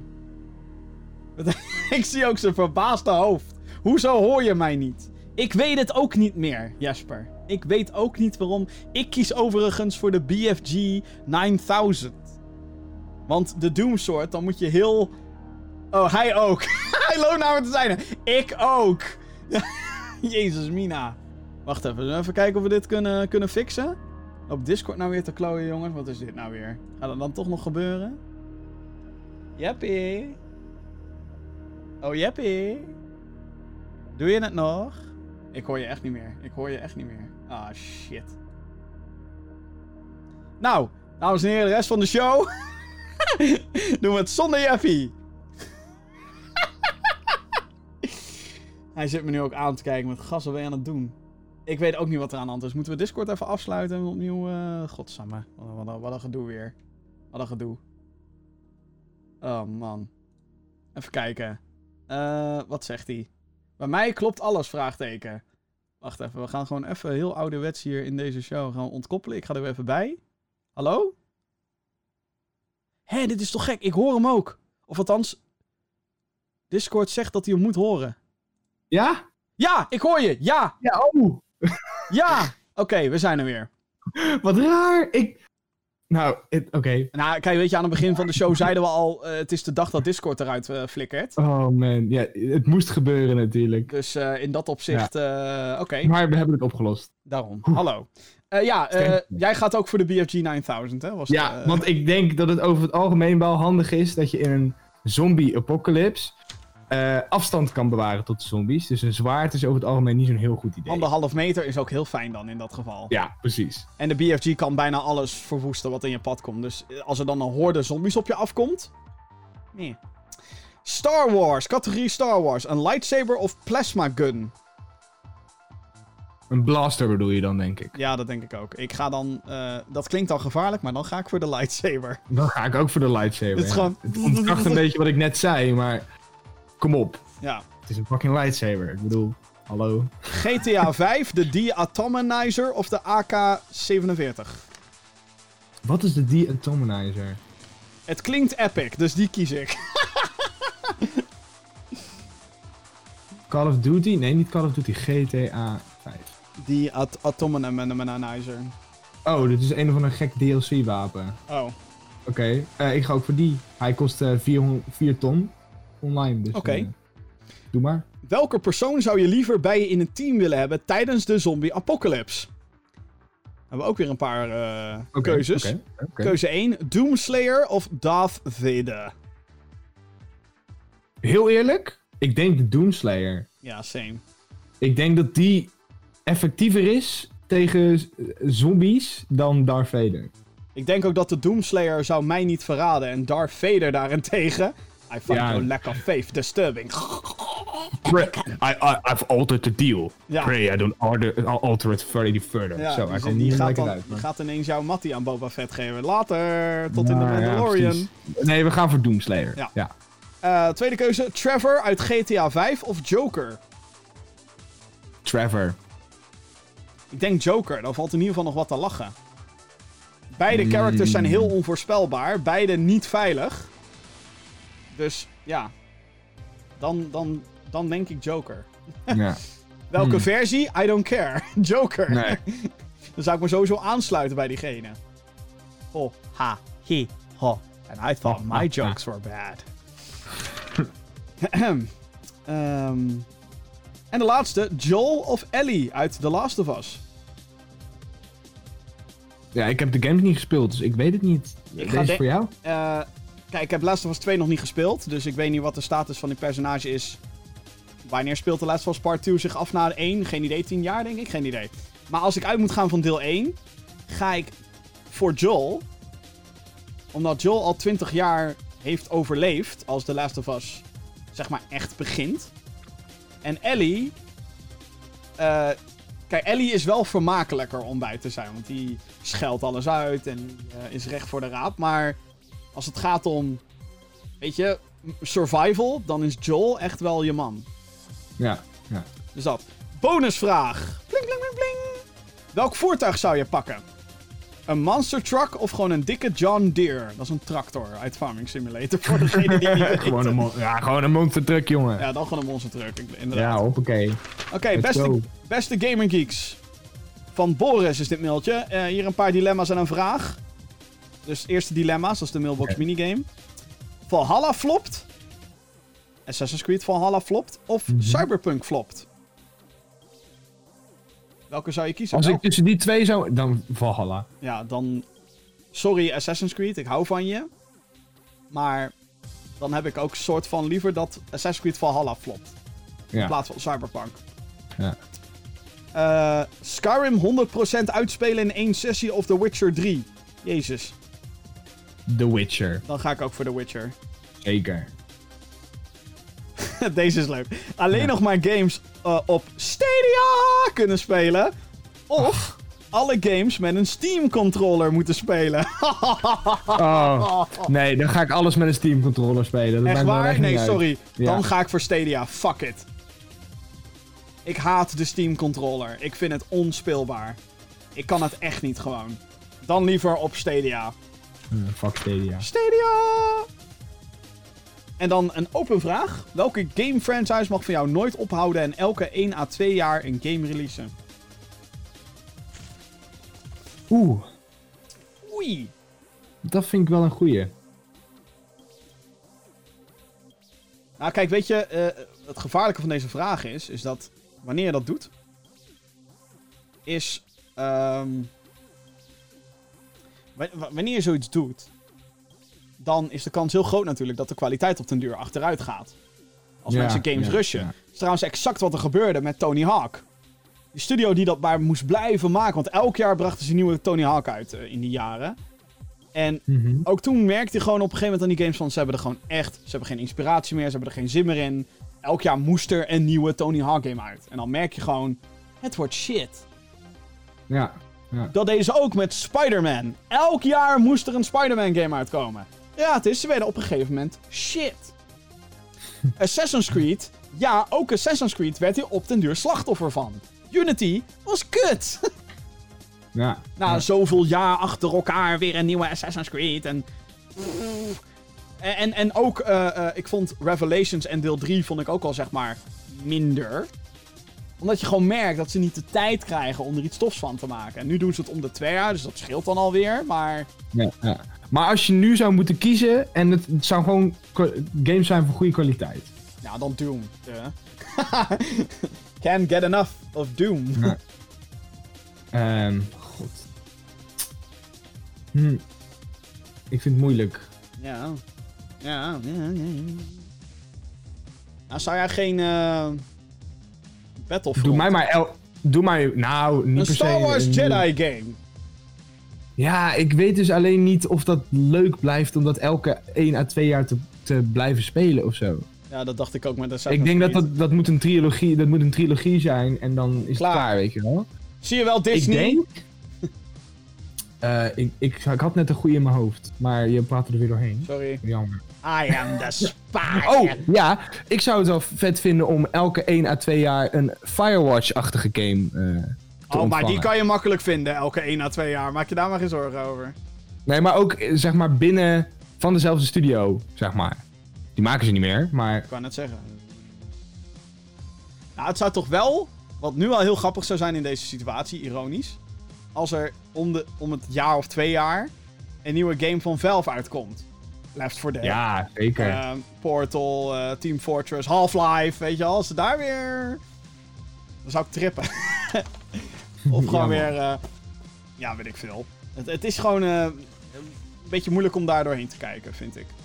Ik zie ook zijn verbaasde hoofd. Hoezo hoor je mij niet? Ik weet het ook niet meer, Jesper. Ik weet ook niet waarom. Ik kies overigens voor de B F G nine-thousand. Want de Doomsword, dan moet je heel... Oh, hij ook. Hij loopt naar me te zijn. Ik ook. Jezus, Mina. Wacht even. Even kijken of we dit kunnen, kunnen fixen. Op Discord nou weer te klooien, jongens. Wat is dit nou weer? Gaat dat dan toch nog gebeuren? Jeppy. Oh, Jeppy. Doe je het nog? Ik hoor je echt niet meer. Ik hoor je echt niet meer. Ah, shit. Nou, dames en heren, de rest van de show. Doen we het zonder Jeppy. Hij zit me nu ook aan te kijken met gas, wat ben je aan het doen? Ik weet ook niet wat er aan de hand is. Moeten we Discord even afsluiten en opnieuw... Uh... Godsamme. Wat, wat, wat een gedoe weer. Wat een gedoe. Oh, man. Even kijken. Uh, wat zegt hij? Bij mij klopt alles, vraagteken. Wacht even, we gaan gewoon even heel ouderwets hier in deze show gaan ontkoppelen. Ik ga er weer even bij. Hallo? Hé, dit is toch gek? Ik hoor hem ook. Of althans, Discord zegt dat hij hem moet horen. Ja? Ja, ik hoor je. Ja. Ja, oh. Ja. Oké, okay, we zijn er weer. Wat raar. Ik... Nou, oké. Okay. Nou, kijk, weet je, aan het begin van de show zeiden we al... Uh, het is de dag dat Discord eruit uh, flikkert. Oh man, ja, het moest gebeuren natuurlijk. Dus uh, in dat opzicht, ja. uh, oké. Okay. Maar we hebben het opgelost. Daarom. Oeh. Hallo. Uh, ja, uh, jij gaat ook voor de B F G nine-thousand, hè? Was ja, het, uh... want ik denk dat het over het algemeen wel handig is dat je in een zombie-apocalypse uh, afstand kan bewaren tot de zombies. Dus een zwaard is over het algemeen niet zo'n heel goed idee. Anderhalf meter is ook heel fijn dan in dat geval. Ja, precies. En de B F G kan bijna alles verwoesten wat in je pad komt. Dus als er dan een horde zombies op je afkomt... Nee. Star Wars, categorie Star Wars. Een lightsaber of plasma gun? Een blaster bedoel je dan, denk ik. Ja, dat denk ik ook. Ik ga dan... Uh, dat klinkt al gevaarlijk, maar dan ga ik voor de lightsaber. Dan ga ik ook voor de lightsaber, Het, is ja. gewoon... het ontkracht een beetje wat ik net zei, maar... Kom op. Ja. Het is een fucking lightsaber. Ik bedoel, hallo. G T A vijf, de De-Atominizer of de A K zevenenveertig? Wat is de De-Atominizer? Het klinkt epic, dus die kies ik. Call of Duty? Nee, niet Call of Duty. G T A vijf. Die at Atominizer. Oh, dit is een of ander gek D L C-wapen. Oh. Oké, okay. uh, ik ga ook voor die. Hij kost uh, vier ton online. Dus, Oké. Okay. Uh, doe maar. Welke persoon zou je liever bij je in een team willen hebben tijdens de zombie-apocalypse? We hebben ook weer een paar uh, okay, keuzes. Okay, okay. Keuze één, Doomslayer of Darth Vader? Heel eerlijk, ik denk de Doomslayer. Ja, same. Ik denk dat die effectiever is tegen zombies dan Darth Vader. Ik denk ook dat de Doomslayer zou mij niet verraden. En Darth Vader daarentegen... I find ja. your lack of faith disturbing. Pray, I, I, I've altered the deal. Ja. Pray I don't order, I'll alter it further. further. Ja, so, dus die, die, gaat dan, uit, die gaat ineens jouw mattie aan Boba Fett geven. Later, tot ja, in de Mandalorian. Ja, nee, we gaan voor Doomslayer. Ja. ja. Uh, tweede keuze, Trevor uit G T A vijf of Joker? Trevor. Ik denk Joker, dan valt in ieder geval nog wat te lachen. Beide mm. characters zijn heel onvoorspelbaar. Beide niet veilig. Dus ja, dan, dan, dan denk ik Joker. Ja. Welke hmm. versie? I don't care. Joker. Nee. Dan zou ik me sowieso aansluiten bij diegene. Ho, ha, he, ho. And I thought my jokes were bad. um, en de laatste, Joel of Ellie uit The Last of Us? Ja, ik heb de games niet gespeeld, dus ik weet het niet. Ik Deze is voor jou? Uh, Kijk, ik heb Last of Us twee nog niet gespeeld. Dus ik weet niet wat de status van die personage is. Wanneer speelt The Last of Us Part twee zich af na de één? Geen idee. tien jaar denk ik? Geen idee. Maar als ik uit moet gaan van deel één... ga ik voor Joel. Omdat Joel al twintig jaar heeft overleefd... als The Last of Us, zeg maar, echt begint. En Ellie... Uh, kijk, Ellie is wel vermakelijker om bij te zijn. Want die scheldt alles uit en uh, is recht voor de raap. Maar... als het gaat om weet je, survival, dan is Joel echt wel je man. Ja, ja. Dus dat. Bonusvraag. Bling, bling, bling, bling. Welk voertuig zou je pakken? Een monster truck of gewoon een dikke John Deere? Dat is een tractor uit Farming Simulator. Voor degene die niet weet. gewoon een mon- ja, gewoon een monster truck, jongen. Ja, dan gewoon een monster truck, inderdaad. Ja, hoppakee. Oké, okay, beste, beste Gamer Geeks. Van Boris is dit mailtje. Uh, hier een paar dilemma's en een vraag. Dus eerste dilemma's, dat is de Mailbox okay. minigame. Valhalla flopt. Assassin's Creed Valhalla flopt. Of mm-hmm. Cyberpunk flopt. Welke zou je kiezen? Als Welke? ik tussen die twee zou... Dan Valhalla. Ja, dan... Sorry Assassin's Creed, ik hou van je. Maar dan heb ik ook soort van liever dat Assassin's Creed Valhalla flopt. Ja. In plaats van Cyberpunk. Ja. Uh, Skyrim honderd procent uitspelen in één sessie of The Witcher drie. Jezus. The Witcher. Dan ga ik ook voor The Witcher. Zeker. Deze is leuk. Alleen ja. nog maar games uh, op Stadia kunnen spelen. Of alle games met een Steam controller moeten spelen. oh, nee, dan ga ik alles met een Steam controller spelen. Dat echt waar? Echt nee, sorry. Ja. Dan ga ik voor Stadia. Fuck it. Ik haat de Steam controller. Ik vind het onspeelbaar. Ik kan het echt niet gewoon. Dan liever op Stadia. Uh, fuck Stadia. Stadia! En dan een open vraag. Welke game franchise mag van jou nooit ophouden en elke één à twee jaar een game releasen? Oeh. Oei. Dat vind ik wel een goeie. Nou kijk, weet je, uh, het gevaarlijke van deze vraag is, is dat wanneer je dat doet, is, um, w- wanneer je zoiets doet, dan is de kans heel groot natuurlijk dat de kwaliteit op den duur achteruit gaat. Als ja, mensen games ja, rushen. Ja. Dat is trouwens exact wat er gebeurde met Tony Hawk. Die studio die dat maar moest blijven maken, want elk jaar brachten ze een nieuwe Tony Hawk uit uh, in die jaren. En mm-hmm. ook toen merkte je gewoon op een gegeven moment aan die games van, ze hebben er gewoon echt, ze hebben geen inspiratie meer, ze hebben er geen zin meer in. Elk jaar moest er een nieuwe Tony Hawk game uit. En dan merk je gewoon, het wordt shit. Ja. ja. Dat deden ze ook met Spider-Man. Elk jaar moest er een Spider-Man game uitkomen. Ja, het is, ze werden op een gegeven moment shit. Assassin's Creed, ja, ook Assassin's Creed werd hier op den duur slachtoffer van. Unity was kut. Ja. Nou, ja. Zoveel jaar achter elkaar weer een nieuwe Assassin's Creed en... En, en, en ook, uh, uh, ik vond Revelations en deel drie vond ik ook al, zeg maar, minder. Omdat je gewoon merkt dat ze niet de tijd krijgen om er iets tofs van te maken. En nu doen ze het om de twee jaar, dus dat scheelt dan alweer, maar... Ja, ja. Maar als je nu zou moeten kiezen en het, het zou gewoon games zijn van goede kwaliteit. Nou, dan Doom. Uh. Can't get enough of Doom. Ja. Um, God. Hm. Ik vind het moeilijk. Ja. Ja, ja, ja. Nou, zou jij geen uh, Battlefront... Doe mij maar... El- Doe mij... Nou, niet een per se... Star Wars een Jedi game. Ja, ik weet dus alleen niet of dat leuk blijft om dat elke één à twee jaar te, te blijven spelen of zo. Ja, dat dacht ik ook met Assassin's Ik denk Creed. dat dat, dat moet een trilogie, dat moet een trilogie zijn en dan is klaar. het klaar, weet je wel. Zie je wel Disney? Ik denk... uh, ik, ik, ik had net een goeie in mijn hoofd, maar je praat er weer doorheen. Sorry. Jammer. I am the spy. Oh, ja. Ik zou het wel vet vinden om elke één à twee jaar een Firewatch-achtige game uh, te Oh, ontvangen. maar die kan je makkelijk vinden, elke één à twee jaar. Maak je daar maar geen zorgen over. Nee, maar ook, zeg maar, binnen van dezelfde studio, zeg maar. Die maken ze niet meer, maar... Ik wou net zeggen. Nou, het zou toch wel, wat nu al heel grappig zou zijn in deze situatie, ironisch, als er om, de, om het jaar of twee jaar een nieuwe game van Valve uitkomt. Left four Dead. Ja, zeker. Uh, Portal, uh, Team Fortress, Half-Life, weet je wel. Als ze daar weer... Dan zou ik trippen. Of gewoon ja, weer... Uh... Ja, weet ik veel. Het, het is gewoon uh, een beetje moeilijk om daar doorheen te kijken, vind ik.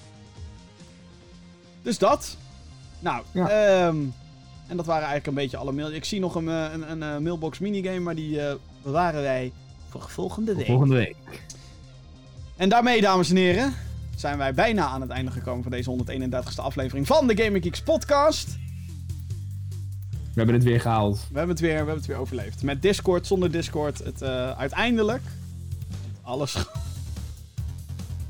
Dus dat. Nou, ja. um, en dat waren eigenlijk een beetje alle mails. Ik zie nog een, een, een, een mailbox minigame, maar die uh, bewaren wij voor volgende week. Volgende week. En daarmee, dames en heren, zijn wij bijna aan het einde gekomen van deze honderdeenendertigste aflevering van de Gamer Geeks podcast. We hebben het weer gehaald. We hebben het weer, we hebben het weer overleefd. Met Discord, zonder Discord, het uh, uiteindelijk alles...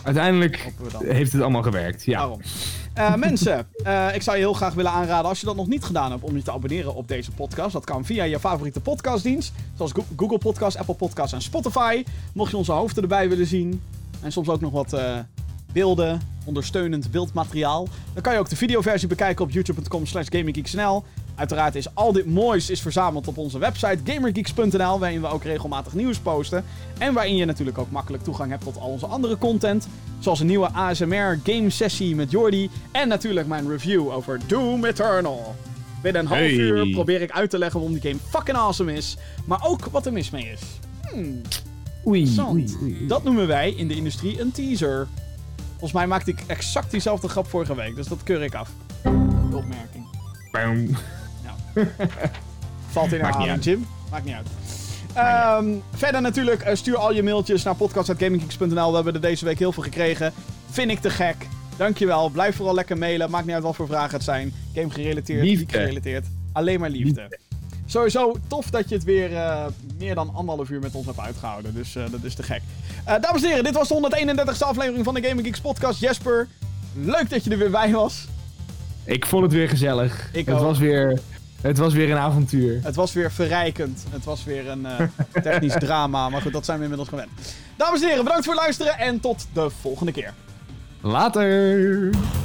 uiteindelijk Hopen we dan. heeft het allemaal gewerkt. Ja. Daarom. Uh, mensen, uh, ik zou je heel graag willen aanraden, als je dat nog niet gedaan hebt, om je te abonneren op deze podcast. Dat kan via je favoriete podcastdienst, zoals Go- Google Podcasts, Apple Podcasts en Spotify. Mocht je onze hoofden erbij willen zien, en soms ook nog wat uh, beelden, ondersteunend beeldmateriaal, dan kan je ook de videoversie bekijken op youtube dot com slash gaminggeeksnl. Uiteraard is al dit moois is verzameld op onze website gamergeeks punt n l, waarin we ook regelmatig nieuws posten. En waarin je natuurlijk ook makkelijk toegang hebt tot al onze andere content. Zoals een nieuwe A S M R game sessie met Jordi. En natuurlijk mijn review over Doom Eternal. Binnen een half Hey. uur probeer ik uit te leggen waarom die game fucking awesome is. Maar ook wat er mis mee is. Hmm, Oei, interessant. Dat noemen wij in de industrie een teaser. Volgens mij maakte ik exact diezelfde grap vorige week. Dus dat keur ik af. De opmerking. Boom. Valt in Maakt niet herhaling, uit. Jim. Maakt niet uit. Um, verder natuurlijk, uh, stuur al je mailtjes naar podcast punt gaminggeeks punt n l. We hebben er deze week heel veel gekregen. Vind ik te gek. Dankjewel. Blijf vooral lekker mailen. Maakt niet uit wat voor vragen het zijn. Game gerelateerd, Liefde. niet gerelateerd. Alleen maar liefde. Liefde. Sowieso tof dat je het weer uh, meer dan anderhalf uur met ons hebt uitgehouden. Dus uh, dat is te gek. Uh, dames en heren, dit was de honderdeenendertigste aflevering van de Gaming Geeks podcast. Jesper, leuk dat je er weer bij was. Ik vond het weer gezellig. Ik het ook. was weer, het was weer een avontuur. Het was weer verrijkend. Het was weer een uh, technisch drama. Maar goed, dat zijn we inmiddels gewend. Dames en heren, bedankt voor het luisteren. En tot de volgende keer. Later.